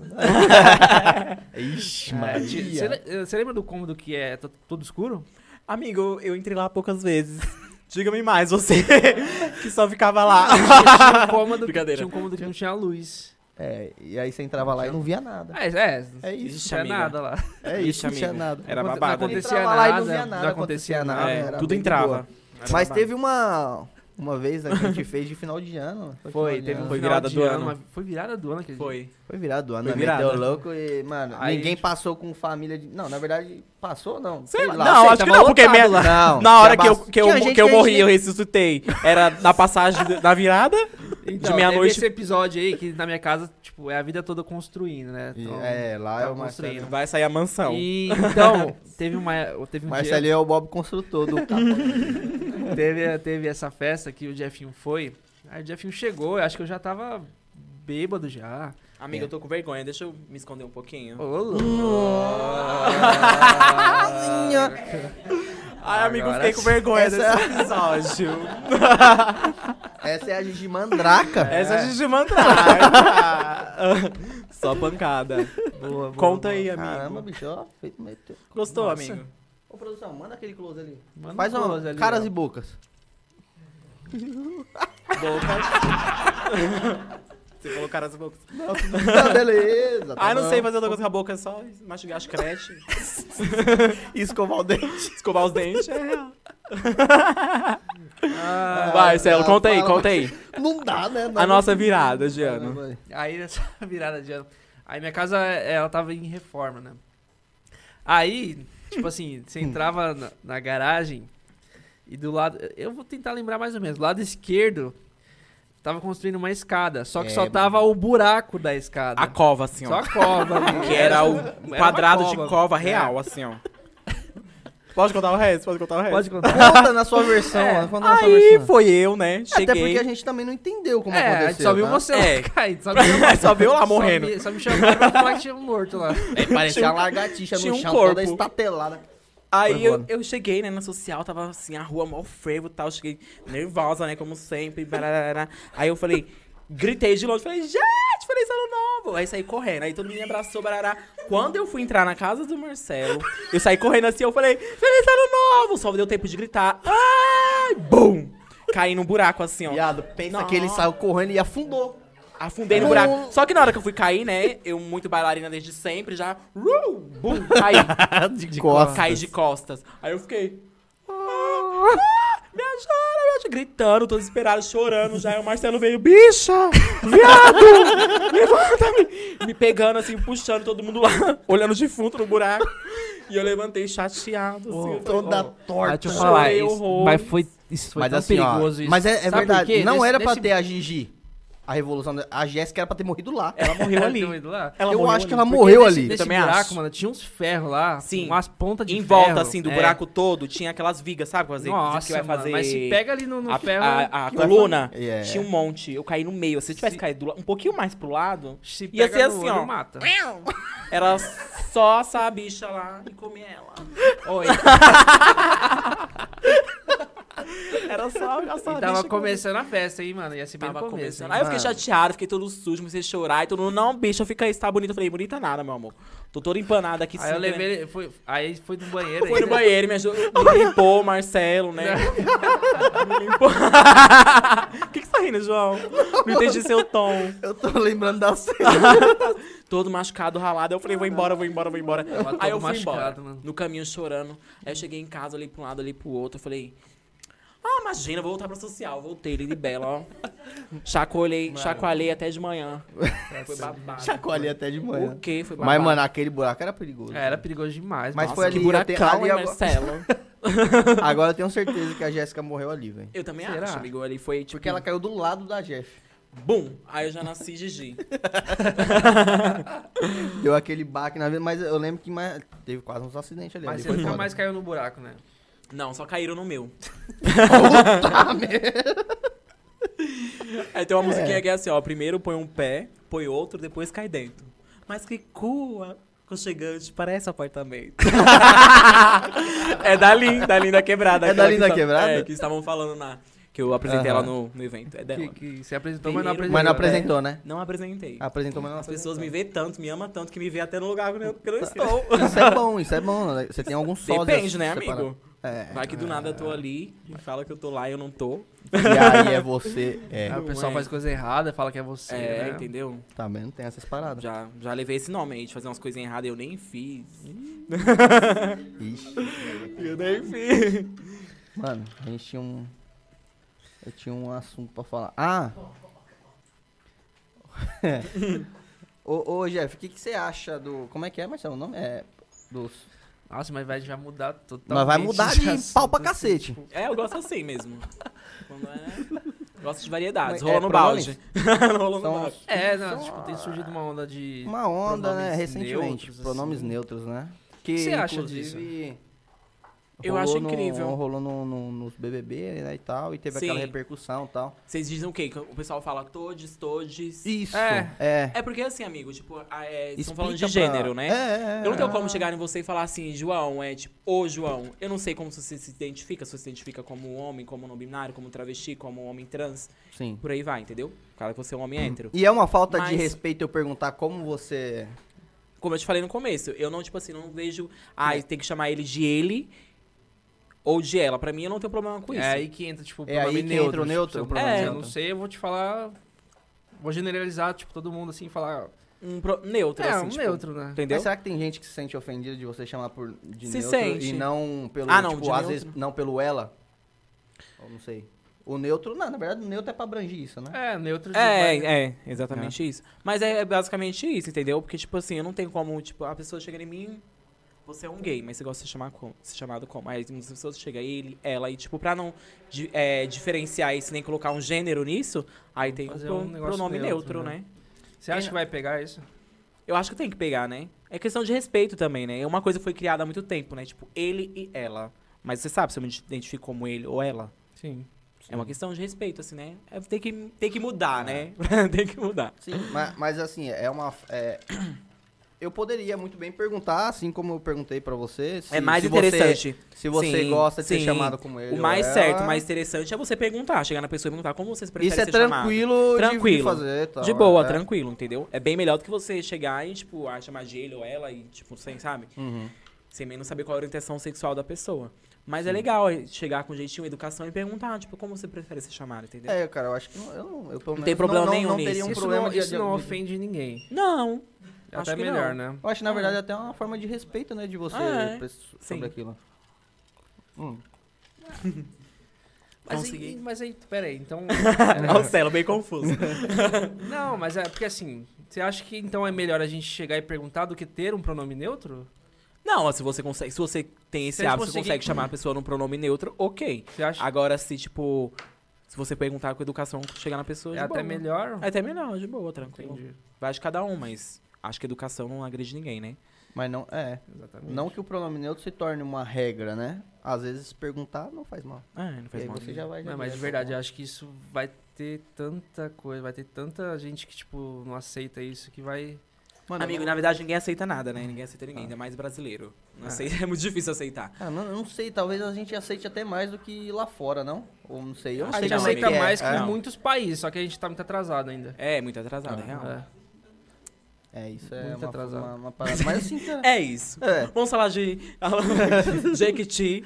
Ah, Ixi, é, ti- Você le- você lembra do cômodo que é to- todo escuro? Amigo, eu entrei lá poucas vezes. Diga-me mais, você que só ficava lá. Tinha um cômodo, que, Brincadeira. tinha um cômodo que não tinha luz. É, e aí você entrava lá e não via nada. É, é, É não isso, tinha amiga. nada lá. É Ixi, isso, não tinha amigo. nada. Era Não babado. acontecia Entrava lá e não nada, via nada, não acontecia acontecia nada. É, era tudo bem de entrava. boa. Era Mas babado. teve uma, uma vez né, que a gente fez de final de ano. Foi, final de teve um ano. Foi final virada de do ano. ano. mas Foi virada do ano aquele dia. Foi. Foi virado do ano, Foi né? virada. Meteu louco e, mano, Aí, ninguém tipo- passou com família de... Não, na verdade, passou não. Sei lá. lá. Não, Sei, acho que tava não, porque lotado minha- lá. Não, Na hora que tinha eu, bas- que eu, tinha gente que eu a gente morri, nem- eu ressuscitei. Era na passagem de- da virada. Então, de meia-noite. teve esse episódio aí que na minha casa, tipo, é a vida toda construindo, né? E- Então, É, lá tá é o construindo. Marcelo. Vai sair a mansão. E então, teve uma teve um Marcelinho é o Bob construtor do capô. dia, teve, teve essa festa que o Jeffinho foi. Aí o Jeffinho chegou, eu acho que eu já tava bêbado já. Amiga, eu tô com vergonha. Deixa eu me esconder um pouquinho. Ô, louco. Ai, amigo, Agora fiquei com vergonha essa- desse episódio. Essa é a Gigi Mandraca. Essa a gente mandraca. Só pancada. Boa, boa, Conta boa. aí, amigo. Caramba, bicho, ó. Feito meteu. Gostou, Nossa. amigo? Ô, produção, manda aquele close ali. Manda Faz um uma close ali, caras ó. e bocas. Bocas. Você falou caras e bocas. Não, beleza. tá Ah, não bom. sei fazer outra coisa com a boca, é só mastigar as crete, Escovar o dente. escovar os dentes. É real. Ah, Vai, Celo, ah, conta aí, fala, conta aí. Não dá, né? Não, A não- nossa virada de Vai, ano. vai. Aí nessa virada de ano. Aí minha casa, ela tava em reforma, né? Aí, tipo assim, você entrava na, na garagem e do lado. Eu vou tentar lembrar mais ou menos. Do lado esquerdo, tava construindo uma escada. Só que É, só tava o buraco da escada. A cova, assim, Só ó. a cova ali. Que era o Era uma quadrado de cova. cova real, assim, ó. Pode contar o resto? Pode contar o resto? Pode contar. Conta na sua versão, É, ó, conta na sua Aí versão. foi eu, né? Cheguei. Até porque a gente também não entendeu como É, a gente aconteceu. só viu tá? você É. lá cair. Só viu, Só viu lá morrendo. Só me, só me chamaram pra falar que tinha um morto lá. É, parecia Tinha um- uma lagartixa tinha no um chão, corpo. toda estatelada. Aí Foi eu, embora. eu cheguei, né, na social, tava assim, a rua mó frevo e tal, cheguei nervosa, né, como sempre, barará. Aí eu falei, gritei de longe, falei, gente, feliz ano novo! Aí saí correndo, aí todo mundo me abraçou, barará. Quando eu fui entrar na casa do Marcelo, eu saí correndo assim, eu falei, feliz ano novo! Só deu tempo de gritar, ai, bum! Caí num buraco assim, ó. Viado, pensa Nossa. que ele saiu correndo e afundou. Afundei no buraco. Só que na hora que eu fui cair, né, eu muito bailarina desde sempre, já, uh, bum, caí. De costas. Caí de costas. Aí eu fiquei. "Ah, ah, me ajuda, me ajuda", gritando, tô desesperado, chorando já. Aí o Marcelo veio, bicha, viado, levanta-me. Me pegando assim, puxando todo mundo lá, olhando de fundo no buraco. E eu levantei chateado, assim. eu falei, Toda Ah, torta. deixa eu falar, Chorei isso, horrores. mas foi, isso foi Mas tão assim, ó, perigoso isso. mas é, é Sabe por verdade, quê? não Nesse- era pra nesse- ter a Gigi. a revolução. da- A Jéssica era pra ter morrido lá. Ela morreu ali. Tinha ido lá. Ela eu morreu acho que ali. ela Porque morreu nesse, ali. Nesse Eu também buraco, acho. mano, tinha uns ferros lá. Sim. Umas pontas de Em ferro. volta, assim, do É. buraco todo, tinha aquelas vigas, sabe? Pra fazer, Nossa, que vai mano, fazer mas se pega ali no, no a, ferro... a, a que vai coluna, fazer- É. tinha um monte. Eu caí no meio. Se eu tivesse Se- caído do la- um pouquinho mais pro lado, Se ia pega ser no assim, olho, ó. mata. era só essa bicha lá e comer ela. Oi. Era só essa E tava bicha começando a festa, hein, mano. Ia ser bem no Tava começo. começando. hein. Aí eu fiquei Mano. chateado, fiquei todo sujo, comecei a chorar e todo mundo, não, bicho, fica aí, você tá bonita. Eu falei, bonita nada, meu amor. Tô toda empanada aqui. Aí eu sim, levei né? ele... Foi, aí foi no banheiro. Foi no ainda. banheiro, me, ajudou, me limpou, Marcelo, né? Me limpou. O que, que você tá rindo, João? Não entendi seu tom. Eu tô lembrando da cena. Todo machucado, ralado. Eu falei, vou embora, vou embora, vou embora. Tava Aí eu todo fui embora. machucado, mano. No caminho chorando. Aí eu cheguei em casa, olhei pra um lado, olhei pro outro. Eu falei, ah, imagina, vou voltar pra social. Voltei, Lili Bela, ó. Chacoalhei, chacoalhei até de manhã. Foi babado. Chacoalhei até de manhã. O quê? Foi babado. Mas, mano, aquele buraco era perigoso. É, era perigoso demais. Mas mano. foi Nossa, ali, que eu tenho- buracão, ali hein, agora- Marcelo? Agora eu tenho certeza que a Jéssica morreu ali, velho. Eu também Será? acho, amigo. Ali foi, tipo, Porque ela caiu do lado da Jeff. bum. Aí eu já nasci Gigi. Deu aquele baque na vida, mas eu lembro que mais... teve quase uns acidentes ali. Mas ali você foi nunca foda. mais caiu no buraco, né? Não, só caíram no meu. Puta merda. Aí tem uma musiquinha que é assim, ó. Primeiro põe um pé, põe outro, depois cai dentro. Mas que cua aconchegante, parece apartamento. É da Lin, da Lin da Quebrada. É da aquela Lin que da tá- Quebrada? É, que estavam falando na... Que eu apresentei Aham. ela no, no evento. É dela. Que, que você apresentou, mas não Primeiro- apresentou. Mas não né? apresentou, né? Não apresentei. Apresentou, mas não As pessoas apresentou. me veem tanto, me amam tanto, que me vê até no lugar que eu que eu não estou. Isso é bom, isso é bom. né? Você tem algum sócio. Depende, né, separado. amigo? É. Vai que do nada eu tô ali e fala que eu tô lá e eu não tô. E aí é você. É. Aí o pessoal é. faz coisa errada, fala que é você, É, né? entendeu? Tá vendo? Tem essas paradas. Já, já levei esse nome aí de fazer umas coisas erradas e eu nem fiz. Ixi. Eu nem fiz. Mano, a gente tinha um. Eu tinha um assunto pra falar. Ah! ô, ô, Jeff, o que, que você acha do. Como é que é, Marcelo? O nome? É. Dos. Nossa, mas vai já mudar totalmente. Mas vai mudar de de assunto, pau pra assim, cacete. tipo, É, eu gosto assim mesmo. Quando é... Gosto de variedades. Mas Rola é no pronomes? balde. Rola no São balde. É, não, São tipo, tem surgido uma onda de. Uma onda, né? pronomes Recentemente. neutros, pronomes assim. neutros, né? Que, que você acha inclusive, Eu rolou acho no- incrível. rolou no, no- nos B B B, né, e tal, e teve Sim. aquela repercussão e tal. Vocês dizem o quê? Que o pessoal fala todes, todes. Isso, É. é. É porque assim, amigo, tipo, a- é, estão Explica falando de pra- gênero, né? É, é, é. Eu não tenho como chegar em você e falar assim, João, é tipo, ô João, eu não sei como você se identifica, se você se identifica como homem, como não binário, como travesti, como homem trans, Sim. por aí vai, entendeu? Cara, que você é um homem hétero. E é uma falta de Mas- respeito eu perguntar como você... Como eu te falei no começo, eu não, tipo assim, não vejo, ah, tem que chamar ele de ele ou de ela. Pra mim, eu não tenho problema com isso. É aí que entra, tipo, o É pronome aí que neutro. entra o tipo, neutro, se eu- o pronome se eu neutro. não sei, eu vou te falar. Vou generalizar, tipo, todo mundo assim, falar. Um pro- neutro, É, assim, um tipo, neutro, né? entendeu? Mas será que tem gente que se sente ofendida de você chamar por de Se neutro sente. e não pelo, Ah, não, tipo, de às neutro. vezes não pelo ela? Ou não sei. O neutro, não, na verdade o neutro é pra abranger isso, né? É, neutro de É, vai- é, exatamente isso. Mas é basicamente isso, entendeu? Porque, tipo assim, eu não tenho como, tipo, a pessoa chega em mim, você é um gay, mas você gosta de ser chamado como? Ser chamado como? Aí muitas pessoas chegam ele, ela, e tipo, pra não di- é, diferenciar isso, nem colocar um gênero nisso, aí tem o fazer pro- um negócio pronome neutro, neutro, né? né? Você acha que vai pegar isso? Eu acho que tem que pegar, né? É questão de respeito também, né? É uma coisa que foi criada há muito tempo, né? Tipo, ele e ela. Mas você sabe se eu me identifico como ele ou ela? Sim. É uma questão de respeito, assim, né? É, tem, que, tem que mudar, né? tem que mudar. Sim, mas, mas assim, é uma. é, eu poderia muito bem perguntar, assim como eu perguntei pra você. Se, é mais se interessante. Você, se você Sim, gosta de ser sim. chamado como ele. O ou mais ela. certo, o mais interessante é você perguntar, chegar na pessoa e perguntar como vocês preferem Isso é ser tranquilo, de- Tranquilo. de fazer. Tal, chamado. De boa, é. tranquilo, entendeu? É bem melhor do que você chegar e, tipo, ah, chamar de ele ou ela e, tipo, sem, sabe? Uhum. Sem menos saber qual é a orientação sexual da pessoa. Mas é legal é, chegar com jeitinho, educação e perguntar, tipo, como você prefere ser chamado, entendeu? É, cara, eu acho que não, eu não, eu, pelo Não tem menos problema não, nenhum não, não teria nisso. um isso problema não, de, isso de- não de- ofende ninguém. Não. É Acho até que melhor, não. né? Eu acho que na verdade é até uma forma de respeito, né, de você É, pra- sim. sobre aquilo. Hum. Mas Consegui. aí, mas aí, peraí, então. Olha o Celo, bem confuso. Não, mas é porque assim, você acha que então é melhor a gente chegar e perguntar do que ter um pronome neutro? Não, ó, se você consegue, se você tem esse Se a gente hábito, você conseguir- consegue chamar a pessoa num pronome neutro, ok. Você acha? Agora, se, tipo, Se você perguntar com educação, chegar na pessoa, É de até boa. melhor. É até melhor, de boa, tranquilo. Entendi. Vai de cada um, mas acho que educação não agride ninguém, né? Mas não, é. Exatamente. Não que o pronome neutro se torne uma regra, né? Às vezes perguntar não faz mal. É, não E faz aí mal. você já vai... já Não, mas de direto verdade, ao eu acho que isso vai ter tanta coisa, vai ter tanta gente que, tipo, não aceita isso, que vai... ponto. Mano, Amigo, eu na não, verdade ninguém aceita nada, né? Ninguém aceita Ah. ninguém, ainda mais brasileiro. Não Ah. aceita, é muito difícil aceitar. ah, não, eu não sei, talvez a gente aceite até mais do que lá fora, não? Ou não sei, eu não A sei A gente não, como é aceita que é. mais que é. em muitos países, só que a gente tá muito atrasado ainda. É, muito atrasado, é Ah. real. É. É, isso é Muito uma, atrasado. uma, uma parada. Mas assim, cara... É isso. É. Vamos falar de Jequiti.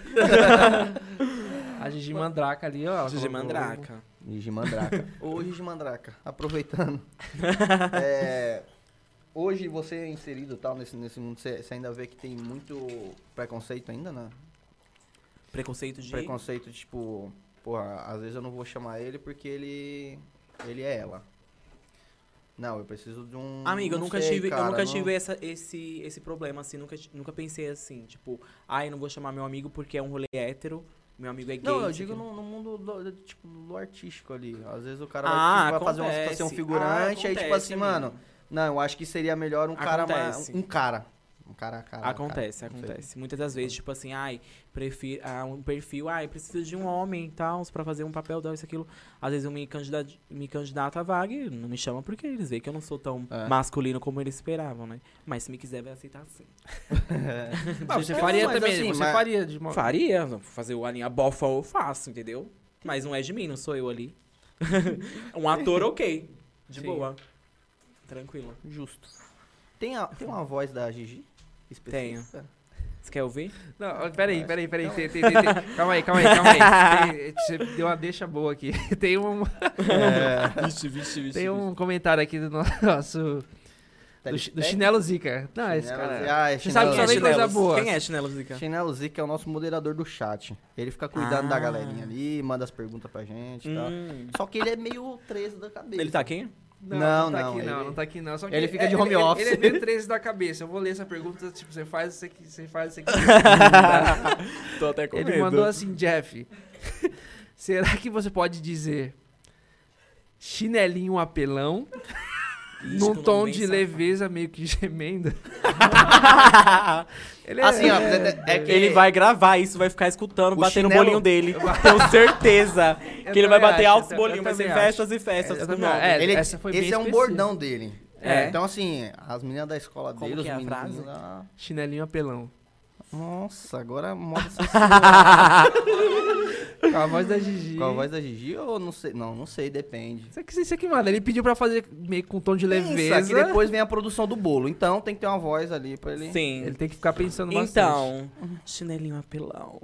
A Gigi Mandraca ali, ó. ela Gigi colocou- Mandraca. Gigi Mandraca. Ô, Gigi Mandraca, aproveitando. É, hoje você é inserido tal, nesse, nesse mundo, você, você ainda vê que tem muito preconceito ainda, né? Preconceito de... Preconceito, tipo, porra, às vezes eu não vou chamar ele porque ele. ele é ela. Não, eu preciso de um. Amigo, eu não nunca sei, tive, cara, eu nunca não- tive essa, esse, esse problema, assim, nunca, nunca pensei assim, tipo, ai, não vou chamar meu amigo porque é um rolê hétero, meu amigo é gay. Não, eu isso, digo aquilo. no, no mundo do, do- tipo, do artístico ali. Às vezes o cara Ah, vai, tipo, vai fazer uma acontece. situação Ah, figurante, aí tipo acontece, assim, mano. amigo. Não, eu acho que seria melhor um cara mais. Acontece. Um cara. Um cara, cara. Acontece, cara, não sei. acontece. Muitas das vezes, tipo assim, ai, prefiro ah, um perfil, ai, preciso de um homem e tal, pra fazer um papel, tal, isso, aquilo. Às vezes eu me candidato, me candidato a vaga e não me chamam porque eles veem que eu não sou tão É. masculino como eles esperavam, né? Mas se me quiser, vai aceitar sim. Ah, você Não, faria mas também, assim, você mas- faria de uma... Faria, fazer o alinha bofa eu faço, entendeu? Mas não é de mim, não sou eu ali. Um ator, ok. De Sim. boa. Tranquilo. Justo. Tem, a, tem uma voz da Gigi? Específica? Você quer ouvir? Não, ó, peraí, peraí, peraí. Tem, tem, tem, tem. Calma aí, calma aí, calma aí. Tem- você deu uma deixa boa aqui. Tem um, Vixe, vixe, vixe. tem um comentário aqui do nosso... Do, chi- do Chinelo Zica. Não, esse Chinelo cara... Zica. Ah, é Você sabe Chinelo que só vem Zica. coisa boa. Quem é Chinelo Zica? Chinelo Zica é o nosso moderador do chat. Ele fica cuidando da Ah. galerinha ali, manda as perguntas pra gente e tal. Hum. Só que ele é meio treze da cabeça. Ele tá aqui? Não, Não, não, tá não, aqui não, ele- não tá aqui não. Só que ele fica de é- home ele- office. Ele é meio treze da cabeça. Eu vou ler essa pergunta, tipo, você faz isso aqui, você faz isso aqui. Tô até com Ele medo. mandou assim, Jeff, será que você pode dizer chinelinho apelão Ixi, num que tom nome de bem leveza meio que gemendo? Ele é- Assim, ó, é- é que Ele vai gravar isso, vai ficar escutando, O batendo o chinelo- bolinho dele. Tenho certeza Eu que ele vai também bater acho, altos eu bolinhos, vai ser também festas e festas Eu com o também- nome. é, Ele, essa foi bem esse é um específica. bordão dele. É. Então, assim, as meninas da escola Como dele, os que é a meninos... frase? ah, Chinelinho apelão. Nossa, agora a moda se Com a voz da Gigi. Com a voz da Gigi ou não sei? Não, não sei, depende. Isso aqui, isso aqui, mano, ele pediu pra fazer meio com um tom de Pensa leveza. que depois vem a produção do bolo. Então tem que ter uma voz ali pra ele. Sim. Ele tem que ficar pensando bastante. Então, chinelinho apelão.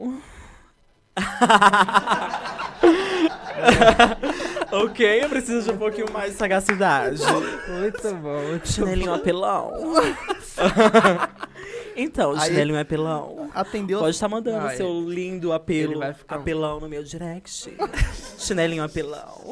Ok, eu preciso de um pouquinho mais de sagacidade. Muito bom, muito Chinelinho apelão. Então, Aí- chinelinho apelão. Atendeu. Pode estar mandando Ah, seu lindo ele apelo, vai ficar um- apelão no meu direct. Chinelinho apelão.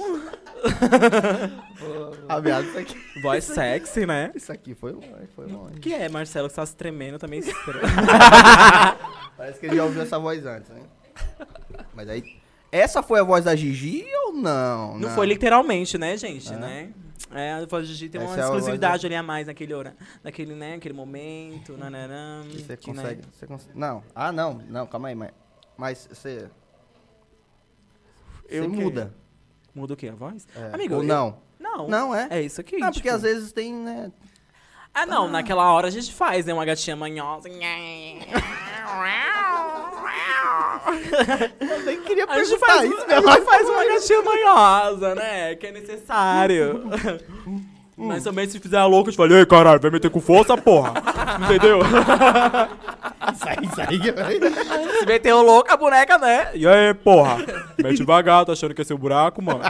Ah, viado, isso aqui. Voz sexy, né? Isso aqui foi longe, foi longe. O que é, Marcelo, que tá se tremendo também? Parece que ele já ouviu essa voz antes, né? Mas aí. Essa foi a voz da Gigi ou não? Não foi literalmente, né, gente, É. né? É, a voz de Gigi tem uma Essa é a voz exclusividade ali a mais naquele hora, naquele, né, naquele momento, nananã, Você que, né? consegue, você consegue. Não. Ah, não. Não, calma aí, mas. Mas você. Eu Você o quê? muda. Muda o quê? A voz? É. Amigo, Ou eu- não? Não. Não, é? É isso aqui. Não, porque tipo- às vezes tem, né? Ah, não, naquela hora a gente faz, né, uma gatinha manhosa. Eu nem queria A gente perguntar faz, isso, a né? gente faz uma gatinha manhosa, né, que é necessário. Mas também se fizer a louca, a gente fala, ei, caralho, vai meter com força, porra. Entendeu? Isso aí, isso aí. Se meter o louco, a boneca, né? E aí, porra? Mete devagar, tá achando que é seu buraco, mano?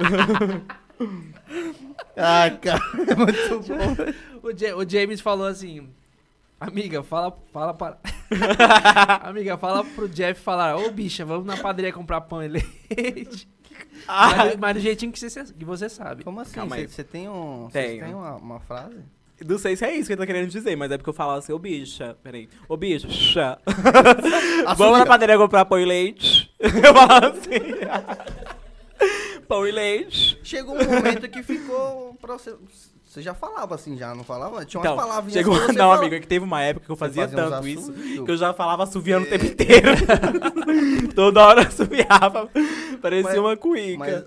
Ah, cara, é muito bom. O, Ja- o James falou assim: Amiga, fala, fala para. Amiga, fala pro Jeff falar: Ô bicha, vamos na padaria comprar pão e leite. Mas, do- mas do jeitinho que você, que você sabe. Como assim? Calma aí. Você tem um. Você Tenho. tem uma, uma frase? Não sei se é isso que ele tá querendo dizer, mas é porque eu falo assim, ô bicha, peraí, ô bicha, vamos na padaria comprar pão e leite. Eu falo assim. Pão e leite. Chegou um momento que ficou pra você... Você já falava assim, já não falava? Tinha umas Então, palavras chegou... assim, Não, você fala- amigo, é que teve uma época que eu fazia fazia uns tanto isso, assovios. que eu já falava assoviando o tempo inteiro. Toda hora eu assoviava, parecia Mas- uma cuíca. Mas...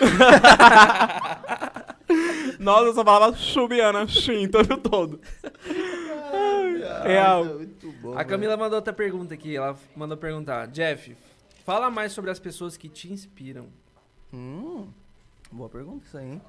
Nossa, eu só falava chubiana, assim, todo todo. Real. Ai, muito bom, A velho. Camila mandou outra pergunta aqui. Ela mandou perguntar: Jeff, fala mais sobre as pessoas que te inspiram. Hum, boa pergunta isso aí, hein?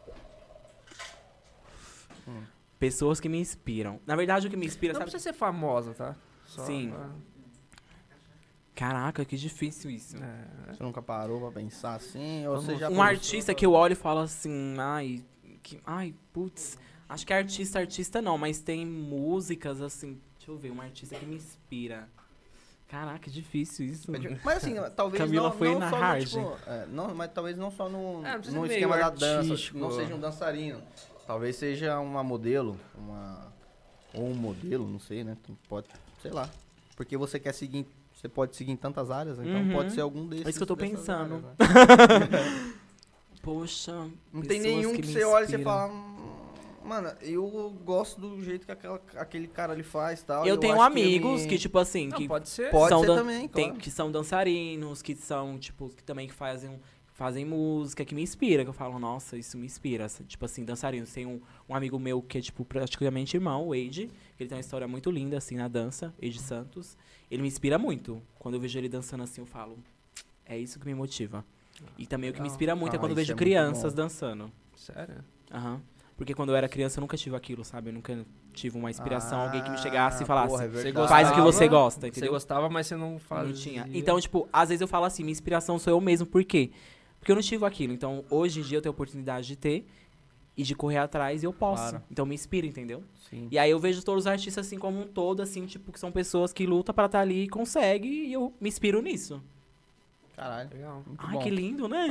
Pessoas que me inspiram. Na verdade, o que me inspira, Não sabe? precisa ser famosa, tá? Só Sim. pra- Caraca, que difícil isso. É. Você nunca parou pra pensar assim? Ou Vamos- você já Um pensou? artista que eu olho e falo assim, ai, que, ai, putz, acho que artista, artista não, mas tem músicas assim, deixa eu ver, um artista que me inspira. Caraca, que difícil isso. Mas assim, talvez Camila não, foi não na só hard. no, tipo, é, não, mas talvez não só no, É, não precisa no ser esquema meio da dança, artístico. não seja um dançarino. Talvez seja uma modelo, uma ou um modelo, não sei, né? Tu pode, sei lá. Porque você quer seguir, você pode seguir em tantas áreas, então Uhum. pode ser algum desses. É isso que eu tô dessas pensando. áreas, né? Poxa, Não tem pessoas nenhum que que, me você olha e você inspiram. fala, "Hum, mano, eu gosto do jeito que aquela, aquele cara ali faz, tal. Eu tenho acho que amigos me- que, tipo assim, Não, que pode ser. Pode são ser dan- também, tem- claro. que são dançarinos, que são, tipo, que também que fazem, fazem música, que me inspira, que eu falo, nossa, isso me inspira. essa- Tipo assim, dançarinos. Tem um, um amigo meu que é, tipo, praticamente irmão, o Wade, que ele tem uma história muito linda, assim, na dança, Wade Santos. Ele me inspira muito. Quando eu vejo ele dançando assim, eu falo, é isso que me motiva. E também o que me Legal. inspira muito é Ah, quando eu isso vejo é muito crianças bom. dançando. Sério? Aham. Porque quando eu era criança eu nunca tive aquilo, sabe? Eu nunca tive uma inspiração, alguém que me Ah, chegasse e falasse, porra, é Você verdade. faz o que você Gostava, gosta, Você entendeu? gostava, mas você não Não fazia. tinha. Então, tipo, às vezes eu falo assim, minha inspiração sou eu mesmo, por quê? Porque eu não tive aquilo. Então, hoje em dia eu tenho a oportunidade de ter e de correr atrás e eu posso. Claro. Então, me inspira, entendeu? Sim. E aí eu vejo todos os artistas assim como um todo, assim, tipo, que são pessoas que lutam pra estar ali e conseguem e eu me inspiro nisso. Caralho. Legal. Muito Ai, bom. que lindo, né?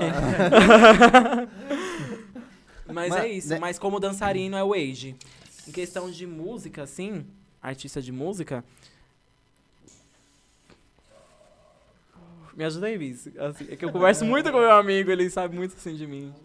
Mas, Mas, é isso. né- Mas como dançarino é o Age. Em questão de música, assim, artista de música. Me ajuda aí, Viz. Assim, é que eu converso muito com meu amigo, ele sabe muito assim de mim.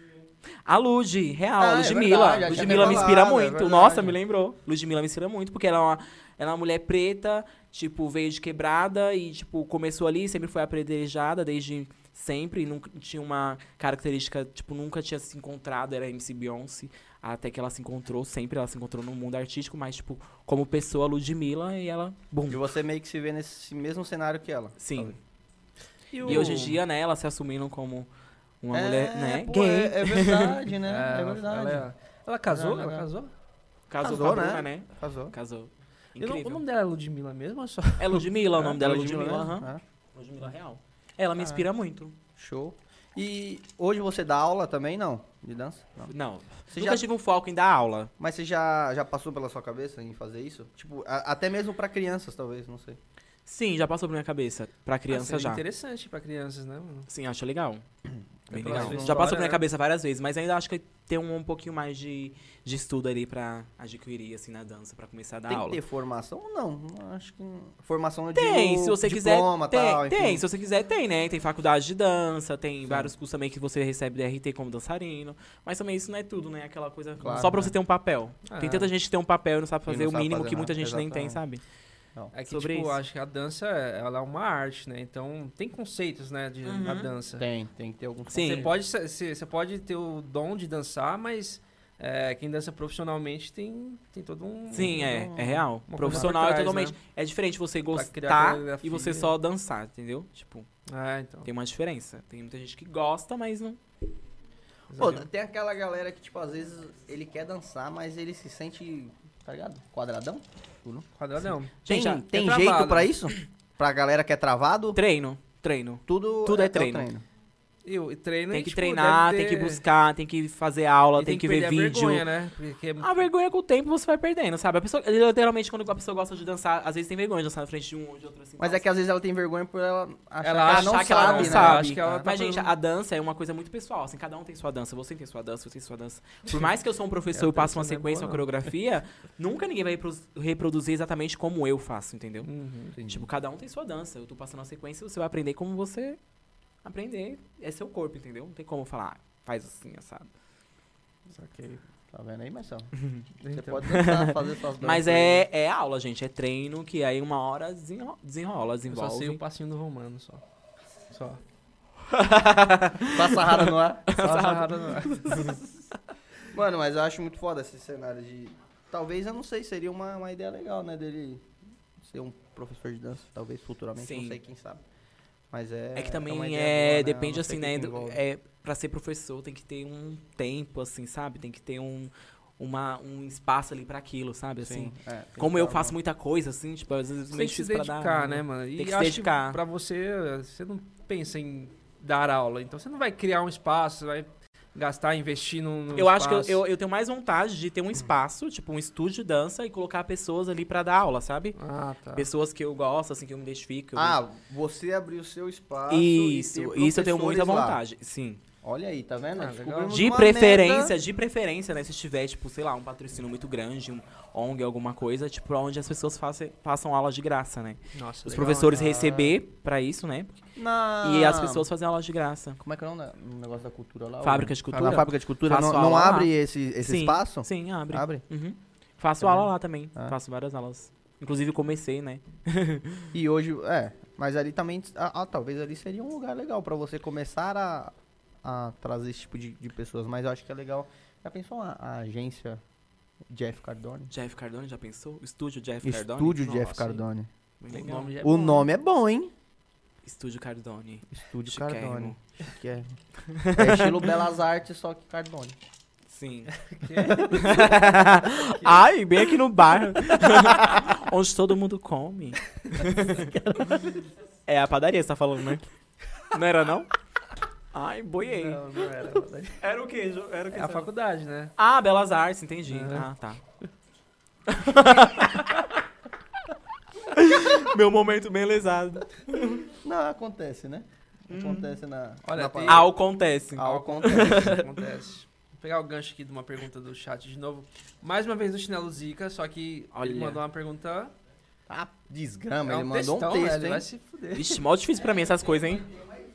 A Lud, real, Ah, é Ludmilla. verdade, já tinha Ludmilla me me inspira falado, é muito. verdade. Nossa, me lembrou. Ludmilla me inspira muito, porque ela é, uma, ela é uma mulher preta, tipo, veio de quebrada e, tipo, começou ali, sempre foi apredejada desde sempre. Nunca tinha uma característica, tipo, nunca tinha se encontrado, era M C Beyoncé. Até que ela se encontrou, sempre ela se encontrou no mundo artístico, mas, tipo, como pessoa, Ludmilla, e ela, bum. E você meio que se vê nesse mesmo cenário que ela. Sim. E, E hoje em dia, né, ela se assumindo como uma É, mulher, né, pô, gay. É, é verdade, né? É, ela- verdade. Ela, é- ela casou? Verdade, Ela verdade. casou? Casou, Casou, com a né? Bruna, né? Casou. Casou. E o nome- Incrível. o nome dela é Ludmilla mesmo ou só? É Ludmilla, o nome dela é Ludmilla Ludmilla. mesmo? aham. É, Ludmilla real. Ela me inspira muito. show. E hoje você dá aula também, não? De dança? Não. Não. Você Nunca já, tive um foco em dar aula. mas você já, já passou pela sua cabeça em fazer isso? Tipo, a- até mesmo pra crianças, talvez, não sei. Sim, já passou por minha cabeça. Pra criança Ah, seria já. interessante pra crianças, né? mano? Sim, acho legal. Bem pela legal. sua Já história, passou por minha né? cabeça várias vezes, mas ainda acho que tem um, um pouquinho mais de, de estudo ali pra adquirir, assim, na dança, pra começar a dar Tem aula. que ter formação ou não? Não, acho que... Formação no Tem, digo, se você diploma, quiser. Tem, tal, enfim. tem, se você quiser, tem, né? Tem faculdade de dança, tem Sim. vários cursos também que você recebe D R T como dançarino. Mas também isso não é tudo, né? Aquela coisa Claro, só pra né? você ter um papel. Ah, tem tanta gente que tem um papel e não sabe E fazer não o sabe mínimo fazer que muita nada, gente nem tem, exatamente. sabe? Não. É que, Sobre tipo, isso. acho que a dança, ela é uma arte, né? Então, tem conceitos, né, de, Uhum. na dança. Tem, tem que ter algum Sim. Você pode, ser- ser- você pode ter o dom de dançar, mas é, quem dança profissionalmente tem, tem todo um... Sim, é, um- é real. uma coisa Profissional por é trás, totalmente. né? É diferente você criar gostar coreografia. e você só dançar, entendeu? Tipo, É, então. tem uma diferença. Tem muita gente que gosta, mas não. Pô, tem aquela galera que, tipo, às vezes ele quer dançar, mas ele se sente, tá ligado? Quadradão. Tudo. Quadradão. Tem, Gente, tem é jeito travado. pra isso? Pra galera que é travado? Treino, treino. Tudo, Tudo é o treino. E, o- e treino Tem e, que tipo, treinar, deve tem que ter- buscar, tem que fazer aula, e tem, que, ver perder a vídeo. vergonha, né? Porque A vergonha com o tempo você vai perdendo, sabe? A pessoa, literalmente, quando a pessoa gosta de dançar, às vezes tem vergonha de dançar na frente de um ou de outro assim. Mas é que às vezes ela tem vergonha por ela achar Ela que acha ela não que ela sabe, não né? sabe. Acho que ela tá Mas, gente, fazendo- a dança é uma coisa muito pessoal, assim, cada um tem sua dança. Você tem sua dança, você tem sua dança. Por mais que eu sou um professor É, e passo uma dança não é sequência, boa, uma coreografia, nunca ninguém vai repro- reproduzir exatamente como eu faço, entendeu? Uhum. Entendi. Tipo, cada um tem sua dança. Eu tô passando uma sequência e você vai aprender como você aprender é seu corpo, entendeu? Não tem como falar, ah, faz assim, assado. Saquei. Tá vendo aí, Marcelo? Você Então. pode tentar fazer suas Mas danças aí. é, é aula, gente, é treino que aí uma hora desenro- desenrola, Eu só sei desenvolve. o passinho do romano, só. Só. Passa rara no ar. Só a sarrada no ar. Mano, mas eu acho muito foda esse cenário de... Talvez, eu não sei, seria uma, uma ideia legal, né? Dele ser um professor de dança, talvez futuramente, Sim. não sei, quem sabe. Mas é... É que também uma é, ideia boa, né? Eu depende não sei assim, o que né, que do- envolve. é, pra ser professor tem que ter um tempo, assim, sabe? Tem que ter um, uma, um espaço ali pra aquilo, sabe? Assim, Sim, é, tem como que eu dar faço uma- muita coisa, assim, tipo, às vezes Você meio tem que se difícil pra dedicar, dar, né, mano? E Tem que se acho dedicar. pra você, você não pensa em dar aula, então você não vai criar um espaço, você vai gastar, investir num, num Eu acho que eu, espaço. eu, eu tenho mais vontade de ter um espaço, tipo um estúdio de dança e colocar pessoas ali pra dar aula, sabe? Ah, tá. Pessoas que eu gosto, assim, que eu me identifico. que eu Ah, você abriu o seu espaço isso, e ter isso eu tenho muita professores lá. vontade, sim. Olha aí, tá vendo? Ah, Descobrimos De uma preferência, meta. de preferência, né? Se tiver, tipo, sei lá, um patrocínio muito grande, um O N G, alguma coisa, tipo, onde as pessoas façam, façam aula de graça, né? Nossa, Os legal, professores Ah. receber pra isso, né? Na... E as pessoas fazem aula de graça. Como é que é o nome? No negócio da cultura lá? Fábrica o- de cultura? Na fábrica de cultura Faço não, não aula lá. abre esse, esse Sim, espaço? Sim, abre. Abre? Uhum. Faço Tá aula vendo? lá também. Ah. Faço várias aulas. Inclusive, comecei, né? E hoje, é, mas ali também, ah, ah, talvez ali seria um lugar legal pra você começar a, a trazer esse tipo de, de pessoas, mas eu acho que é legal. Já pensou a, a agência Jeff Cardone? Jeff Cardone, já pensou? Estúdio Jeff Cardone? Estúdio Jeff Nossa, Cardone. Bem O legal. nome já é O bom, nome é bom, hein? Estúdio Cardone. Estúdio Chiquérrimo. Cardone. Chiquérrimo. É estilo Belas Artes, só que Cardone. Sim. Ai, bem aqui no bairro. Onde todo mundo come. É a padaria que você tá falando, né? Não era, não? Ai, boiei. Não, não era. Era o quê? Jo- Era o quê? É a faculdade, né? Ah, Belas Artes, entendi. Ah. Ah, tá. Meu momento bem lesado. Não, acontece, né? Acontece na... Olha, na tem- parada. Ah, acontece. Ah, acontece. Acontece. Vou pegar o gancho aqui de uma pergunta do chat de novo. Mais uma vez do Chinelo Zica, só que Olha. ele mandou uma pergunta. Ah, desgrama, é ele um mandou textão, um texto, velho, hein? vai se fuder. Vixe, mó difícil pra mim essas coisas, hein?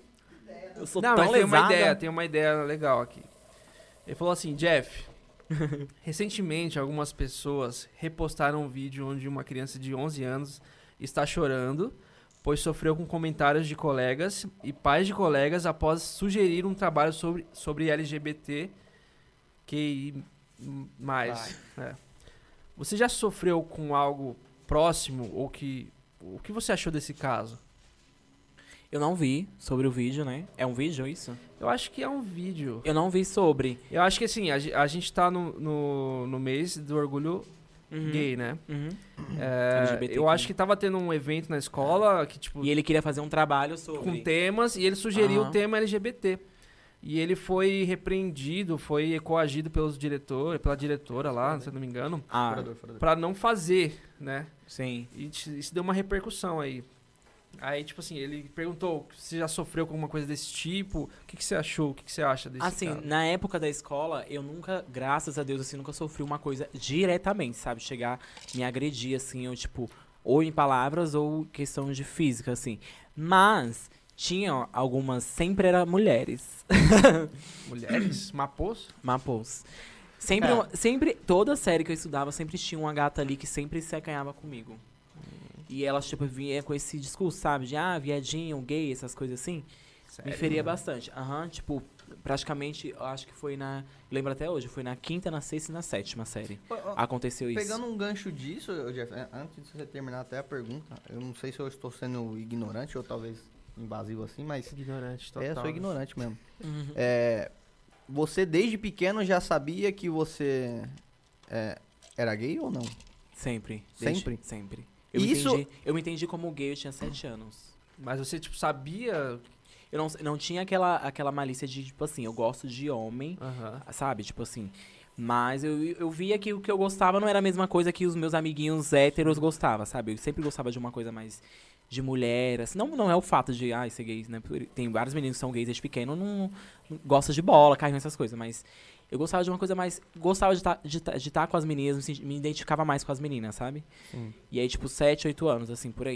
Eu sou Não, tão mas tem lesada. uma ideia, tem uma ideia legal aqui. Ele falou assim, Jeff, recentemente algumas pessoas repostaram um vídeo onde uma criança de onze anos está chorando, pois sofreu com comentários de colegas e pais de colegas após sugerir um trabalho sobre, sobre L G B T Q I mais. É. Você já sofreu com algo próximo ou que o que você achou desse caso? Eu não vi sobre o vídeo, né? É um vídeo isso? Eu acho que é um vídeo. Eu não vi sobre. Eu acho que assim, a, ge- a gente tá no, no, no mês do orgulho Uhum. gay, né? Uhum. É, L G B T Q. eu acho que tava tendo um evento na escola que, tipo, E ele queria fazer um trabalho sobre. com temas e ele sugeriu Aham. o tema L G B T. E ele foi repreendido, foi coagido pelos diretores, pela diretora lá, se eu não me engano, Ah, Furador, furador. pra não fazer, né? sim. E t- isso deu uma repercussão aí. Aí, tipo assim, ele perguntou se já sofreu com alguma coisa desse tipo. O que, que você achou? O que, que você acha desse Assim, caso? na época da escola, eu nunca, graças a Deus, assim, nunca sofri uma coisa diretamente, sabe? Chegar, me agredir, assim, ou tipo, ou em palavras ou questão de física, assim. Mas tinha algumas, sempre eram mulheres. Mulheres? Mapôs? Mapos. Sempre, É. uma- sempre, toda série que eu estudava, sempre tinha uma gata ali que sempre se acanhava comigo. E elas, tipo, vinha com esse discurso, sabe? De, ah, viadinho, gay, essas coisas assim. Me Sério? feria bastante. Aham, tipo, praticamente, eu acho que foi na... Lembro até hoje, foi na quinta, na sexta e na sétima série. Ó, ó, Aconteceu isso. Pegando um gancho disso, ô, Jeff, é, antes de você terminar até a pergunta, eu não sei se eu estou sendo ignorante ou talvez invasivo assim, mas Ignorante, total. é, eu sou ignorante mesmo. Uhum. É, você desde pequeno já sabia que você é, era gay ou não? Sempre. Sempre? Desde- sempre. Eu, me Isso- entendi, eu me entendi como gay, eu tinha sete anos. Mas você, tipo, sabia... Eu não, não tinha aquela, aquela malícia de, tipo assim, eu gosto de homem, Aham. sabe? Tipo assim. Mas eu, eu via que o que eu gostava não era a mesma coisa que os meus amiguinhos héteros gostavam, sabe? Eu sempre gostava de uma coisa mais de mulher, assim. Não, não é o fato de, ah, ser gay, né? Tem vários meninos que são gays desde pequeno, não, não gostam de bola, carrinho, essas coisas, mas eu gostava de uma coisa mais... Gostava de estar de tá, de tá com as meninas, me, senti- me identificava mais com as meninas, sabe? Sim. E aí, tipo, sete, oito anos, assim, por aí.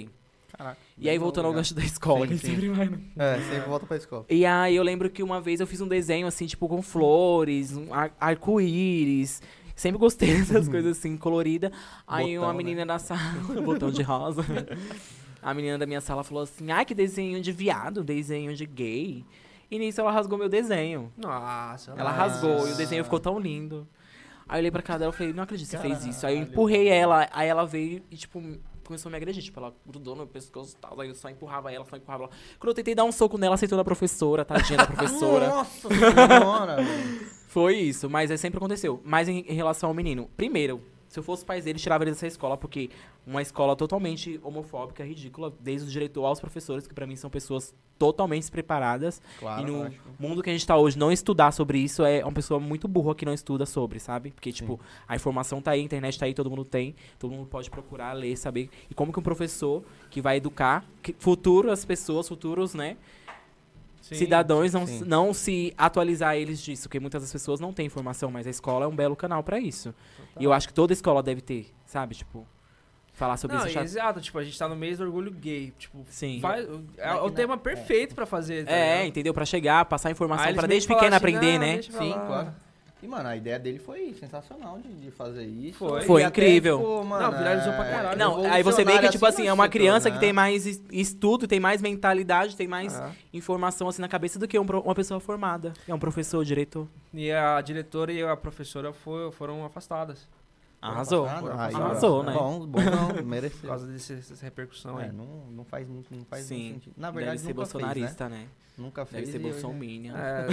Caraca. E aí, voltando ao gancho da escola, Sim, que sim. sempre vai, né? É, sempre volta pra escola. E aí, eu lembro que uma vez eu fiz um desenho, assim, tipo, com flores, um ar- arco-íris. Sempre gostei dessas coisas, assim, coloridas. Aí, Botão, uma menina da sala, botão de rosa. A menina da minha sala falou assim, ai, que desenho de viado, desenho de gay. E nisso ela rasgou meu desenho. Nossa. Ela Ah. rasgou e o desenho ficou tão lindo. Aí eu olhei pra cara dela e falei, não acredito que você fez isso. Aí eu empurrei ela, aí ela veio e, tipo, começou a me agredir. Tipo, ela grudou no pescoço e tal. Aí eu só empurrava ela, só empurrava ela. Quando eu tentei dar um soco nela, aceitou da professora, tadinha da professora. Nossa senhora, velho. Foi isso, mas é, sempre aconteceu. Mas em, em relação ao menino, primeiro, se eu fosse pais dele, tirava ele dessa escola, porque uma escola totalmente homofóbica, ridícula, desde o diretor aos professores, que pra mim são pessoas totalmente despreparadas. Claro, E no lógico. mundo que a gente tá hoje, não estudar sobre isso é uma pessoa muito burra que não estuda sobre, sabe? Porque, tipo, a informação tá aí, a internet tá aí, todo mundo tem, todo mundo pode procurar, ler, saber. E como que um professor que vai educar que- futuras pessoas, futuros, né? Sim, cidadãos não, sim. não se atualizar eles disso, porque muitas das pessoas não têm informação, mas a escola é um belo canal pra isso. E eu acho que toda escola deve ter, sabe? Tipo, falar sobre Não, isso. eu acho- exato, tipo, a gente tá no mês do orgulho gay, tipo, Sim. vai- é o tema perfeito pra fazer, tá É, ligado? entendeu? Pra chegar, passar Aí informação eles pra meio desde que pequeno falaram assim, aprender, "Não, né? deixa pra Sim, lá." claro. E, mano, a ideia dele foi sensacional de, de fazer isso. Foi. Foi E incrível. tipo, mano, Não, viralizou pra é, caralho. Não, aí você vê que, revolucionário tipo assim, acima é uma de criança tudo, que né? tem mais es- estudo, tem mais mentalidade, tem mais Ah. informação, assim, na cabeça do que um pro- uma pessoa formada. É um professor, diretor. E a diretora e a professora foi- foram afastadas Arrasou. Passado, aí, Arrasou, ó, né? Bom, bom não, por mereceu. causa desse- dessa repercussão É, aí. não, não faz muito, não faz muito Sim. sentido. Na verdade, Deve ser nunca fez, né? bolsonarista, né? Nunca Deve fez. ser e- bolsominion. É,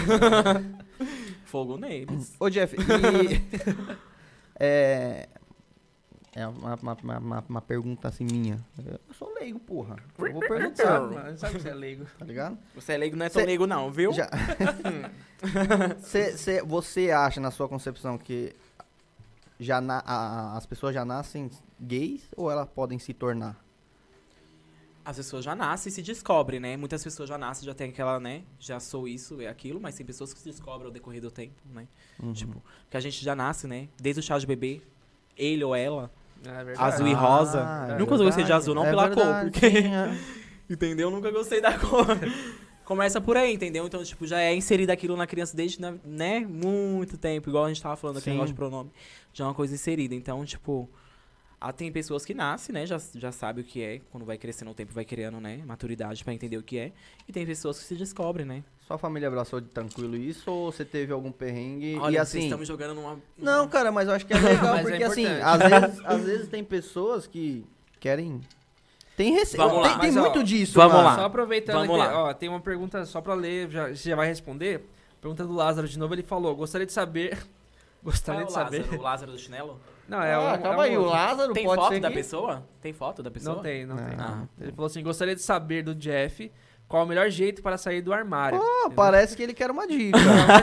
Fogo neles. Ô, Jeff, e... é... É uma, uma, uma, uma- uma pergunta assim minha. Eu sou leigo, porra. Eu vou perguntar, sabe, mano, sabe que você é leigo. tá ligado? Você é leigo, não é tão Cê- leigo não, viu? Já... Cê- cê- você acha, na sua concepção, que já na- a- a- as pessoas já nascem gays ou elas podem se tornar? As pessoas já nascem e se descobrem, né? Muitas pessoas já nascem, já tem aquela, né? Já sou isso, é aquilo, mas tem pessoas que se descobrem ao decorrer do tempo, né? Uhum. Tipo, que a gente já nasce, né? Desde o chá de bebê, ele ou ela, É verdade. azul e rosa. é Nunca gostei de verdade, azul, não é pela verdade, cor, porque... sim, é. Entendeu? Nunca gostei da cor. Começa por aí, entendeu? Então, tipo, já é inserido aquilo na criança desde, na- né? Muito tempo, igual a gente tava falando aqui, Sim. negócio de pronome. Já é uma coisa inserida. Então, tipo... Ah, tem pessoas que nascem, né? Já, já sabe o que é. Quando vai crescendo o tempo, vai criando, né? Maturidade pra entender o que é. E tem pessoas que se descobrem, né? Sua família abraçou de tranquilo isso ou você teve algum perrengue? Olha, e vocês assim... estão me jogando numa... Não, cara, mas eu acho que é legal, Mas é porque assim, importante. às vezes, às vezes tem pessoas que querem... Tem receio. Vamos lá. Tem, tem Mas, ó, muito disso, vamos mano. lá. Só aproveitando Vamos aqui, lá. ó, tem uma pergunta só pra ler, já, você já vai responder. Pergunta do Lázaro de novo, ele falou, gostaria de saber... Qual Gostaria é o de saber... Lázaro? O Lázaro do chinelo? Não, é Ah, um, calma é um aí, o outro. Lázaro Tem pode foto ser da que- pessoa? Tem foto da pessoa? Não tem, não É. tem. Ah. Ele falou assim, gostaria de saber do Jeff qual o melhor jeito para sair do armário. Pô, parece que ele quer uma dica.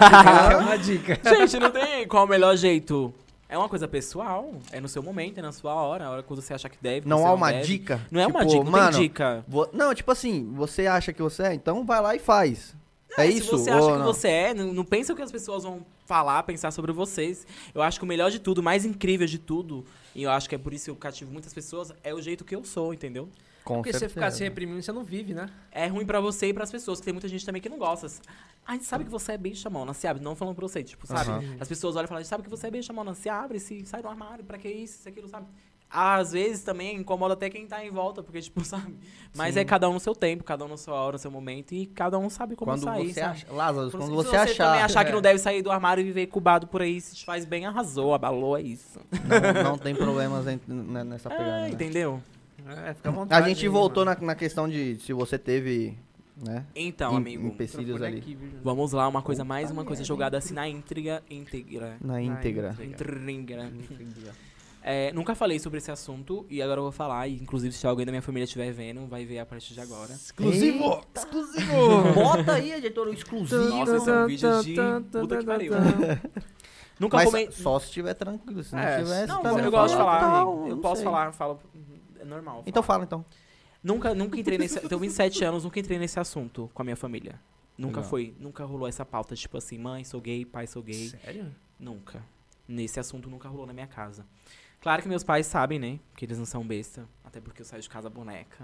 É uma dica. Gente, não tem qual o melhor jeito. É uma coisa pessoal. É no seu momento, é na sua hora. A hora que você achar que deve. Não você há uma deve. dica? Não é uma Tipo, dica, não mano, tem dica. vo- Não, tipo assim, você acha que você é, então vai lá e faz. É, Se isso? você ou acha que não? você é, não, não pensa o que as pessoas vão falar, pensar sobre vocês. Eu acho que o melhor de tudo, o mais incrível de tudo, e eu acho que é por isso que eu cativo muitas pessoas, é o jeito que eu sou, entendeu? Com Porque se você certeza. ficar se reprimindo, você não vive, né? É ruim pra você e pras pessoas, que tem muita gente também que não gosta. A gente sabe que você é bicha, mona, se abre. Não falando pra você, tipo, sabe? Aham. As pessoas olham e falam, a gente sabe que você é bicha, mona, se abre, se sai do armário, pra que isso, isso, aquilo, sabe? Às vezes também incomoda até quem tá em volta, porque, tipo, sabe? Mas Sim. é cada um no seu tempo, cada um na sua hora, no seu momento, e cada um sabe como Quando sair, você sabe? acha... Lázaro, Quando quando se você você achar... também achar que É. não deve sair do armário e viver incubado por aí, se te faz bem, arrasou, abalou, é isso. Não, não tem problemas em- né, nessa pegada, É, né? entendeu? É, fica à A vontade. gente aí, voltou mano. na, na questão de se você teve, né, Então, em- amigo, empecilhos Microfone ali. aqui, viu? vamos lá, uma coisa, mais Puta uma coisa merda, jogada assim na íntegra, íntegra. Na íntegra. Íntegra. É, nunca falei sobre esse assunto e agora eu vou falar. E, inclusive, se alguém da minha família estiver vendo, vai ver a partir de agora. Exclusivo! Exclusivo! Bota aí, editor, o exclusivo. Nossa, esse é um vídeo de puta que pariu. Nunca Mas comentei. só se estiver tranquilo, se não É, tivesse Não, também eu gosto de fala, falar. tal, eu não posso sei. falar, eu falo. É normal. Então fala, então. Nunca, nunca entrei nesse. Eu tenho vinte e sete anos, nunca entrei nesse assunto com a minha família. Nunca Legal. foi. Nunca rolou essa pauta, tipo assim, mãe, sou gay, pai, sou gay. Sério? Nunca. Nesse assunto nunca rolou na minha casa. Claro que meus pais sabem, né? Que eles não são besta. Até porque eu saio de casa boneca.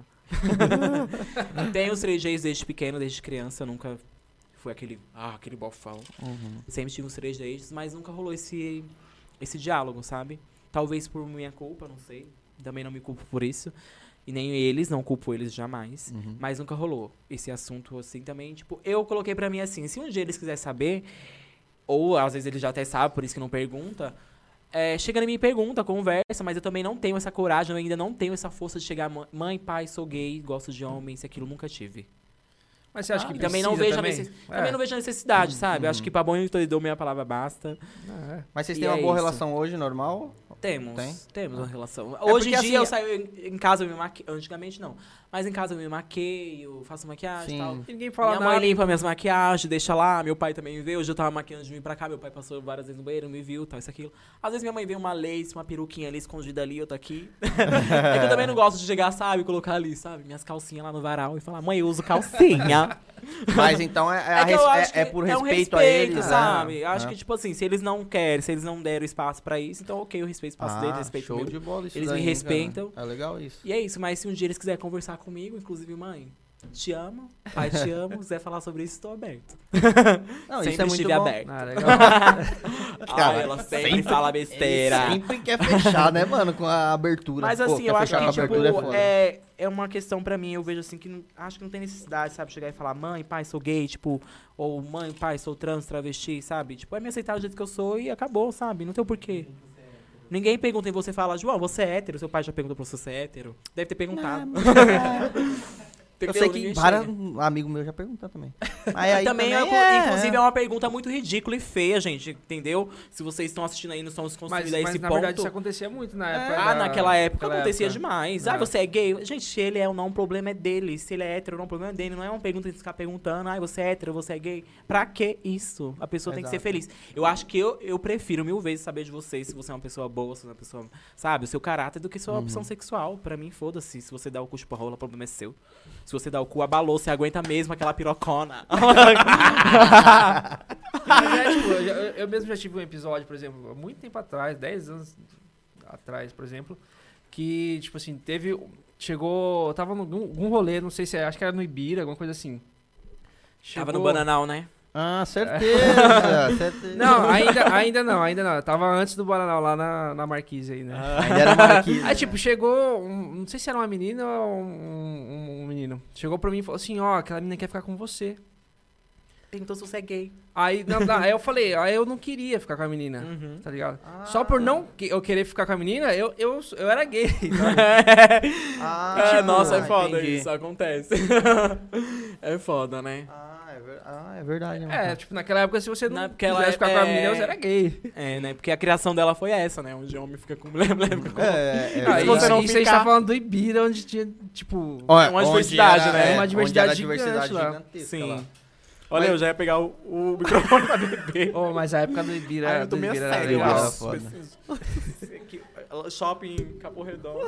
Tenho os trejeitos desde pequeno, desde criança. Eu nunca fui aquele, ah, aquele bofão. Uhum. Sempre tive os trejeitos, mas nunca rolou esse, esse diálogo, sabe? Talvez por minha culpa, não sei. Também não me culpo por isso. E nem eles, não culpo eles jamais. Uhum. Mas nunca rolou esse assunto assim também. Tipo, eu coloquei pra mim assim, se um dia eles quiserem saber, ou às vezes eles já até sabem, por isso que não pergunta, é, chega em mim e pergunta, conversa, mas eu também não tenho essa coragem, eu ainda não tenho essa força de chegar, mãe, pai, sou gay, gosto de homens, aquilo nunca tive. Mas você acha Ah, que E também não, precisa vejo também? A necess... É. também não vejo a necessidade, sabe? Uhum. Acho que pra bom entendedor minha palavra basta. É. Mas vocês E têm uma é boa isso. relação hoje, normal? Temos, Tem? temos uma relação. É Hoje em porque, dia assim, eu saio em, em casa, eu me maqueio. Antigamente não. Mas em casa eu me maqueio, faço maquiagem e Sim. tal. E ninguém fala Minha nada. mãe limpa minhas maquiagens, deixa lá. Meu pai também me vê. Hoje eu tava maquiando de vir pra cá. Meu pai passou várias vezes no banheiro, me viu, tal, isso, aquilo. Às vezes minha mãe vê uma lace, uma peruquinha ali escondida ali, eu tô aqui. É que eu também não gosto de chegar, sabe, colocar ali, sabe, minhas calcinhas lá no varal e falar, mãe, eu uso calcinha. Mas então é, é, a É que eu res- acho é- é que por é um respeito, a respeito, eles, né? sabe? Eu acho É. que, tipo assim, se eles não querem, se eles não deram espaço pra isso, então ok, eu respeito o espaço Ah, deles, respeito o show meu. de bola isso Eles me daí, hein, respeitam. cara? É legal isso. E é isso, mas se um dia eles quiserem conversar comigo, inclusive, mãe, te amo, pai, te amo, quiser falar sobre isso, estou aberto. Não, sempre isso é muito estive bom. aberto. Ah, legal. Ai, ela sempre, fala besteira. Ele sempre quer fechar, né, mano, com a abertura. Mas Pô, assim, quer eu acho fechar que, com a tipo, abertura é foda. é, é uma questão pra mim, eu vejo assim, que não, acho que não tem necessidade, sabe, chegar e falar, mãe, pai, sou gay, tipo, ou mãe, pai, sou trans, travesti, sabe? Tipo, é me aceitar do jeito que eu sou e acabou, sabe? Não tem o porquê. Ninguém pergunta em você fala, João, você é hétero? Seu pai já perguntou pra você se é hétero? Deve ter perguntado. Eu Entendeu? sei que Ninguém vários chega. amigos meus já perguntaram também. Mas aí também, também é, é, inclusive, é uma pergunta muito ridícula e feia, gente, entendeu? Se vocês estão assistindo aí e não estão se Mas, construindo a mas esse na ponto. verdade isso acontecia muito na época. Ah, da- naquela época naquela acontecia época. demais. É. Ah, você é gay? Gente, se ele é ou não, o problema é dele. Se ele é hétero ou não, o problema é dele. Não é uma pergunta de ficar perguntando, ah, você é hétero, você é gay. Pra que isso? A pessoa tem que ser Exato. feliz. Eu acho que eu, eu prefiro mil vezes saber de vocês se você é uma pessoa boa, se você é uma pessoa, sabe, o seu caráter, do que sua Uhum. opção sexual. Pra mim, foda-se. Se você dá o cu chupa rola, o problema é seu. Se você dá o cu, abalou, você aguenta mesmo aquela pirocona. Mas é, tipo, eu, já- eu- eu mesmo já tive um episódio, por exemplo, há muito tempo atrás, dez anos atrás, por exemplo, que, tipo assim, teve. Chegou. Tava num num rolê, não sei se é, acho que era no Ibira, alguma coisa assim. Tava no Chegou- Bananal, né? Ah, certeza, certeza. Não, ainda, ainda não, ainda não. Tava antes do Bananal, lá na, na Marquise aí, né? Ainda era Marquise. Aí, tipo, chegou, um- não sei se era uma menina ou um, um- um menino. Chegou pra mim e falou assim, ó, aquela menina quer ficar com você. Perguntou se você é gay. Aí, não, não, aí eu falei, aí eu não queria ficar com a menina, Uhum. tá ligado? Ah. Só por não que- eu querer ficar com a menina, eu, eu, eu era gay, sabe? Ah, É, tipo, nossa, é ah, foda entendi. isso, acontece. é foda, né? Ah, é, ver... ah, é verdade. né, É, cara? tipo, naquela época, se você não Naquela quisesse ficar com a é- menina, você era gay. É, né? Porque a criação dela foi essa, né? Onde o homem fica com mulher, mulher fica com É, é, Ah, se e você isso, não isso a gente ficar- tá falando do Ibira, onde tinha, tipo... Olha, uma onde diversidade, era- né? é, Uma onde diversidade era a diversidade gigante lá. gigantesca Sim. lá. Olha, Mas- eu já ia pegar o, o microfone pra beber. Oh, mas a época do Ibira, Ai, eu tô do meio Ibira era sério, legal. Ibira. ó. foda. Aqui, Shopping em Capão Redondo.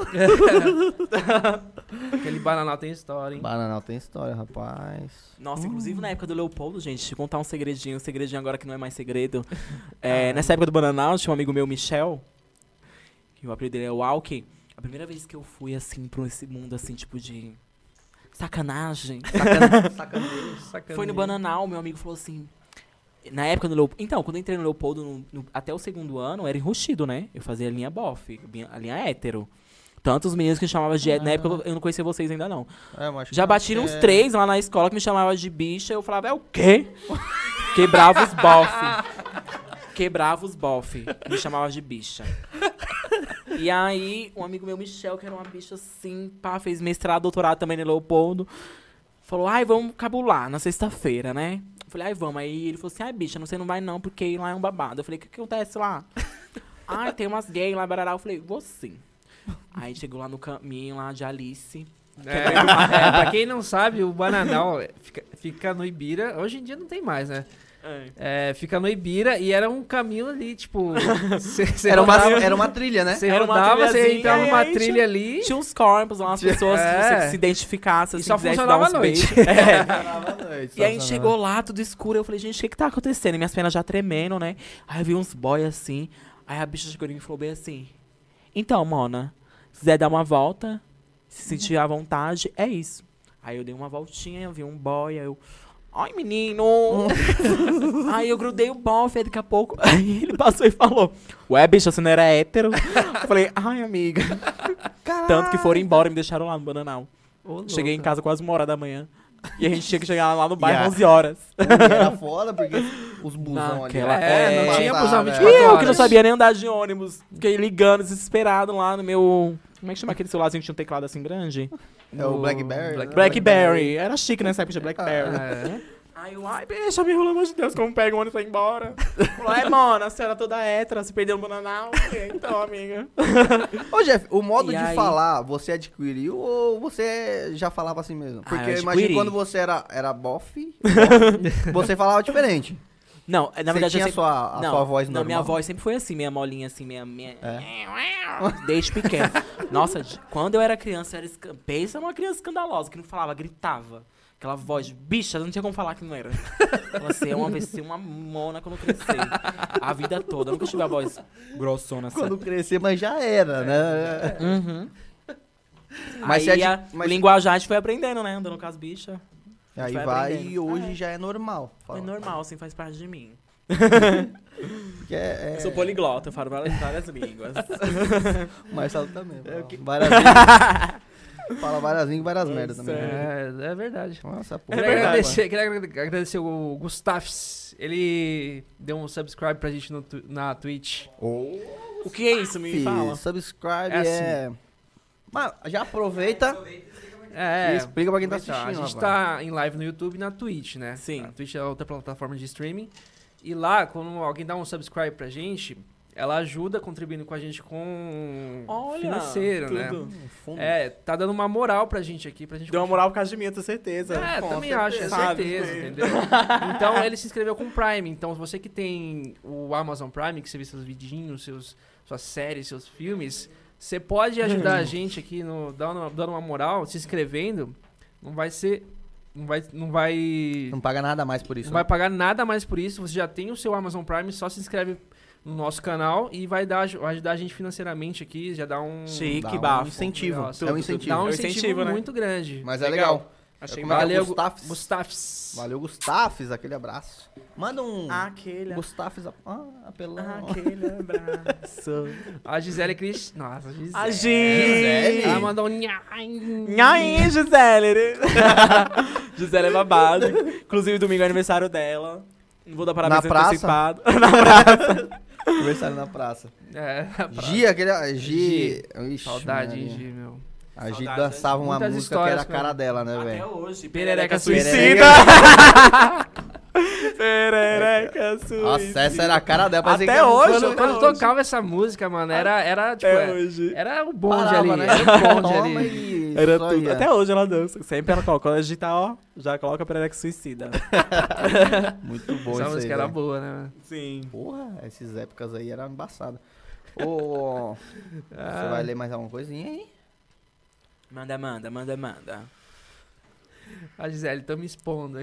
Aquele bananal tem história, hein? Bananal tem história, rapaz. Nossa, inclusive na época do Leopoldo, gente, deixa eu contar um segredinho, um segredinho agora que não é mais segredo. É, nessa época do Bananal, tinha um amigo meu, Michel, que o apelido dele é o Alck. A primeira vez que eu fui, assim, pra esse mundo, assim, tipo de sacanagem, Sacaneiro. foi no Bananal, meu amigo falou assim... Na época do Leopoldo... Então, quando eu entrei no Leopoldo, no- no- até o segundo ano, era enrustido, né? Eu fazia a linha bofe, a linha hétero. Tanto os meninos que chamavam de hétero... Na época eu- eu não conhecia vocês ainda, não. É, mas acho Já que batiram é- uns três lá na escola que me chamavam de bicha. Eu falava, é o quê? Quebrava os bofe. Quebrava os bofe. Me chamava de bicha. E aí, um amigo meu, Michel, que era uma bicha assim, pá, fez mestrado, doutorado também no Leopoldo. Falou, ai, vamos cabular na sexta-feira, né? Eu falei, ai, vamos. Aí ele falou assim, ai, bicha, você não vai não, porque lá é um babado. Eu falei, o que, que acontece lá? Ai, tem umas gays lá, barará. Eu falei, vou sim. Aí chegou lá no caminho, lá de Alice. É, é, pra quem não sabe, o Bananal fica, fica no Ibira. Hoje em dia não tem mais, né? É, fica no Ibira e era um caminho ali, tipo... cê- cê Era uma, rodava- era uma trilha, né? Você Era uma rodava, você trilhazinha, entrava e numa aí trilha tinha- ali Tinha uns corpos lá, umas pessoas É. que você se identificasse, e assim, só quisesse funcionava dar à uns noite. beijos. É. Funcionava à noite, E aí a gente funcionava. chegou lá, tudo escuro. Eu falei, gente, o que que tá acontecendo? E minhas pernas já tremendo, né? Aí eu vi uns boy assim. Aí a bicha chegou em mim e falou bem assim: Então, Mona, se quiser dar uma volta, se sentir à vontade, é isso. Aí eu dei uma voltinha, eu vi um boy, aí eu... Ai, menino! Aí eu grudei o bofe, aí daqui a pouco... Aí ele passou e falou... Ué, bicha, você não era hétero? Eu falei, ai, amiga. Caraca. Tanto que foram embora e me deixaram lá no Bananal. Ô, Cheguei em louca. casa quase uma hora da manhã. E a gente tinha que chegar lá no bairro Yeah. onze horas. E era foda, porque os busão ali... Naquela- É, não É, tinha passava, busão é. vinte e E quatro eu que não horas. sabia nem andar de ônibus. Fiquei ligando, desesperado lá no meu... Como é que chama aquele celularzinho que tinha um teclado assim grande? É o No Blackberry. Black- Blackberry. Era chique nessa época de Blackberry. É. Aí eu, ai, bicha, me pelo amor de Deus, como pega o ônibus e vai embora. Falou, é, mano, a senhora toda hétera, se perdeu no Bananal. Eu falei, então, amiga. Ô, Jeff, o modo E de aí? falar, você adquiriu ou você já falava assim mesmo? Ah, Porque eu eu imagino adquiri. quando você era, era bofe, bofe, você falava diferente. Não, na Você verdade tinha eu a sempre... sua, a não, sua voz não, normal? minha voz sempre foi assim, minha molinha assim, minha... minha... É. Desde pequeno. Nossa, de- quando eu era criança, eu era esca... pensa numa criança escandalosa, que não falava, gritava. Aquela voz de bicha, não tinha como falar que não era. Você é uma vez uma mona quando eu crescer. A vida toda. Eu nunca tive a voz grossona assim. Quando crescer, mas já era, né? Uhum. Mas Aí você a ad- mas- o linguajar a gente foi aprendendo, né? Andando com as bichas. A Aí gente vai aprendendo. e hoje É. já é normal. É Fala. normal, assim, faz parte de mim. Porque é, Eu sou poliglota, eu falo várias, várias línguas. O Marcelo também. É Fala o que- várias línguas. Fala várias línguas e várias merdas também. É, é verdade. Nossa, pô. Queria, verdade, agradecer, queria agra- agradecer o Gustafs. Ele deu um subscribe pra gente no, tu- na Twitch. Ô, O que é isso? Me fi, fala. subscribe É é... assim. Mas já aproveita É, e explica pra quem tá aproveitar. assistindo. A gente rapaz. tá em live no YouTube e na Twitch, né? Sim. A Twitch é outra plataforma de streaming. E lá, quando alguém dá um subscribe pra gente, ela ajuda contribuindo com a gente com Olha, financeiro, né? tudo. No fundo. É, tá dando uma moral pra gente aqui, pra gente Deu uma moral por causa de mim, eu tenho certeza. É, Com também certeza. acho, é Sabe, certeza, sim. entendeu? Então ele se inscreveu com o Prime. Então você que tem o Amazon Prime, que você vê seus vidinhos, seus, suas séries, seus filmes, você pode ajudar a gente aqui, no, dando, uma, dando uma moral, se inscrevendo. Não vai ser... Não vai... Não vai, Não paga nada mais por isso. não vai pagar nada mais por isso. Você já tem o seu Amazon Prime, só se inscreve no nosso canal e vai, dar, vai ajudar a gente financeiramente aqui, já dá um... Chique, Dá um bafo. incentivo. Nossa, é um incentivo. Dá um É um incentivo, incentivo, né? muito grande. Mas é Legal. legal. Achei Como é que é? Valeu, Gustafs. Gustafs. Valeu, Gustafs. Aquele abraço. Manda um Aquele, Gustafs ah, apelão. aquele abraço. A Gisele Cris... Nossa, a Gisele. A Gisele. Ela mandou um... E aí, Gisele? Gisele é babado. Inclusive, domingo é aniversário dela. Não vou dar parabéns Na praça? antecipado. Na praça. Aniversário na praça. É, Gi, aquele. Gi. Ixi, saudade, Maria. hein, Gi, meu. A Gi Saudade, dançava uma muitas música que era a histórias com cara ela. dela, né, Até velho? hoje. Perereca suicida. Perereca suicida. Nossa, essa era a cara dela. parecia Até que era um hoje, fã- Quando, até quando hoje. tocava essa música, mano, era, era tipo, Até é, hoje. era o bonde Parava, ali, né? era o bonde Toma ali. e Era só tudo. ia. Até hoje ela dança. Sempre ela coloca. Quando a gente tá, ó, já coloca Perereca suicida. Muito bom Essa isso aí, música era velho. boa, né? Sim. Porra, essas épocas aí eram embaçadas. Ô, você Ah. vai ler mais alguma coisinha aí? Manda, manda, manda, manda. A Gisele, tô me expondo aí.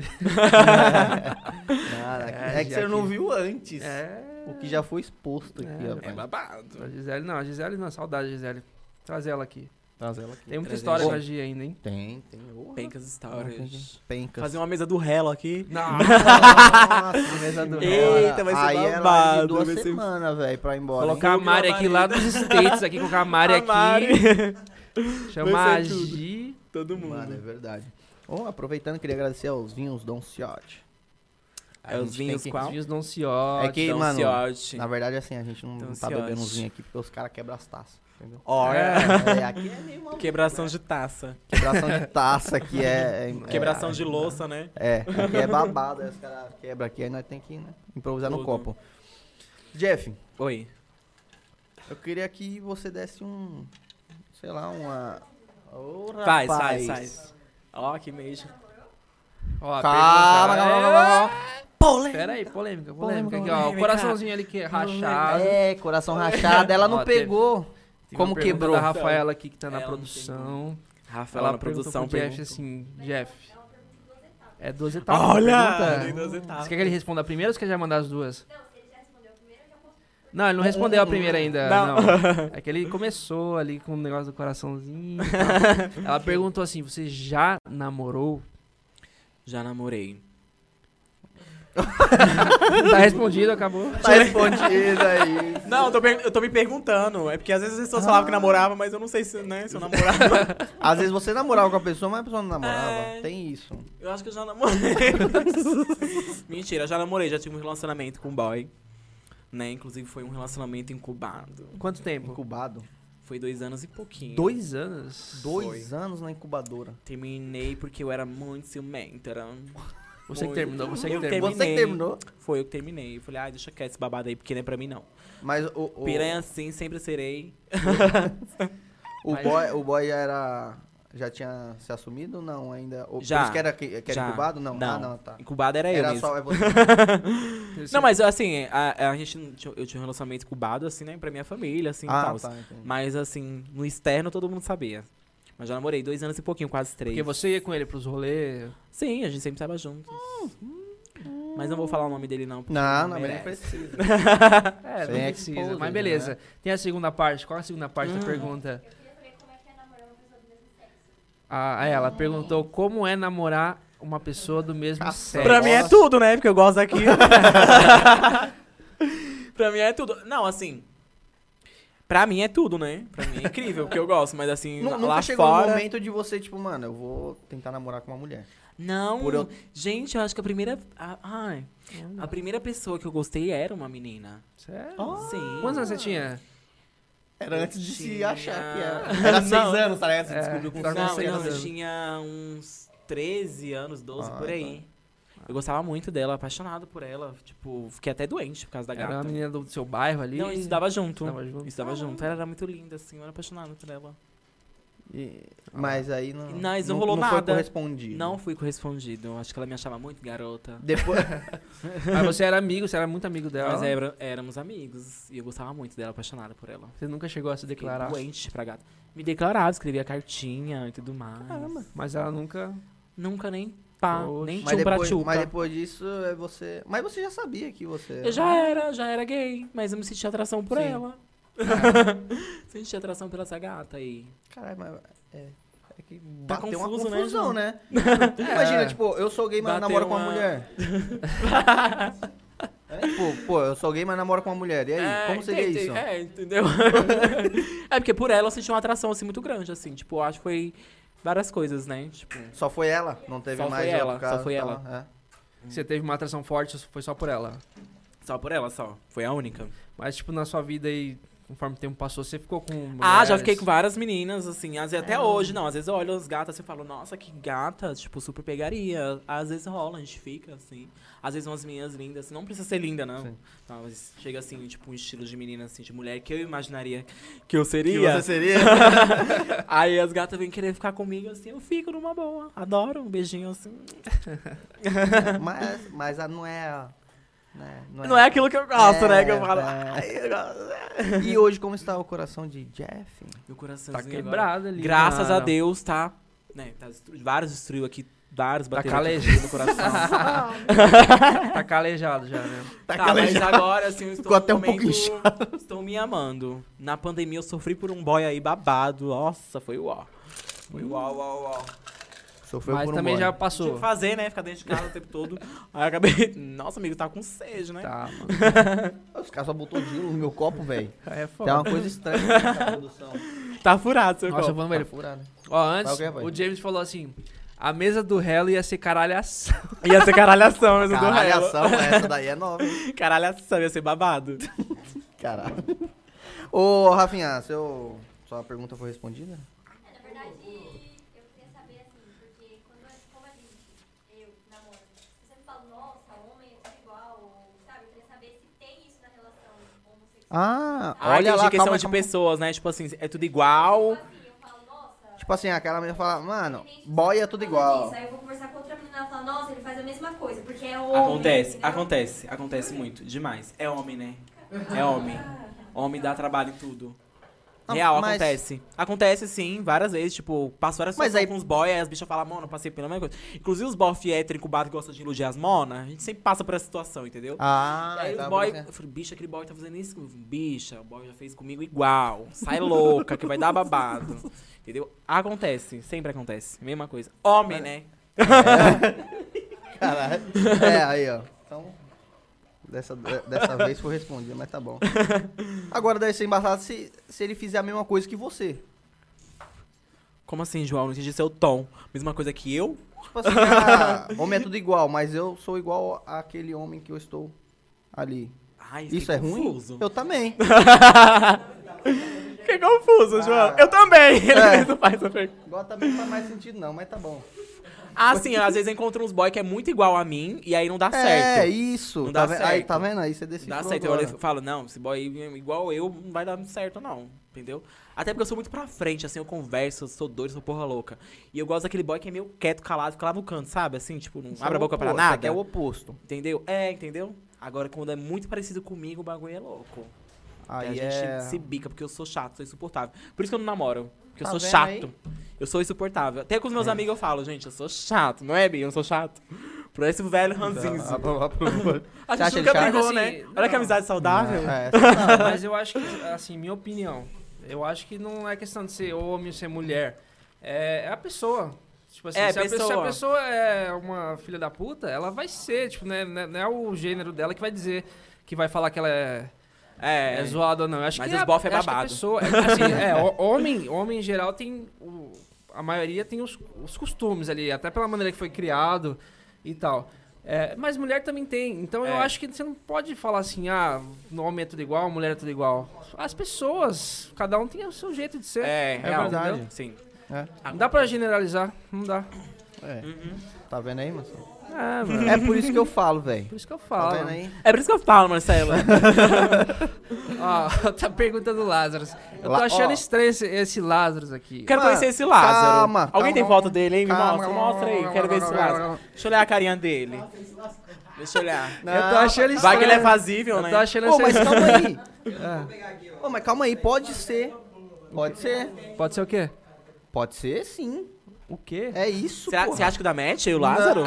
Nada, É, é, que você já não que- viu antes. É. O que já foi exposto aqui, É, rapaz. É babado. A Gisele, não, a Gisele não, saudade, Gisele. Traz ela aqui. Traz ela aqui. Tem muita Trazer história ela. com a Gi ainda, hein? Tem, tem. Porra. Pencas Stories. Pencas. Fazer uma mesa do Relo aqui. Nossa, mesa do Eita, vai ser Aí é babado, live de duas vai ser- semanas, velho, pra ir embora. Colocar a Vou virar Mari a aqui Mari. lá dos States, aqui, colocar a Mari A aqui. Mari. Chamar Vai a ser tudo. Gi. Todo hein? mundo. Mano, é verdade. Oh, aproveitando, queria agradecer aos vinhos Don Ciotti. É A os gente tem vinhos que- qual? Os vinhos não se ódio. É que, Don mano, Ciotti. Na verdade, assim, a gente não Don tá bebendo Ciotti. uns vinhos aqui porque os caras quebram as taças, entendeu? Olha. É, aqui é meio maluco. Quebração de taça. Quebração de taça aqui é... é Quebração é, de louça, né? É, aqui é babado, aí os caras quebram aqui, aí nós tem que né, improvisar no Tudo. copo. Jeff, Oi. eu queria que você desse um, sei lá, uma... Ô, Faz, rapaz. faz, faz. Ó, que mês. Ó, a Calma, pergunta- calma, calma, calma. Polêmica. Pera aí, polêmica, polêmica. Polêmica, Aqui, ó, o polêmica. coraçãozinho ali que é rachado. É, coração rachado, ela não Ó, teve- pegou. Tem Como uma pergunta quebrou? da Rafaela aqui que tá na Ela não produção. Rafaela Ela na perguntou produção pro Jeff pergunta. assim, Jeff. É duas etapas. Olha! pergunta. Tem duas etapas. Você quer que ele responda a primeira ou você quer já mandar as duas? Não, ele não respondeu a primeira ainda. Não. Não. É que ele começou ali com o negócio do coraçãozinho e tal. Ela perguntou assim, você já namorou? Já namorei. Tá respondido, acabou. Tá respondido aí. Não, eu tô, per- eu tô me perguntando. É porque às vezes as pessoas falavam que namorava, mas eu não sei se, né, se eu namorava. Às vezes você namorava com a pessoa, mas a pessoa não namorava. É. Tem isso. Eu acho que eu já namorei. Mentira, eu já namorei, já tive um relacionamento com um boy. Né? Inclusive foi um relacionamento incubado. Quanto tempo? Incubado. Foi dois anos e pouquinho. Dois anos? Dois anos na incubadora. Terminei porque eu era muito ciumento. Era... Você que Foi. terminou, você que Eu terminou. Você que terminou? Foi eu que terminei. Eu falei, ai, deixa quieto esse babado aí, porque não é pra mim, não. Mas o, o, Piranha assim, sempre serei. o, Mas- boy, o boy era... Já tinha se assumido ou não ainda? Ou, Já. Por isso que era, que, que era Já. incubado? Não. Não. Ah, não, tá. Incubado era, eu Era mesmo. só... É você. Não, mas assim, a, a gente, não tinha- eu tinha um relacionamento incubado, assim, né, pra minha família, assim, e Ah, tal. tá, entendi. Mas assim, no externo todo mundo sabia. Mas já namorei dois anos e pouquinho, quase três. Porque você ia com ele pros rolês. Sim, a gente sempre estava juntos. Mas não vou falar o nome dele, não. porque Não, não, mas nem merece. precisa. É, Sem não é precisa. exposed, Mas beleza. né? Tem a segunda parte. Qual é a segunda parte da Hum. pergunta? Eu queria saber como é que é namorar uma pessoa do mesmo sexo. Ah, ela perguntou como é namorar uma pessoa do mesmo Ah, sexo. Pra mim é tudo, né? Porque eu gosto daquilo. Pra mim é tudo. Não, assim. Pra mim é tudo, né? Pra mim é incrível, porque eu gosto, mas assim, Nu- lá Nunca chegou um fora... momento de você, tipo, mano, eu vou tentar namorar com uma mulher. Não, Por eu- gente, eu acho que a primeira... a- ai, Hum. a primeira pessoa que eu gostei era uma menina. Sério? Sim. Quantos anos você tinha? Era Eu antes de se tinha- achar que era. Era seis Não. anos, tá ligado? Você É, descobriu com tá com Não, seis seis não, anos. eu anos. tinha uns treze anos, doze, Ah, por aí. Eu gostava muito dela, apaixonado por ela. Tipo, fiquei até doente por causa da Era gata. uma menina do seu bairro ali? Não, estudava junto. Estudava junto? Estudava junto. Ela era muito linda, assim, eu era apaixonado por ela. E- Mas aí não. Mas não rolou não foi nada. correspondido. Não fui correspondido. Eu acho que ela me achava muito garota. Depois. Mas você era amigo, você era muito amigo dela. Mas era- éramos amigos. E eu gostava muito dela, apaixonada por ela. Você nunca chegou a se Fiquei declarar. doente pra gata. Me declarava, escrevia cartinha e tudo mais. Caramba. Mas ela nunca. Nunca nem pá, Poxa. nem Mas tchum pra depois, tchupa. mas depois disso é você. Mas você já sabia que você. Eu já era, já era gay, mas eu me senti atração por Sim. ela. Senti atração pela essa gata aí. Caralho, mas. É. É que Tá bateu uma confuso, né, confusão, João? né? Imagina, É. tipo, eu sou gay, mas Bateu namoro com uma uma- mulher. É, tipo, pô, eu sou gay, mas namoro com uma mulher. E aí, É, como seria entendi, isso? É, entendeu? É porque por ela eu senti uma atração assim muito grande, assim. Tipo, eu acho que foi várias coisas, né? Tipo, Só foi ela? Não teve Só mais foi outro ela, só caso, foi tá? ela. Você teve uma atração forte, foi só por ela. só por ela, só. Foi a única. Mas, tipo, na sua vida aí, conforme o tempo passou, você ficou com. Ah, já mulheres? fiquei com várias meninas, assim, às vezes, É. até hoje, não. Às vezes eu olho as gatas e falo, nossa, que gata, tipo, super pegaria. Às vezes rola, a gente fica, assim. Às vezes umas meninas lindas, assim, não precisa ser linda, não. Sim. Não, mas chega assim, tipo, um estilo de menina, assim, de mulher que eu imaginaria que eu Que seria. você seria? Aí as gatas vêm querer ficar comigo, assim, eu fico numa boa. Adoro um beijinho, assim. mas, mas a- não é. a- Né? Não é aquilo que eu gosto, né? Que eu É, falo. é. "Ai, eu gosto." E hoje, como está o coração de Jeff? Meu coraçãozinho Tá agora- quebrado ali. Graças a mano. Deus, tá? Né, tá destru... Vários destruiu aqui, vários Tá bateram aqui calejado. no coração. Tá calejado já, né? Tá, Tá, mas agora, assim, eu estou Ficou até num um pouco momento- Estou me amando. Na pandemia eu sofri por um boy aí babado. Nossa, foi uau. Foi uau, uau, uau. Sofreu Mas por um também boy. já Tinha passou. que fazer, né? Ficar dentro de casa o tempo todo. Aí eu acabei... Nossa, amigo, tá com sede, né? Tá, mano. Os caras só botou gelo no meu copo, velho. É Tem foda. uma coisa estranha nessa produção. Tá furado, seu Nossa, copo. vamos Tá ver. furado. Ó, antes, Vai o quê, vai? o James falou assim: a mesa do Hello ia ser caralhação. Ia ser caralhação, mas eu tô Caralhação, essa daí é nova, hein? Caralhação, ia ser babado. Caralho. Ô, Rafinha, seu... sua pergunta foi respondida? É, na verdade, eu queria saber assim, porque quando eu, como a gente, eu namoro, eu sempre falo, nossa, homem é tudo igual, ou, sabe? Eu queria saber se tem isso na relação homossexual. Ah, Ah, olha entendi, lá, questão calma, de calma. pessoas, né? Tipo assim, é tudo igual. Tipo assim, eu falo, nossa... Tipo assim, aquela menina fala, mano, boy é tudo igual. Aí eu vou conversar com outra menina e ela fala, nossa, ele faz a mesma coisa, porque é homem. Acontece, entendeu? acontece, acontece muito, demais. É homem, né? É homem. Homem dá trabalho em tudo. Ah, Real, mas- acontece. Acontece sim, várias vezes. Tipo, passo várias Mas situações aí- com os boys, aí as bichas falam, mano, eu passei pela mesma coisa. Inclusive os bof hétero incubado que gostam de iludir as monas, a gente sempre passa por essa situação, entendeu? Ah, E aí tá os boy, por isso eu falei, bicha, aquele boy tá fazendo isso comigo. Bicha, o boy já fez comigo igual. Sai louca, que vai dar babado. Entendeu? Acontece, sempre acontece. Mesma coisa. Homem, né? que- Caralho. É, aí, ó. Então, dessa, dessa vez foi respondido, mas tá bom. Agora deve ser embaçado se, se ele fizer a mesma coisa que você. Como assim, João? Não entendi seu tom. Mesma coisa que eu? Tipo assim, ah, homem é tudo igual, mas eu sou igual àquele homem que eu estou ali. Ai, Isso fiquei é ruim? confuso. Eu também. Fiquei confuso, João. Ah. Eu também. Ele É. mesmo faz a pergunta. Agora também não faz mais sentido não, mas tá bom. Ah, sim, às vezes eu encontro uns boy que é muito igual a mim e aí não dá É, certo. isso. Não tá dá ve- certo. Aí, tá vendo? Aí você Não decifrou dá certo. Eu agora. olho e falo, não, esse boy igual eu não vai dar certo, não. Entendeu? Até porque eu sou muito pra frente, assim, eu converso, eu sou doido, sou porra louca. E eu gosto daquele boy que é meio quieto, calado, fica lá no canto, sabe? Assim, tipo, não Isso abre é a boca o pra oposto, isso nada. aqui é o oposto. Entendeu? É, entendeu? Agora, quando é muito parecido comigo, o bagulho é louco. Aí Aí a gente é... se bica, porque eu sou chato, sou insuportável. Por isso que eu não namoro. Porque Tá eu sou vendo chato. aí? Eu sou insuportável. Até com os meus É. amigos eu falo, gente, eu sou chato, não é, Bi? Eu sou chato. Por esse velho ranzinho. Ah, ah, ah, A Você acha gente ele nunca chato? brigou, Assim, né? não. Olha que amizade saudável. É, Mas eu acho que, assim, minha opinião, eu acho que não é questão de ser homem ou ser mulher. É, é a pessoa. Tipo assim, É, se, a pessoa. se pessoa. a pessoa é uma filha da puta, ela vai ser, tipo, né, né, não é o gênero dela que vai dizer, que vai falar que ela é, É. é zoada ou não. Eu acho Mas que os a- bofe é eu acho que a babado. pessoa, é, assim, é, o- homem, homem em geral tem, o- a maioria tem os, os costumes ali, até pela maneira que foi criado e tal. É, mas mulher também tem. Então eu É. acho que você não pode falar assim, ah, no homem é tudo igual, mulher é tudo igual. As pessoas, cada um tem o seu jeito de ser. É, real. verdade. Sim. É, Não dá pra generalizar, não dá. é. Uhum. Tá vendo aí, Marcelo? É, mano. É por isso que eu falo, velho. Por isso que eu Tá falo. vendo aí? É por isso que eu falo, Marcelo. Ó, tá perguntando do Lázaro. Eu tô Lá- achando ó. estranho esse, esse Lázaro aqui. Quero Mano, conhecer esse Lázaro. calma, Alguém calma, tem foto dele, hein? Me calma, mostra, calma, mostra aí. calma, Quero ver esse calma, calma, Lázaro. calma. Deixa eu olhar a carinha dele. Deixa eu olhar. Eu tô achando estranho. Vai que ele é fazível, Eu né? tô achando Ô, mas esse- calma aí. É. Ô, mas calma aí, pode ser. Pode ser. Pode ser o quê? Pode ser, sim. O quê? É isso, Será- porra. Você acha que dá match aí, o Lázaro?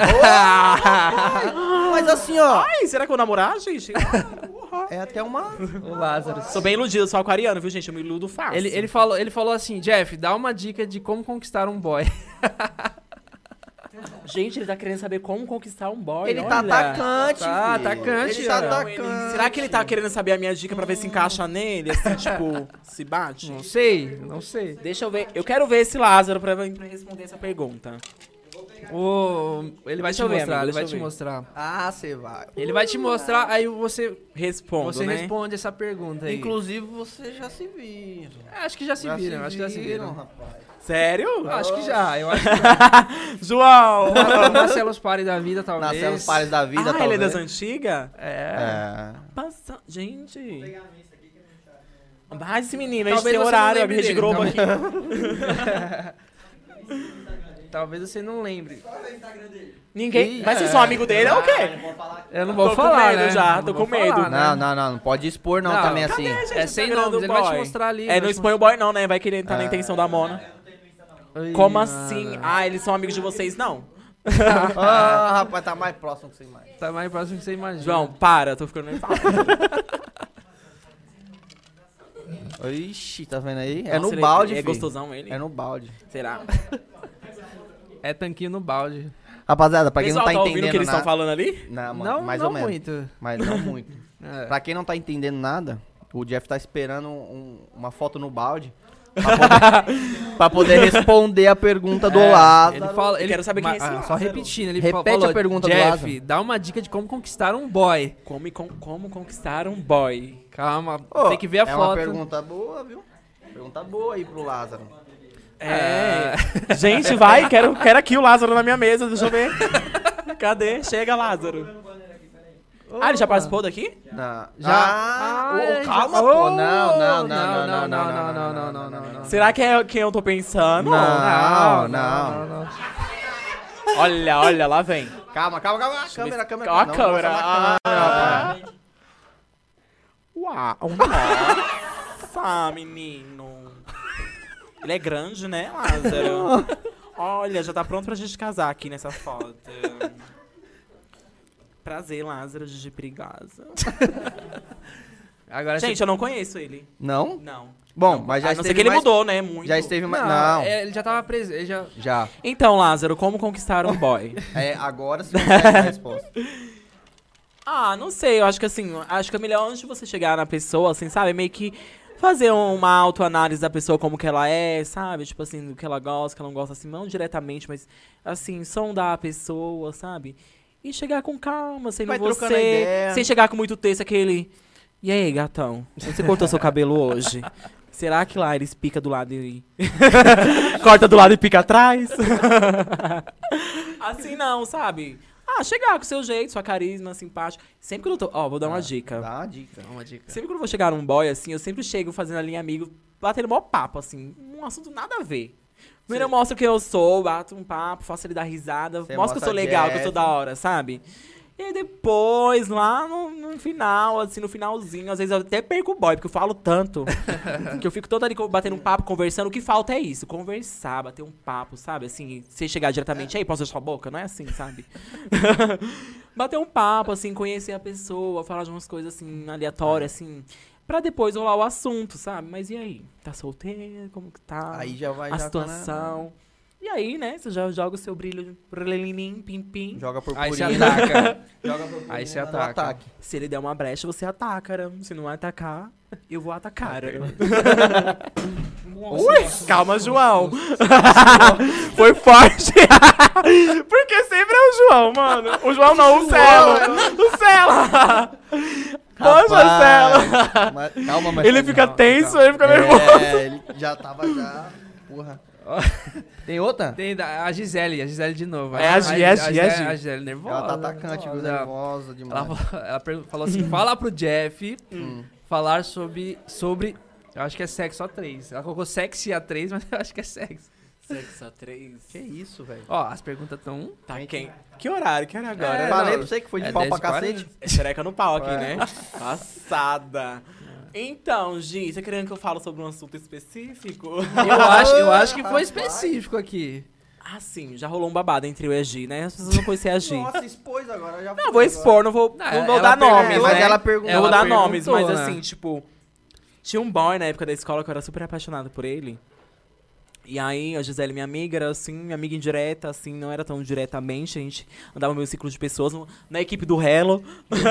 Mas assim, ó, Ai, será que eu vou namorar, gente? é até uma... O Lázaro. Sou bem iludido, sou aquariano, viu, gente? Eu me iludo fácil. Ele, ele, falou, ele falou assim, Jeff, dá uma dica de como conquistar um boy. Gente, ele tá querendo saber como conquistar um boy, Ele tá olha. atacante, Tá filho. atacante, Ele tá ó. atacante. Será que ele tá querendo saber a minha dica pra ver se encaixa nele? Assim, tipo, se bate? Não sei, não sei. Deixa eu ver. Eu quero ver esse Lázaro pra, pra responder essa pergunta. O, ele vai Deixa te eu ver, mostrar, amigo, ele vai deixa te eu ver. mostrar. Ah, você vai. Ele vai te mostrar, aí você, Respondo, você né? responde essa pergunta aí. Inclusive, você já se viram. É, acho que já se viram, acho que já se viram. rapaz. Sério? Acho que já, eu acho que João! já. Marcelos Pare da vida, talvez. Nascemos pares da vida, ah, talvez. ele é das antigas? É. É. Passa... Gente... Mas esse menino, a gente Talvez tem você não horário, a lembre Rede dele, Globo aqui. Talvez você não lembre. Ninguém... Ih, Mas vocês é. são amigos dele, é o quê? Eu não vou Tô falar, com medo né? já, Não tô vou com medo. falar, né? Não, não, não. Não pode expor, não, Não, também cadê, assim. gente? É sem Instagram nomes, do ele vai te boy. mostrar ali. É, vai não te expõe o boy não, né? Vai querer entrar na É. intenção da Mona. Ih, Como mano. assim? Ah, eles são amigos de vocês, não? Ah, rapaz, tá mais próximo que você imagina. Tá mais próximo que você imagina. João, para, tô ficando nervoso. Ixi, tá vendo aí? É Nossa, no ele balde, É filho. gostosão ele? É no balde. Será? É tanquinho no balde. Rapaziada, pra quem Pessoal, não tá tá ouvindo o entendendo que eles estão nada... falando ali? Não, mano, Não, mais não ou menos. muito. Mas não muito. É. Pra quem não tá entendendo nada, o Jeff tá esperando um- uma foto no balde pra poder, pra poder responder a pergunta do É, Lázaro. Ele fala, Eu ele, quero saber quem é esse ah, Só Lázaro. repetindo, ele Repete falou, a pergunta do Jeff, Lázaro. dá uma dica de como conquistar um boy. Como, e con- como conquistar um boy? Calma, Ô, tem que ver a é foto. uma pergunta boa, viu? Pergunta boa aí pro Lázaro. É. Gente, vai, quero, quero aqui o Lázaro na minha mesa, deixa eu ver. Cadê? Chega, Lázaro. Ah, ele já participou daqui? Não. Já. Ah, Ah, ô, calma, já- pô. Oh, Não, não, não, não, não, não, não, não, não, não, não. Será que é quem eu tô pensando? Não, não. Olha, olha, lá vem. Calma, calma, calma. A câmera, a câmera. Ó a Não, câmera. mostra na câmera, Ah. rapaz. Uau, nossa. Nossa, menino. Ele é grande, né, Lázaro? Olha, já tá pronto pra gente casar aqui nessa foto. Prazer, Lázaro, de perigosa. Agora Gente, você... eu não conheço ele. Não? Não. Bom, Não, mas já a não ser esteve que ele mais... mudou, né? Muito. Já esteve mais... Não, Não, é, ele já tava preso. Ele já... já. Então, Lázaro, como conquistar um boy? É, agora sim é a resposta. Ah, não sei, eu acho que assim, acho que é melhor antes de você chegar na pessoa, assim, sabe, meio que fazer uma autoanálise da pessoa, como que ela é, sabe, tipo assim, do que ela gosta, que ela não gosta, assim, não diretamente, mas assim, sondar a pessoa, sabe, e chegar com calma, sem Vai trocando você, ideia. sem chegar com muito texto, aquele, e aí, gatão, você cortou seu cabelo hoje? Será que lá eles pica do lado e... corta do lado e pica atrás? Assim não, sabe? Ah, chegar com o seu jeito, sua carisma, simpática. Sempre que eu tô... Ó, vou dar uma dica. Dá uma dica. Dá uma dica. Sempre que eu vou chegar num boy, assim, eu sempre chego fazendo a linha amigo, batendo mó papo, assim. Um assunto nada a ver. Primeiro eu mostro quem eu sou, bato um papo, faço ele dar risada. Você Mostro que eu sou mostra legal, Jeff. que eu sou da hora, sabe? E aí depois, lá no, no final, assim, no finalzinho, às vezes eu até perco o boy, porque eu falo tanto. Que eu fico toda ali co- batendo um papo, conversando. O que falta é isso, conversar, bater um papo, sabe? Assim, sem chegar diretamente, aí, posso deixar sua boca? Não é assim, sabe? Bater um papo, assim, conhecer a pessoa, falar de umas coisas, assim, aleatórias, assim, pra depois rolar o assunto, sabe? Mas e aí? Tá solteiro? Como que tá? Aí já vai... a já situação. E aí, né, você já joga o seu brilho, brilhinho, pim, pim. Joga por Aí você purinha. ataca. Joga por Aí você no ataca. ataque. Se ele der uma brecha, você ataca, né? Se não atacar, eu vou atacar. né? Ui, calma, João. Foi forte. Porque sempre é o João, mano. O João não, o Celo. O Celo. Poxa, Celo. Mas- calma, mas... Ele fica Não, tenso, calma. ele fica nervoso. É, ele já tava já... Porra. Tem outra? Tem da- a Gisele, a Gisele de novo. É a Gi, é a Gi, é a Gi. A Gisele nervosa. Ela tá atacante, viu? nervosa. Nervosa demais. Ela, falou- ela pergun- falou assim, fala pro Jeff Hum. falar sobre, sobre, eu acho que é sexo a três. Ela colocou sexy a três, mas eu acho que é sexo. Sexo a três. Que isso, velho? Ó, as perguntas tão... Tá quem? Que horário? Que hora agora? É, Falei não, pra você que foi de é pau pra dez e quarenta. cacete. É xereca no pau aqui, É. né? Passada. Então, Gi, você querendo que eu fale sobre um assunto específico? Eu acho, eu acho que foi específico aqui. Ah, sim, já rolou um babado entre eu e a Gi, né? As pessoas não conheciam a Gi. Nossa, expôs agora. Já Não, foi vou agora. expor, não vou, Não, não vou ela dar perguntou, nomes, mas né? ela perguntou. Eu vou Ela dar nomes, mas perguntou, né? assim, tipo... Tinha um boy na época da escola que eu era super apaixonado por ele. E aí, a Gisele, minha amiga, era assim, minha amiga indireta, assim, não era tão diretamente. A gente andava no meu ciclo de pessoas, no- na equipe do Hello.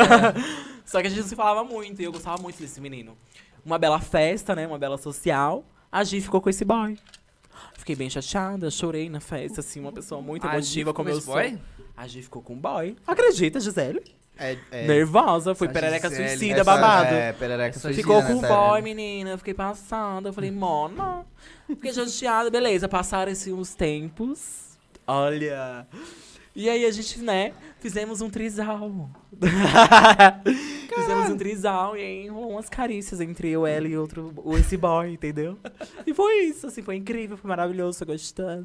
Só que a gente não se falava muito, e eu gostava muito desse menino. Uma bela festa, né? Uma bela social. A Gi ficou com esse boy. Fiquei bem chateada, chorei na festa, assim, uma pessoa muito A Gi emotiva ficou como com eu esse sou. boy? A Gi ficou com o boy. Acredita, Gisele? É, é, Nervosa, foi Essa perereca Gisele, suicida, essa- babado. É, perereca Essa suicida, Ficou né, com o sério. boy, menina. Eu fiquei passada. Eu falei, mona. Fiquei chateada. Beleza, passaram-se uns tempos. Olha. E aí a gente, né, fizemos um trisal. Fizemos um trisal e aí rolou umas carícias entre eu, ela e outro, o- esse boy, entendeu? E foi isso, assim, foi incrível, foi maravilhoso, foi gostoso.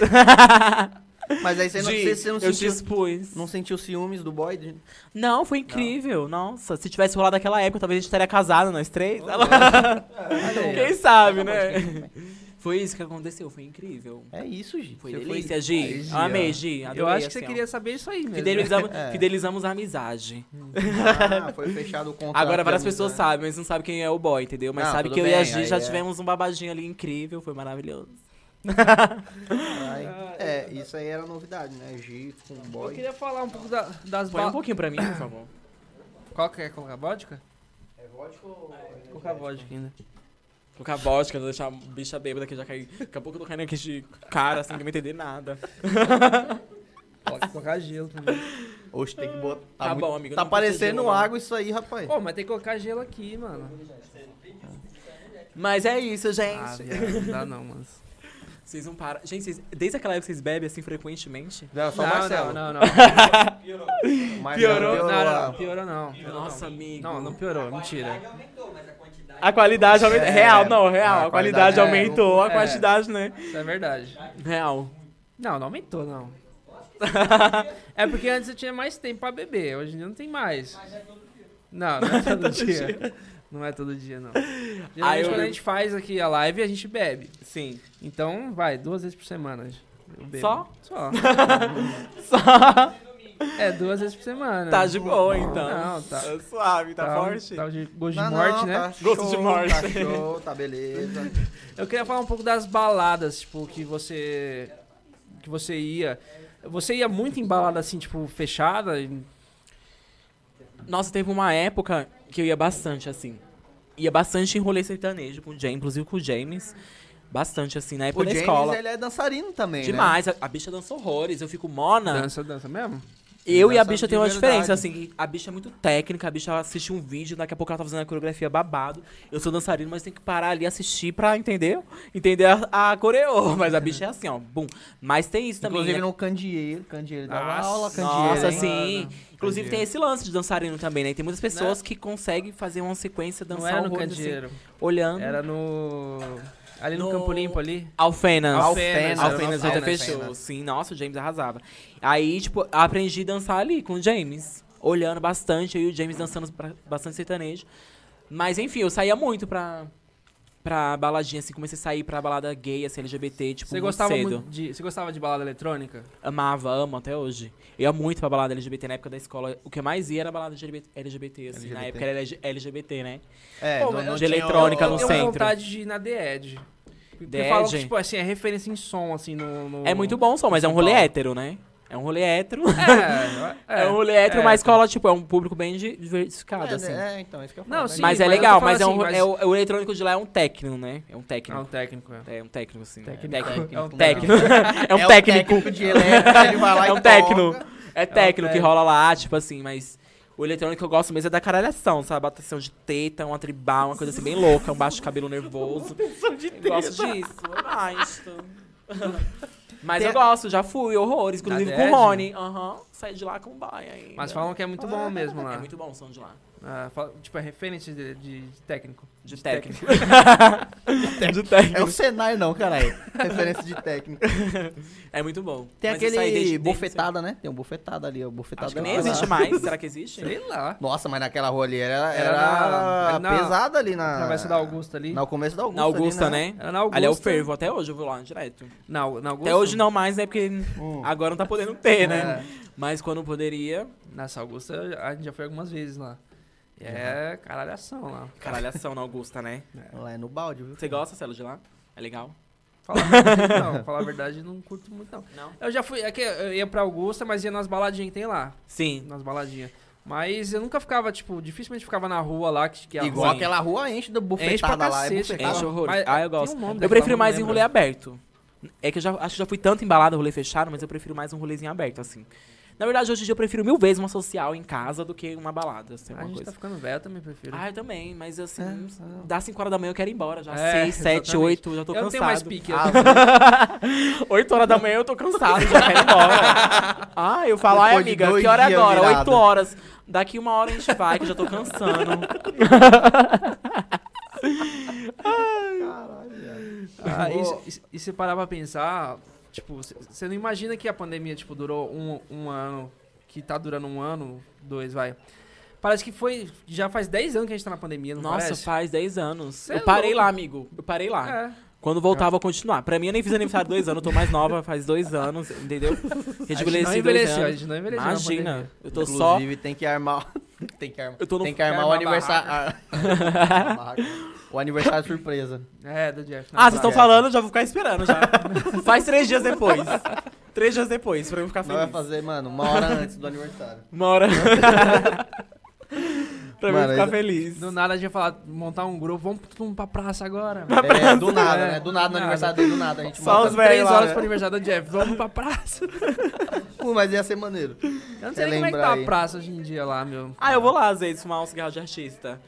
Mas aí você não, Gi, você, você não eu te sentiu... expus. Não sentiu ciúmes do boy? De- Não, foi incrível. Nossa, se tivesse rolado naquela época, talvez a gente estaria casado, nós três. Quem sabe, né? Foi isso que aconteceu, foi incrível. É isso, Gi. Foi Você delícia, Aí, Gi. Gi, Eu amei, ó. Gi. Adorei, Eu acho que você assim, ó. queria saber isso aí mesmo. Fidelizamos, É. fidelizamos a amizade. Ah, foi fechado o contrato. Agora várias de pessoas amizade. sabem, mas não sabem quem é o boy, entendeu? Mas Não, sabe tudo que eu e a bem, Gi aí já é. tivemos um babadinho ali incrível, foi maravilhoso. Ai, é, isso aí era novidade, né? Gi com o Eu boy. queria falar um pouco da- das Põe um ba... pouquinho pra mim, por favor. Qual que é? Colocar vodka? É vodka ou... Colocar vodka ainda. Colocar vodka, deixar a bicha bêbada que já cai. Daqui a pouco eu tô caindo aqui de cara, assim, que não vai entender nada. Coloca- Colocar gelo também. Oxe, tem que botar... Tá muito- bom, amigo, Tá não precisa de parecendo gelo, não. água isso aí, rapaz. Pô, mas tem que colocar gelo aqui, mano. Mas é isso, gente. Ah, viado, não dá não, mano. Vocês não param. Gente, vocês, desde aquela época vocês bebem assim frequentemente? Não, só o Não, Marcelo. não, não, não. O Marcelo Piorou? Não, a- não, não, piorou não. Piorou Nossa, não. amigo. Não, não piorou, mentira. aumentou, mas a quantidade... A qualidade aumentou. É, Real, não, real. a A qualidade qualidade é- aumentou, a é. quantidade, né? Isso é verdade. Real. Não, não aumentou, não. É porque antes eu tinha mais tempo pra beber, hoje em dia não tem mais. Não, não é todo dia. Não é todo dia, não. Geralmente eu quando a bebo. gente faz aqui a live, a gente bebe. Sim. Então, vai, duas vezes por semana. Eu bebo. Só? Só. Só. É, duas vezes por semana. Tá de boa, então. Não, tá. Tá suave, tá, forte. Tá de gosto Não, de morte, não, né? Tá Gosto show, de morte. Tá show, tá beleza. Eu queria falar um pouco das baladas, tipo, que você... Que você ia... Você ia muito em balada, assim, tipo, fechada? E- Nossa, teve uma época que eu ia bastante, assim. Ia bastante em rolê sertanejo, com o James, inclusive com o James. Bastante, assim, na época O da James, escola. ele é dançarino também, né? Demais, a, a bicha dança horrores. Eu fico mona. Dança, dança mesmo? Eu e a Dança bicha de tem uma verdade. diferença, assim. A bicha é muito técnica, a bicha assiste um vídeo, daqui a pouco ela tá fazendo a coreografia babado. Eu sou dançarino, mas tem que parar ali e assistir pra entender, entender a, a coreô. Mas a bicha é assim, ó, bum. Mas tem isso também. Inclusive né? no Candeeiro. Candeeiro dava Nossa, aula, Candeeiro. Nossa, hein? sim. Mano, Inclusive tem esse lance de dançarino também, né? Tem muitas pessoas Né? que conseguem fazer uma sequência, Não dançar era no horrores, assim, Candeeiro. olhando. Era no... Ali no, No- Campo Limpo, ali. Alfenas. Alfenas, Alfenas, era Alfenas no até Alfenas. fechou. Sim, nossa, o James arrasava. Aí, tipo, aprendi a dançar ali com o James. Olhando bastante, eu e o James dançando pra- bastante sertanejo. Mas, enfim, eu saía muito pra, pra baladinha, assim. Comecei a sair pra balada gay, assim, L G B T, tipo, Você muito gostava cedo. muito de... Você gostava de balada eletrônica? Amava, amo até hoje. Eu ia muito pra balada L G B T na época da escola. O que eu mais ia era balada de L G B T, L G B T, assim. L G B T. Na época era L G B T, né? É, Pô, não- eu não de tinha eletrônica o- no eu tenho centro. vontade de ir na The Edge. Porque The falam Edge? que, tipo, assim, é referência em som, assim, no... no- É muito bom o som, mas é um São rolê Paulo. hétero, né? É um rolê hétero. É, É, um rolê hétero, é. mas escola, tipo, é um público bem di- diversificado, É, assim. é, então, isso que eu Não, falo, sim, mas é mas eu tô legal, falando mas, é, um, assim, mas- é o, o eletrônico de lá é um técnico, né? É um É técnico. um técnico, é. É um técnico, assim. Técnico. É técnico. É um técnico. é um É o técnico. técnico de elétrica, ele vai lá É e um técnico. toca. É técnico que técnico. rola lá, tipo assim, mas o eletrônico que eu gosto mesmo é da caralhação, sabe? Batação de teta, uma tribal, uma coisa assim bem louca, um baixo de cabelo nervoso. Eu gosto disso, eu gosto. Mas Tem eu gosto, já fui, horrores, inclusive Da com o Dead? Rony. Aham, saí de lá com o baia ainda. Mas falam que é muito bom mesmo lá. É muito bom o som de lá. Ah, fala- tipo, é referência de, de- de técnico. De técnico. É de o técnico. Senai não, caralho. Referência de técnico. É muito bom. Tem Mas eu saí aquele desde- desde bofetada, né? Tem um bofetada ali, ó. Bofetada Acho que é nem lá. existe mais. Será que existe? Sei lá. Nossa, mas naquela rua ali era, Era era, na- ali na- pesada ali na... Travessa da Augusta ali. No começo da Augusta. Na Augusta, ali, né? Era na Augusta. Ali é o fervo, até hoje eu vou lá direto. Na, na Augusta? Até hoje não mais, né? Porque Hum. agora não tá podendo ter, né? É. Mas quando poderia, Nessa Augusta a gente já foi algumas vezes lá. E é caralhação lá. caralhação na Augusta, né? Lá é no balde, viu? Você gosta, Celo, de lá? É legal? Falar a verdade, não, falar a verdade, não curto muito não. Não? Eu já fui, é que eu ia pra Augusta, mas ia nas baladinhas que tem lá. Sim. Nas baladinhas. Mas eu nunca ficava, tipo, dificilmente ficava na rua lá, que, que é a Igual Sim. aquela rua enche da Enche bufetada pra lá. É cacete, bufetada. Enche horror. Mas Ah, eu tem gosto. um nome Eu daquela, prefiro não mais em lembro. rolê aberto. É que eu já acho que já fui tanto embalado, rolê fechado, mas eu prefiro mais um rolezinho aberto, assim. Na verdade, hoje em dia eu prefiro mil vezes uma social em casa do que uma balada, assim, A uma gente coisa. tá ficando velho, eu também prefiro. Ah, eu também, mas assim, É, dá cinco horas da manhã eu quero ir embora já. É, seis, sete, exatamente. oito, já tô eu não cansado. tenho mais pique. eu- oito horas da manhã eu tô cansado, já quero ir embora. Ah, eu falo, ai Depois de amiga, dois que hora é dias agora? virado. oito horas. Daqui uma hora a gente vai, que eu já tô cansando. Ah, e, se- e se parar pra pensar, tipo, você não imagina que a pandemia, tipo, durou um, um ano, que tá durando um ano, dois, vai. Parece que foi, já faz dez anos que a gente tá na pandemia, não Nossa, parece? faz dez anos. Cê eu é parei louco. lá, amigo. Eu parei lá. É. Quando voltar, vou continuar. Pra mim, eu nem fiz aniversário dois anos, eu tô mais nova, faz dois anos, entendeu? A gente não Rejubileci dois envelheceu, a anos. gente não envelheceu na Imagina, pandemia. eu tô só... Inclusive, tem que armar... tem que armar, Eu tô no- tem que armar o armar aniversário... o aniversário surpresa. É, do Jeff. Ah, vocês estão Jeff. falando, já vou ficar esperando já. Faz três dias depois. Três dias depois, pra eu ficar Nós vai feliz. fazer, mano, uma hora antes do aniversário. Uma hora. pra Mano, eu ficar ele- feliz. Do nada a gente ia falar, montar um grupo, vamos todo mundo pra praça agora. É, do nada, É, né? Do nada, no nada. aniversário dele, do nada. A gente Só monta os velhos Três lá, horas né? pro aniversário do Jeff, vamos pra praça. Pô, mas ia ser maneiro. Eu não sei nem como é que Relembrar tá aí. a praça hoje em dia lá, meu. Ah, eu vou lá às vezes fumar um cigarro de artista.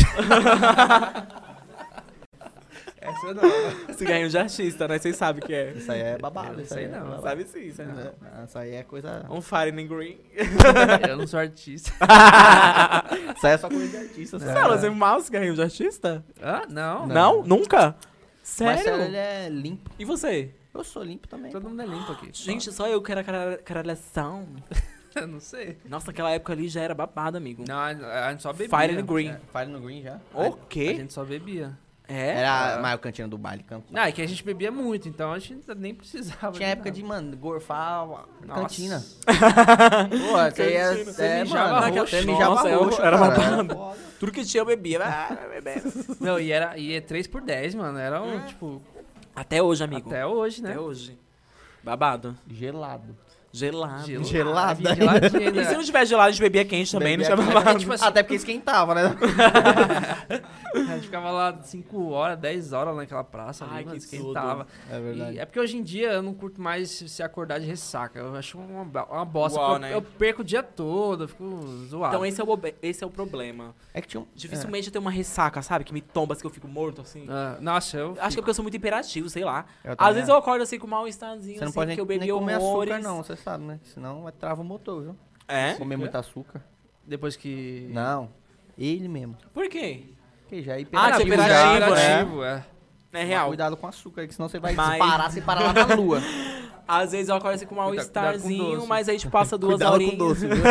Essa não. Cigarrinho de artista, né? Vocês sabem o que é. Isso aí é babado. Eu Isso sei aí é não, babado. Sabe sim, sabe não. É, Isso aí é coisa... Um Fire and Green. Eu não sou artista. Isso aí é só coisa de artista. Você sabe? fala, você fumar um cigarrinho de artista? Ah, não. Não? Nunca? Mas Sério? ele é limpo. E você? Eu sou limpo também. Todo mundo é limpo aqui. Gente, só eu que era cara- caralhação. Eu não sei. Nossa, naquela época ali já era babado, amigo. Não, a a gente só bebia. Fire and Green. Fire no green já. O A quê? gente só bebia. É? Era mais o cantina do baile. Canto. Não, é que a gente bebia muito, então a gente nem precisava. Tinha época de, mano, gorfar a Nossa. cantina. Pô, você ia... Cantina. Você É, mijava mano, roxo. você mijava Nossa, eu- roxo, era uma cara. parada. Tudo que tinha eu bebia. Ah, bebendo. Não, e era e é três por dez, mano. Era, um, tipo, Até hoje, amigo. até hoje, né? Até hoje. Babado. Gelado. Gelado. Gelo- Gelada. vinha geladinho, E se né? não tiver gelado, a gente bebia quente também, Bebia não tinha quente. babado. Tipo assim, Até porque esquentava, né? a gente ficava lá cinco horas, dez horas naquela praça ali, Ai, mano, que esquentava. É verdade. E é porque hoje em dia eu não curto mais se acordar de ressaca. Eu acho uma, ba- uma bosta. Uau, porque eu, né? eu perco o dia todo, eu fico zoado. Então esse é, o, bobe- esse é o problema. É que tinha um... Dificilmente eu tenho uma ressaca, sabe? Que me tomba assim, que eu fico morto, assim. Ah, nossa, eu. Acho que é porque eu sou muito imperativo, sei lá. Eu Às também vezes acho. eu acordo assim com um mal-estarzinho, Você não assim, pode nem, porque eu bebi nem comer horrores. açúcar, não, você sabe, né? Senão vai trava o motor, viu? É? Comer muito açúcar. Depois que. Não. Ele mesmo. Por quê? Que já é Ah, hiperativo. que é já, hiperativo, né? hiperativo, é. É real. Cuidado com açúcar, que senão você vai Mas- disparar, você para lá na lua. Às vezes eu acordo assim com um Cuida- cuidado com mal-estarzinho, doce. mas aí te passa duas Cuidado horinhas. com doce, viu?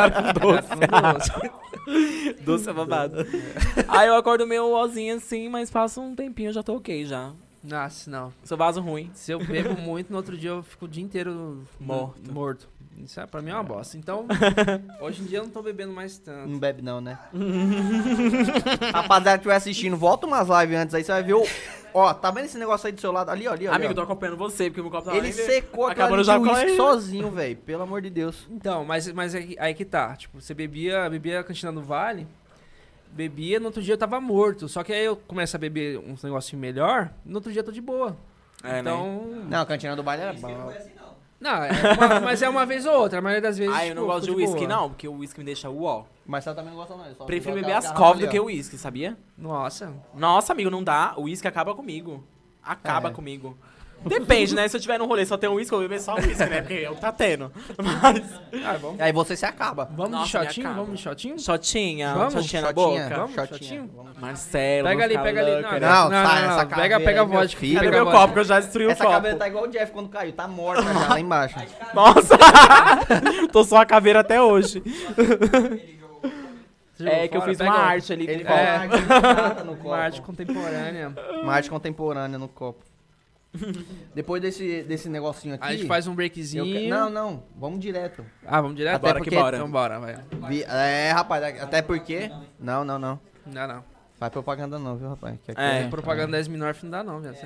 Doce é babado. Aí eu acordo meio ozinho assim, mas passa um tempinho, eu já tô ok já. Nossa, não. Sou vaso ruim. Se eu bebo muito, no outro dia eu fico o dia inteiro Morto. morto. Isso é, pra mim é uma bosta. Então, hoje em dia eu não tô bebendo mais tanto. Não bebe não, né? Rapaziada que estiver assistindo, volta umas lives antes aí, você vai ver o... Ó, tá vendo esse negócio aí do seu lado? Ali, ó, ali, ó. Amigo, eu ali, tô ó. acompanhando você, porque o meu copo tá Ele lá, secou aquela acabando de já com uísque ele. sozinho, velho. Pelo amor de Deus. Então, mas, mas aí, aí que tá. Tipo, você bebia, bebia a cantina do Vale, bebia, no outro dia eu tava morto. Só que aí eu começo a beber uns negocinho melhor, no outro dia eu tô de boa. É, né? então. Não, a cantina do baile era bom. Não foi assim, não. Não, é uma- mas é uma vez ou outra. A maioria das vezes. Ah, eu não tipo, gosto de fico uísque, boa. não, porque o uísque me deixa uó. Mas você também não gosta não. ele só Prefiro joga beber aquela as garrafa covas do ali, que ó. o uísque, sabia? Nossa. Nossa, amigo, não dá. O uísque acaba comigo. Acaba É. comigo. Depende, né? Se eu tiver num rolê só tem um uísque, eu vou beber só uísque, né? Porque é o que tá tendo. Mas... Ah, vamos. Aí você se acaba. Vamos Nossa, de me shotinho? acaba. Vamos de shotinho? Shotinha. Vamos? Shotinha na Shotinha, boca. Vamos, shotinha. shotinho? Vamos. Marcelo, Pega vou ali, ficar pega ali. louca, Não, né? Não, não, sai, não, essa não. Pega, caveira pega a aí, meu vodka. filho. Cadê Pega a meu vodka. copo que eu já destruí o Essa copo? caveira tá igual o Jeff quando caiu. Tá morta já lá embaixo. Nossa! Tô só a caveira até hoje. Ele jogou. Você jogou É que eu fora? fiz Pega uma o- arte ali. Ele com faz É. uma arte de prata no copo. Uma arte contemporânea. Uma arte contemporânea no copo. Depois desse, desse negocinho aqui... Aí a gente faz um eu breakzinho. que- Não, não. Vamos direto. Ah, vamos direto? Até Bora que porque- bora. Então bora, vai. Vi- É, rapaz. Até porque... Não, não, não. Não, não. Faz propaganda não, viu, rapaz? Que aqui É. Propaganda dez Minorf não dá não, velho.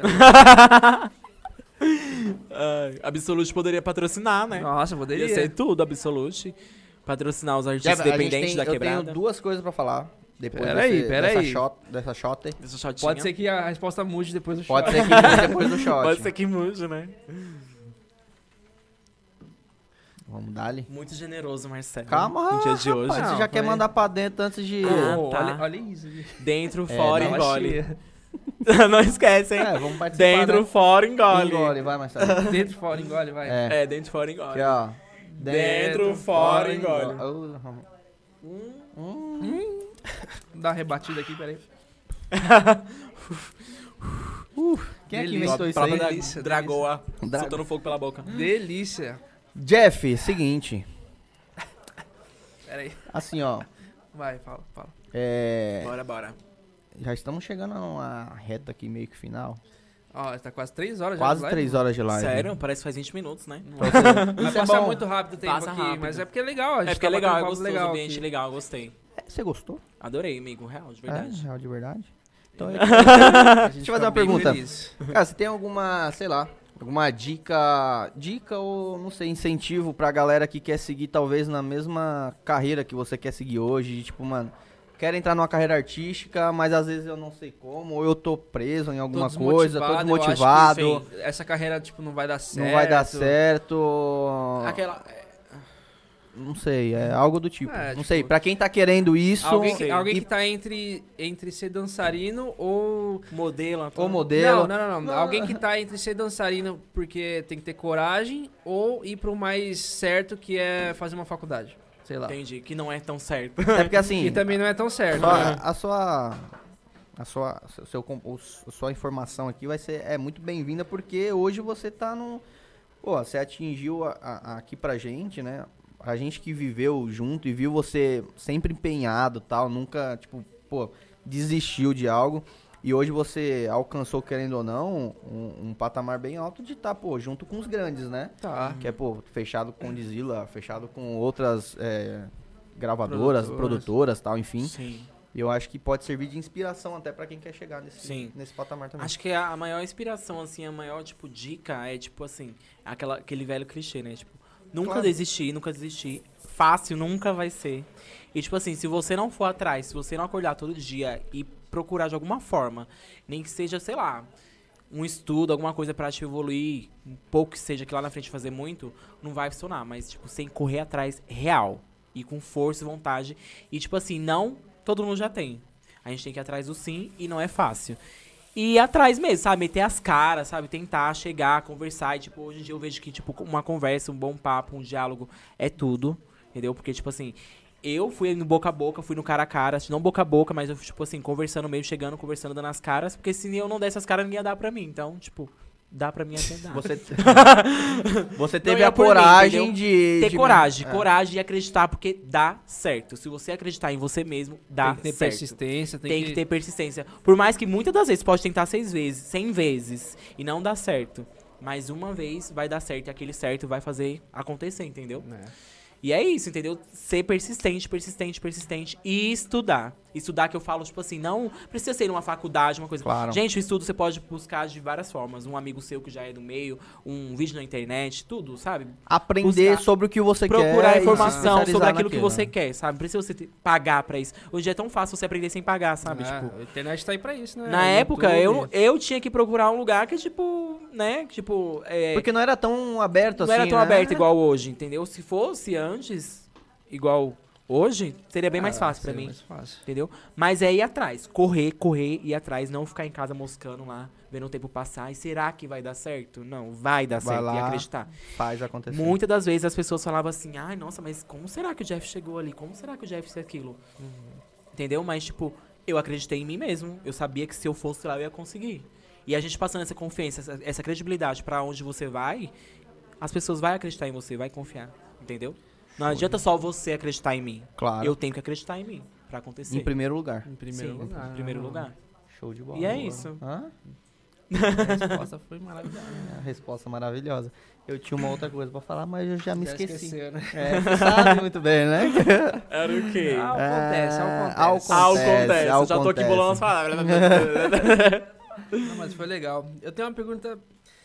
Ai, Absolute poderia patrocinar, né? Nossa, poderia. Ia ser tudo, Absolute. Patrocinar os artistas Jeff, a gente dependentes tem- da eu quebrada. tenho duas coisas pra falar. Depois Pera desse, aí, pera dessa aí. Shot, dessa shot. Essa shotinha. Pode ser que a resposta mude depois do shot. Pode ser que mude depois do shot. Pode ser que mude, né? Vamos dar ali. Muito generoso, Marcelo. Calma, No dia de hoje. rapaz, você Não, já quer foi- mandar pra dentro antes de... Ah, Ô, tá. olha, olha isso. aqui. Dentro, É, fora, dá uma engole. Não esquece, hein? É, vamos participar, Dentro, né? fora, engole. Engole, vai, Marcelo. Dentro, fora, engole, vai. É. É, dentro, fora, engole. Aqui, ó. Dentro, fora, engole. Oh, Dá uma rebatida aqui, peraí. Quem é que Delícia. inventou isso Própria aí? da delícia, dragoa. Drago. Soltando fogo pela boca. Delícia. Jeff, seguinte. Peraí. Assim, ó. Vai, fala, fala. É, Bora, bora. já estamos chegando a uma reta aqui meio que final. Ó, tá quase três horas já. Quase de live, três mano. horas de live. Sério? Parece que faz vinte minutos, né? Pra você- Vai Isso é passar bom. muito rápido o tempo Passa aqui, rápido. mas é porque é legal. A gente É porque é tá legal, é batendo um papo gostoso, legal ambiente aqui. legal, gostei. É, você gostou? Adorei, amigo, real, de verdade. É, real de verdade. Então, A eu- gente Deixa eu fazer fica uma bem pergunta. feliz. Cara, você tem alguma, sei lá, alguma dica, dica ou, não sei, incentivo pra galera que quer seguir talvez na mesma carreira que você quer seguir hoje? Tipo, mano, quero entrar numa carreira artística, mas às vezes eu não sei como, ou eu tô preso em alguma Tô coisa, tô desmotivado, eu acho desmotivado, que, sim, essa carreira, tipo, não vai dar certo. não vai dar certo. Aquela... Não sei, é algo do tipo. É, não tipo, sei, pra quem tá querendo isso, Alguém, Sei. que, alguém e- que tá entre, entre ser dançarino ou... Modelo, ou modelo. Não, não, não, não. Não. Alguém que tá entre ser dançarino porque tem que ter coragem ou ir pro mais certo, que é fazer uma faculdade. Sei lá. Entendi, que não é tão certo. É porque assim, Que também não é tão certo. só- né? a sua a sua seu, seu com- o- a sua informação aqui vai ser é muito bem-vinda porque hoje você tá no pô, você atingiu a, a- aqui pra gente, né? A gente que viveu junto e viu você sempre empenhado, tal, nunca, tipo, pô, desistiu de algo. E hoje você alcançou, querendo ou não, um, um patamar bem alto de estar, pô, junto com os grandes, né? Tá. Que é, pô, fechado com Dizila, fechado com outras é, gravadoras, Produtoras. produtoras, tal, enfim. Sim. E eu acho que pode servir de inspiração até pra quem quer chegar nesse, Sim. nesse patamar também. Acho que a a maior inspiração, assim, a maior, tipo, dica é, tipo, assim, aquela, aquele velho clichê, né? Tipo, nunca Claro. desistir, nunca desistir. Fácil nunca vai ser. E, tipo assim, se você não for atrás, se você não acordar todo dia e procurar de alguma forma, nem que seja, sei lá, um estudo, alguma coisa pra te evoluir, um pouco que seja, que lá na frente fazer muito, não vai funcionar. Mas, tipo, sem correr atrás real. E com força e vontade. E, tipo assim, não todo mundo já tem. A gente tem que ir atrás do sim e não é fácil. E ir atrás mesmo, sabe? Meter as caras, sabe? Tentar chegar, conversar. E, tipo, hoje em dia eu vejo que, tipo, uma conversa, um bom papo, um diálogo é tudo. Entendeu? Porque, tipo assim, eu fui no boca a boca, fui no cara a cara. Não boca a boca, mas eu, tipo assim, conversando mesmo, chegando, conversando, dando as caras. Porque se eu não desse as caras, ninguém ia dar pra mim. Então, tipo, dá pra mim até dar. Você, você teve Não, é a por mim, coragem entendeu? de... Ter de- coragem, é. coragem e acreditar, porque dá certo. Se você acreditar em você mesmo, dá Tem que ter certo. persistência, tem, Tem que ter persistência. Por mais que muitas das vezes pode tentar seis vezes, cem vezes e não dá certo. Mas uma vez vai dar certo e aquele certo vai fazer acontecer, entendeu? É. E é isso, entendeu? Ser persistente, persistente, persistente e estudar. Estudar que eu falo, tipo assim, não precisa ser numa faculdade, uma coisa. Claro. Gente, o estudo você pode buscar de várias formas. Um amigo seu que já é do meio, um vídeo na internet, tudo, sabe? Aprender buscar- sobre o que você quer. Procurar e se informação especializar sobre aquilo que naquilo, você né? quer, sabe? Não precisa você ter- pagar pra isso. Hoje é tão fácil você aprender sem pagar, sabe? É, Tipo, a internet tá aí pra isso, né? na O época, eu, YouTube. eu tinha que procurar um lugar que, tipo, né? Tipo, é, Porque não era tão aberto não assim, era tão né? aberto igual hoje, entendeu? Se fosse antes, igual hoje, seria bem mais Ah, fácil pra seria mim. mais fácil. Entendeu? Mas é ir atrás. Correr, correr, ir atrás. Não ficar em casa moscando lá, vendo o tempo passar. E será que vai dar certo? Não, vai dar Vai certo. E lá. acreditar. Faz acontecer. Muitas das vezes as pessoas falavam assim, ai, nossa, mas como será que o Jeff chegou ali? Como será que o Jeff fez aquilo? Entendeu? Mas, tipo, eu acreditei em mim mesmo. Eu sabia que se eu fosse lá, eu ia conseguir. E a gente passando essa confiança, essa, essa credibilidade pra onde você vai, as pessoas vão acreditar em você, vai confiar. Entendeu? Não adianta só você acreditar em mim. Claro. Eu tenho que acreditar em mim pra acontecer. Em primeiro lugar. Em primeiro Sim, lugar. Em primeiro lugar. Show de bola. E é Boa. isso. Hã? A resposta foi maravilhosa. É, a resposta maravilhosa. Eu tinha uma outra coisa pra falar, mas eu já me Já esqueci. esqueceu, né? É, você sabe muito bem, né? Era o quê? Ah, acontece, É, acontece. ao Ah, acontece, acontece. Eu já tô aqui acontece. bolando as palavras. Não, mas foi legal. Eu tenho uma pergunta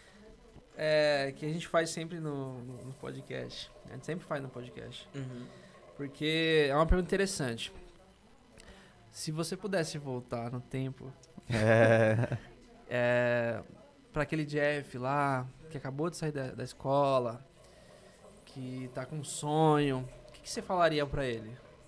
é, que a gente faz sempre no, no- no podcast. A gente sempre faz no podcast. Uhum. Porque é uma pergunta interessante. Se você pudesse voltar no tempo É. é, para aquele Jeff lá, que acabou de sair da, da escola, que tá com um sonho, o que, que você falaria pra ele?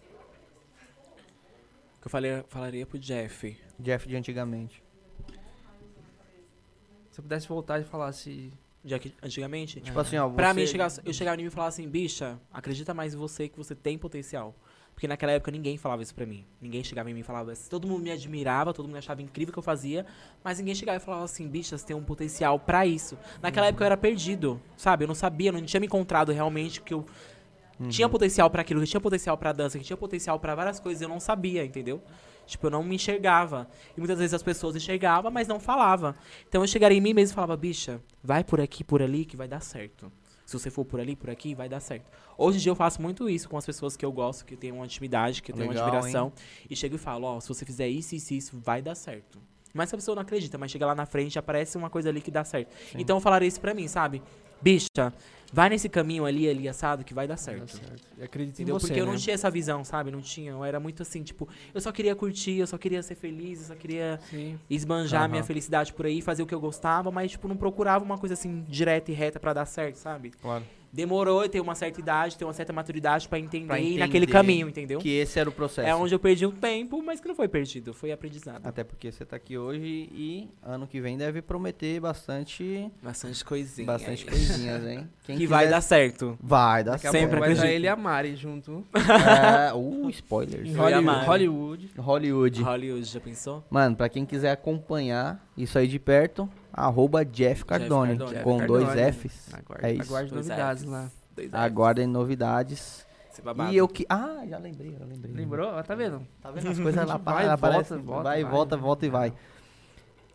O que eu falei, falaria pro Jeff. Jeff de antigamente. Se você pudesse voltar e falasse... Jack, antigamente? Tipo assim, ó. Pra você- mim, chegar, eu chegava em mim e falava assim, bicha, acredita mais em você que você tem potencial. Porque naquela época ninguém falava isso pra mim. Ninguém chegava em mim e falava isso. Todo mundo me admirava, todo mundo achava incrível o que eu fazia, mas ninguém chegava e falava assim, bicha, você tem um potencial pra isso. Naquela época eu era perdido, sabe? Eu não sabia, eu não tinha me encontrado realmente que eu Uhum. tinha potencial pra aquilo, que tinha potencial pra dança, que tinha potencial pra várias coisas, eu não sabia, entendeu? Tipo, eu não me enxergava. E muitas vezes as pessoas enxergavam, mas não falavam. Então eu chegaria em mim mesmo e falava, bicha, vai por aqui, por ali, que vai dar certo. Se você for por ali, por aqui, vai dar certo. Hoje em dia eu faço muito isso com as pessoas que eu gosto, que eu tenho uma intimidade, que eu tenho Legal, uma admiração. E chego e falo, ó, se você fizer isso, isso, isso, vai dar certo. Mas se a pessoa não acredita, mas chega lá na frente, aparece uma coisa ali que dá certo. Sim. Então eu falaria isso pra mim, sabe? Bicha, vai nesse caminho ali, ali, assado, que vai dar certo. Eu acredito em Entendeu? você, Porque eu né? não tinha essa visão, sabe? Não tinha. Eu era muito assim, tipo, eu só queria curtir, eu só queria ser feliz, eu só queria Sim. esbanjar Aham. minha felicidade por aí, fazer o que eu gostava, mas, tipo, não procurava uma coisa assim, direta e reta pra dar certo, sabe? Claro. Demorou eu ter uma certa idade, ter uma certa maturidade pra entender, Pra e ir entender naquele caminho, entendeu? Que esse era o processo. É onde eu perdi um tempo, mas que não foi perdido, foi aprendizado. Até porque você tá aqui hoje e ano que vem deve prometer bastante, Bastante coisinha. bastante aí. coisinhas, hein? Quem Que vai quiser- dar certo. Vai dar Daqui a certo. Sempre pouco vai estar acredito. ele e a Mari junto. É, uh, spoilers. Em Eu e a Hollywood. Mari. Hollywood. Hollywood. Hollywood, já pensou? Mano, pra quem quiser acompanhar isso aí de perto, arroba Jeff Cardone, Cardone. com Jeff dois Cardone. Fs. Aguarde, É isso. aguarde Dois novidades Fs. lá. Dois Aguardem novidades. Esse babado. E eu que... Ah, já lembrei, já lembrei. Lembrou? Ah, tá vendo? Tá vendo as coisas lá? Vai, Para, aparece, volta, volta, vai, vai. volta, volta e vai.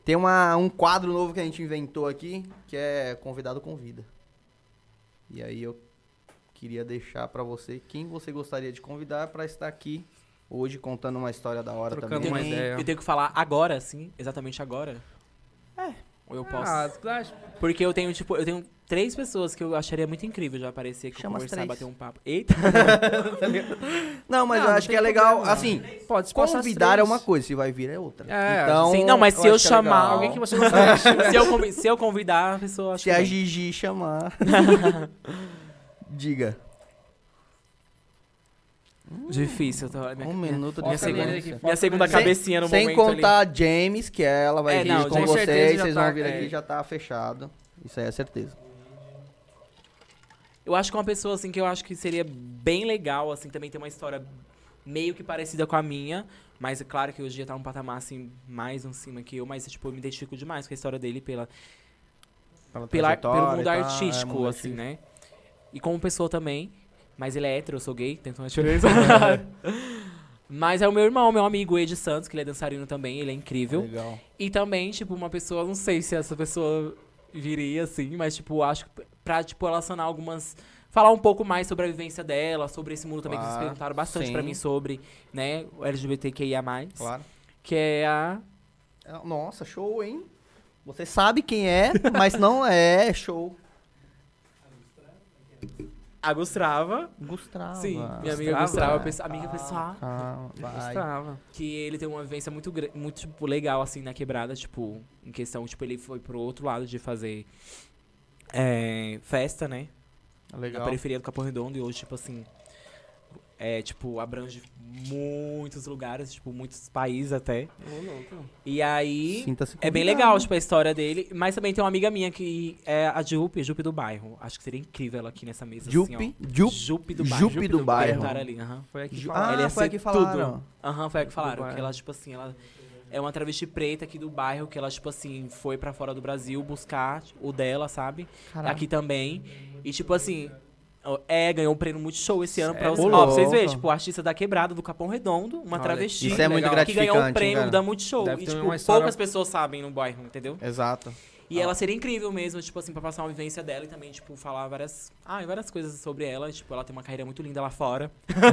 Tem uma, um quadro novo que a gente inventou aqui, que é Convidado Convida. E aí eu queria deixar pra você quem você gostaria de convidar pra estar aqui hoje contando uma história da hora Trocando também. uma Tem- ideia. Eu tenho que falar agora, sim, exatamente agora? É. Ou eu posso? Ah, tu acha? Porque eu tenho, tipo, eu tenho três pessoas que eu acharia muito incrível já aparecer aqui, Chama as conversar, três. bater um papo. Eita! Não, mas Não, eu não acho que tem é legal, problema. assim, Pode se passar as convidar é três. uma coisa, se vai vir é outra. É, então, sim, não, mas se eu acho que é legal. chamar Alguém que você gostaria de se, eu convi- se eu convidar a pessoa, acho Se que a vem. Gigi chamar. Diga. Difícil. Tô, minha, Um minha- minuto de minha, Foca segunda, nele aqui, minha foca segunda nele. cabecinha no Sem momento ali. contar James, que ela vai É, vir não, com com certeza vocês, já vocês tá- vão vir é. aqui, já tá fechado. Isso aí é certeza. Eu acho que uma pessoa, assim, que eu acho que seria bem legal, assim, também tem uma história meio que parecida com a minha, mas é claro que hoje já tá um patamar, assim, mais em cima que eu, mas, tipo, eu me identifico demais com a história dele pela, Pela pela, trajetória pelo e mundo tal, é, artístico, mundo assim, artístico. né? E como pessoa também, mas ele é hétero, eu sou gay, tem uma diferença. Mas é o meu irmão, meu amigo Ed Santos, que ele é dançarino também, ele é incrível. Legal. E também, tipo, uma pessoa, não sei se essa pessoa viria, assim, mas, tipo, acho que pra, tipo, relacionar algumas... Falar um pouco mais sobre a vivência dela, sobre esse mundo também, que vocês Claro, perguntaram bastante pra sim. mim sobre, né, o L G B T Q I A mais, Claro. que é a... É, Nossa, show, hein? Você sabe quem é, mas não é show. A Gustrava. Gustavo. Sim, minha amiga Gustrava? Gustrava, pesso- amiga pessoal. Ah, vai. Gostava. Que ele tem uma vivência muito, gra- muito tipo, legal, assim, na quebrada, tipo, em questão, tipo, ele foi pro outro lado de fazer é, festa, né? Na Legal. periferia do Capão Redondo e hoje, tipo assim, é, tipo, abrange muitos lugares, tipo, muitos países até. Ô, louco. E aí, Sinta-se é bem convidado. legal, tipo, a história dele. Mas também tem uma amiga minha que é a Jupe, Jupe do bairro. Acho que seria incrível ela aqui nessa mesa, Jupe, assim, ó. Jupe, Jupe do bairro. Jupe do bairro. Perguntaram ali, aham. Foi aqui que Ju- falaram. Ah, Ela ia foi ser aqui que falaram. tudo. Aham, foi a que Do falaram. bairro. Que ela, tipo assim, ela é uma travesti preta aqui do bairro, que ela, tipo assim, foi pra fora do Brasil buscar o dela, sabe? Caralho. Aqui também. E, tipo assim, ó, é, ganhou um prêmio muito show esse ano. Pra, Sério? ó, Ô, pra vocês louco. verem, tipo, artista da quebrada do Capão Redondo, uma Olha, travesti. Isso é muito legal. que ganhou um gratificante, prêmio cara. da Multishow. Deve E, ter tipo, uma história- poucas pessoas sabem no bairro, entendeu? Exato. E ela seria incrível mesmo, tipo assim, pra passar uma vivência dela e também, tipo, falar várias, ah, várias coisas sobre ela. Tipo, ela tem uma carreira muito linda lá fora.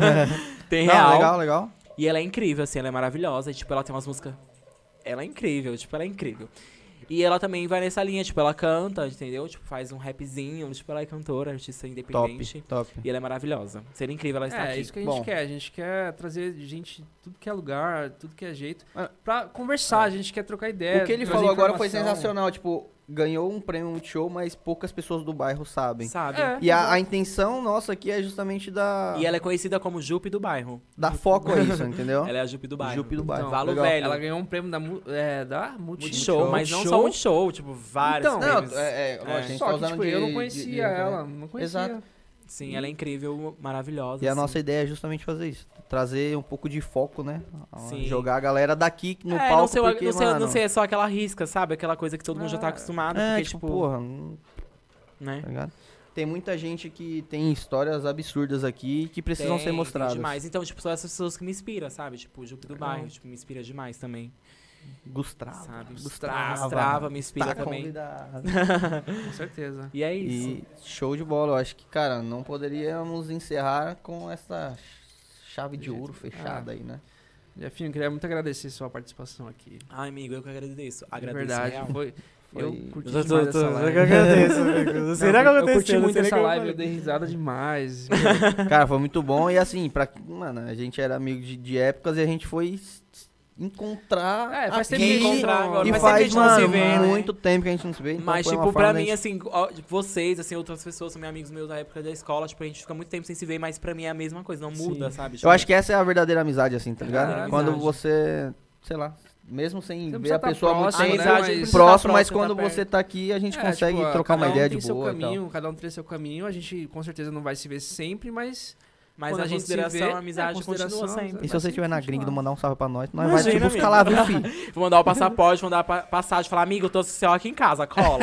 Tem Não, real. legal, legal. E ela é incrível, assim, ela é maravilhosa. E, tipo, ela tem umas músicas... Ela é incrível, tipo, ela é incrível. E ela também vai nessa linha, tipo, ela canta, entendeu? Tipo, faz um rapzinho, tipo, ela é cantora, artista independente. Top, top. E ela é maravilhosa. Seria incrível ela estar É, aqui. isso que a gente Bom. quer. A gente quer trazer gente de tudo que é lugar, tudo que é jeito, Ah. pra conversar. A gente quer trocar ideia. O que ele trazer falou agora foi informação. sensacional. Tipo, ganhou um prêmio Multishow, mas poucas pessoas do bairro sabem. Sabe? É. E a, a intenção nossa aqui é justamente dar, E ela é conhecida como Jupe do bairro. dar foco a isso, entendeu? Ela é a Jupe do bairro. Jupe do bairro. Então, Valo legal. Velho. Ela ganhou um prêmio da, mu- é, da Multi- Multishow, mas não só Multishow. Multishow, tipo, vários Então, Não, prêmios. é, é, lógico, a gente Só tá que, usando tipo, de- eu não de- conhecia de- ela, não conhecia. Exato. Sim, ela é incrível, maravilhosa. E a assim. nossa ideia é justamente fazer isso. Trazer um pouco de foco, né? Sim. Jogar a galera daqui no é, palco, não ser, porque, não, ser, mano... não ser só aquela risca, sabe? Aquela coisa que todo mundo já tá Ah, acostumado. É, porque, tipo, tipo, porra, não- né? tá ligado? Tem muita gente que tem histórias absurdas aqui que precisam Tem, ser tem mostradas. demais. Então, tipo, são essas pessoas que me inspiram, sabe? Tipo, o Jupe do Legal. bairro, tipo, me inspira demais também. Gustrava. Sabe? Gustrava. Gustrava me inspira Tá também. convidado. Com certeza. E é isso. E show de bola. Eu acho que, cara, não poderíamos encerrar com essa chave de ouro fechada Ah. aí, né? Jefinho, queria muito agradecer sua participação aqui. Ai, amigo, eu que agradeço. De Agradeço, verdade, real. foi... Eu Foi- curti Eu tô- demais tô- essa eu live. que agradeço, amigo. Não Não, sei nem o que eu aconteceu. curti não muito sei nem essa como live, foi. eu dei risada demais. Cara, foi muito bom. E assim, pra, mano, a gente era amigo de, de épocas e a gente foi s- s- encontrar É, faz aqui. tempo que a gente encontrar não- agora, E faz faz, tempo que a gente não se mano, vê, né? muito tempo que a gente não se vê. Então Mas, foi uma tipo, forma pra da mim, gente- assim, ó, vocês, assim, outras pessoas são meus amigos meus da época da escola, tipo, a gente fica muito tempo sem se ver, mas pra mim é a mesma coisa, não muda, Sim. sabe? Eu acho que essa é a verdadeira amizade, assim, tá ligado? Verdadeira Quando amizade. você, sei lá, mesmo sem Você não ver precisa a tá pessoa há muito próximo, tempo, né, amizade mas- precisa próximo, tá mas próximo, quando tá você perto. tá aqui, a gente É, consegue tipo, trocar uma cada um ideia tem de seu boa e tal. caminho, cada um tem seu caminho, a gente com certeza não vai se ver sempre, mas Mas quando a a gente se consideração, vê, a amizade é, consideração, continua sempre. E se você estiver na gringa e não mandar um salve pra nós, nós Imagina, vai te buscar lá, amigo. viu, filho? Vou mandar o passaporte, vou mandar a pa- passagem, falar, amigo, eu tô social aqui em casa, cola.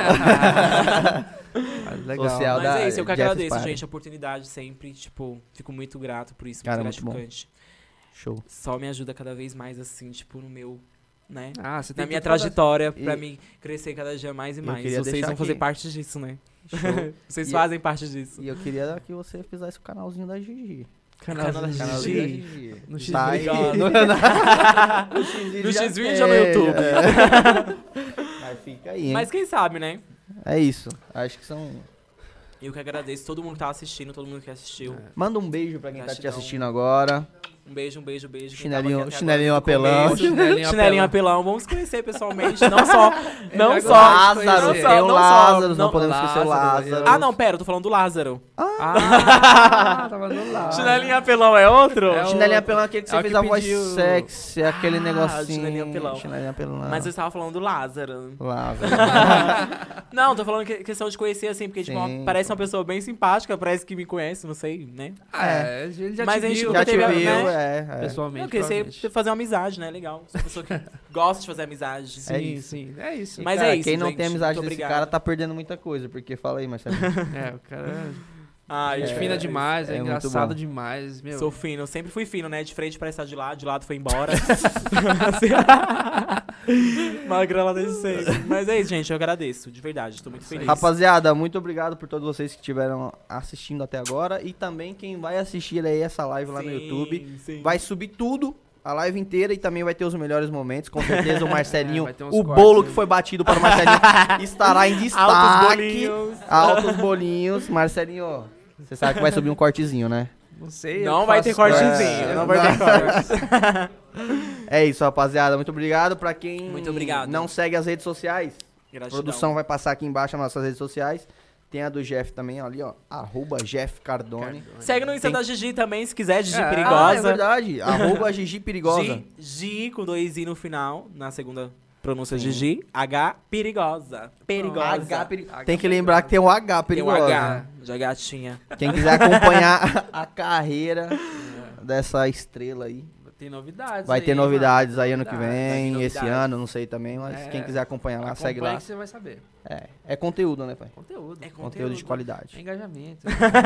Legal. Social Mas da é isso, eu que Jeff agradeço, Spire. gente, a oportunidade sempre, tipo, fico muito grato por isso, Cara, muito muito bom. gratificante. Show. Só me ajuda cada vez mais, assim, tipo, no meu né? Ah, você tem Na minha tudo pra dar- trajetória, pra E- mim crescer cada dia mais e Eu mais. queria Vocês deixar vão fazer aqui. parte disso, né? Show. Vocês E- fazem parte disso. E eu queria que você fizesse o canalzinho da Gigi. Canal da Canalzinho da Gigi. Gigi. No Tá aí. X-Video. No, No X-Video ou no YouTube? Mas fica aí, hein? Mas quem sabe, né? É isso. Acho que são... Eu que agradeço todo mundo que tá assistindo, todo mundo que assistiu. Manda um beijo pra quem tá te Gratidão. assistindo agora. Um beijo, um beijo, um beijo. Quem Chinelinho- tava aqui até chinelinho agora desde o apelão. começo. Chinelinho Chinelinho apelão. apelão. Vamos se conhecer pessoalmente. Não só. Não já só. gosto de Lázaro, conhecer. tem o Não só- Lázaro, não, não- podemos esquecer o Lázaro, Lázaro. Ah, não, pera, eu tô falando do Lázaro. Ah, tava no lado. Chinelinho apelão é outro? É o- Chinelinho apelão é aquele que é você o fez que a voz pediu- sexy, aquele Ah, negocinho. chinelinho apelão. Chinelinho apelão. Mas eu estava falando do Lázaro. Lázaro. Não, tô falando que questão de conhecer, assim, porque, tipo, Sim. uma- parece uma pessoa bem simpática, parece que me conhece, não sei, né? Ah, é, ele já Mas te a gente viu, nunca Já te teve a- viu, né? é. é. pessoalmente. Eu queria provavelmente. fazer uma amizade, né? Legal. Sou uma pessoa que gosta de fazer amizade. Sim, É isso. sim, é isso. Mas Cara, é isso, quem não gente. tem amizade Muito desse obrigado. cara tá perdendo muita coisa, porque fala aí, Marcelo. É, o cara Ai, é gente É, fina demais, é, é muito engraçado bom. demais, meu. Sou fino, sempre fui fino, né? De frente parece estar de lado, de lado foi embora. Magrela desde sempre. Mas é isso, gente, eu agradeço, de verdade, tô muito feliz. Rapaziada, muito obrigado por todos vocês que estiveram assistindo até agora. E também quem vai assistir aí essa live lá no Sim, YouTube. sim. Vai subir tudo, a live inteira, e também vai ter os melhores momentos. Com certeza o Marcelinho, É, vai ter uns o cortes, bolo né? que foi batido para o Marcelinho estará em Altos destaque. bolinhos. Altos bolinhos. Marcelinho, você sabe que vai subir um cortezinho, né? Não sei. Não eu vai faço ter cortezinho, É, não vai não. ter corte. É isso, rapaziada. Muito obrigado. Pra quem Muito obrigado. não segue as redes sociais, a Gratidão. produção vai passar aqui embaixo as nossas redes sociais. Tem a do Jeff também, ó, ali, ó. Arroba Jeff Cardone. Segue no Insta Tem- da Gigi também, se quiser, Gigi É. Ah, é Perigosa. verdade. Arroba Gigi Perigosa. Gi, Gi com dois I no final, na segunda pronúncia Gigi. H Perigosa. Perigosa. H peri- H Tem que lembrar que tem um H Tem um perigosa. H, já gatinha. Quem quiser acompanhar a carreira dessa estrela aí. Tem novidades. Vai aí, ter mano. novidades aí ano que Novidades. vem, vai vir esse novidades. ano, não sei também, mas É. quem quiser acompanhar lá, segue Acompanha lá. que você vai saber. É, é conteúdo, né, pai? Conteúdo. É Conteúdo, conteúdo. de qualidade. É engajamento.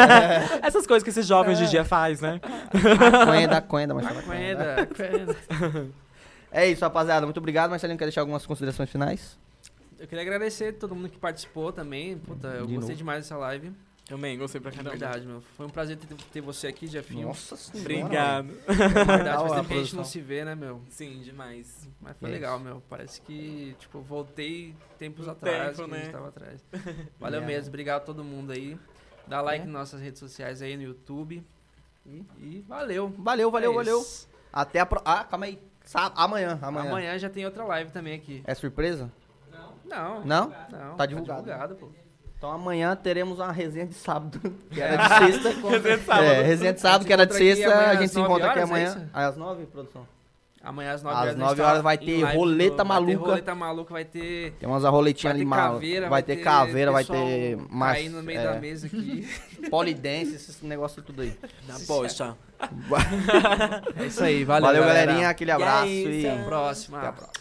Essas coisas que esses jovens de dia faz, né? Coenda, coenda, Marcelo. Aquenda, aquenda. É isso, rapaziada. Muito obrigado. Marcelinho, quer deixar algumas considerações finais? Eu queria agradecer a todo mundo que participou também. Puta, eu De gostei novo. demais dessa live. Também, gostei pra De caramba. verdade, meu. Foi um prazer ter, ter você aqui, Jefinho. Nossa senhora. Obrigado. De verdade, Da faz hora, tempo que a gente produção. não se vê, né, meu? Sim, demais. Mas foi Yes. legal, meu. Parece que, tipo, voltei tempos Um atrás, tempo, que a gente né? tava atrás. Valeu Yeah. mesmo. Obrigado a todo mundo aí. Dá like É. nas nossas redes sociais aí no YouTube. E, e valeu. Valeu, valeu, É valeu. isso. Até a pro... Ah, calma aí. Sá- Amanhã, amanhã. Amanhã já tem outra live também aqui. É surpresa? Não. Não? Não. Tá divulgado. divulgado, pô. Então amanhã teremos uma resenha de sábado, que era de sexta. Resenha de sábado. É, resenha de sábado, que era de encontra aqui sexta. amanhã A às gente se nove encontra aqui horas, é amanhã. isso? Às nove, produção? Amanhã às nove Às horas. a gente nove tá horas vai em ter live roleta do- Vai ter maluca. roleta maluca, vai ter... Tem umas roletinhas Vai ali ter mal. caveira, Vai ter caveira, vai pessoal ter cair no meio é, da mesa aqui. polidense, esses negócios tudo aí. Na posta. É isso aí, valeu, Valeu, galera. galerinha. Aquele abraço E é e isso. Até a próxima. até a próxima.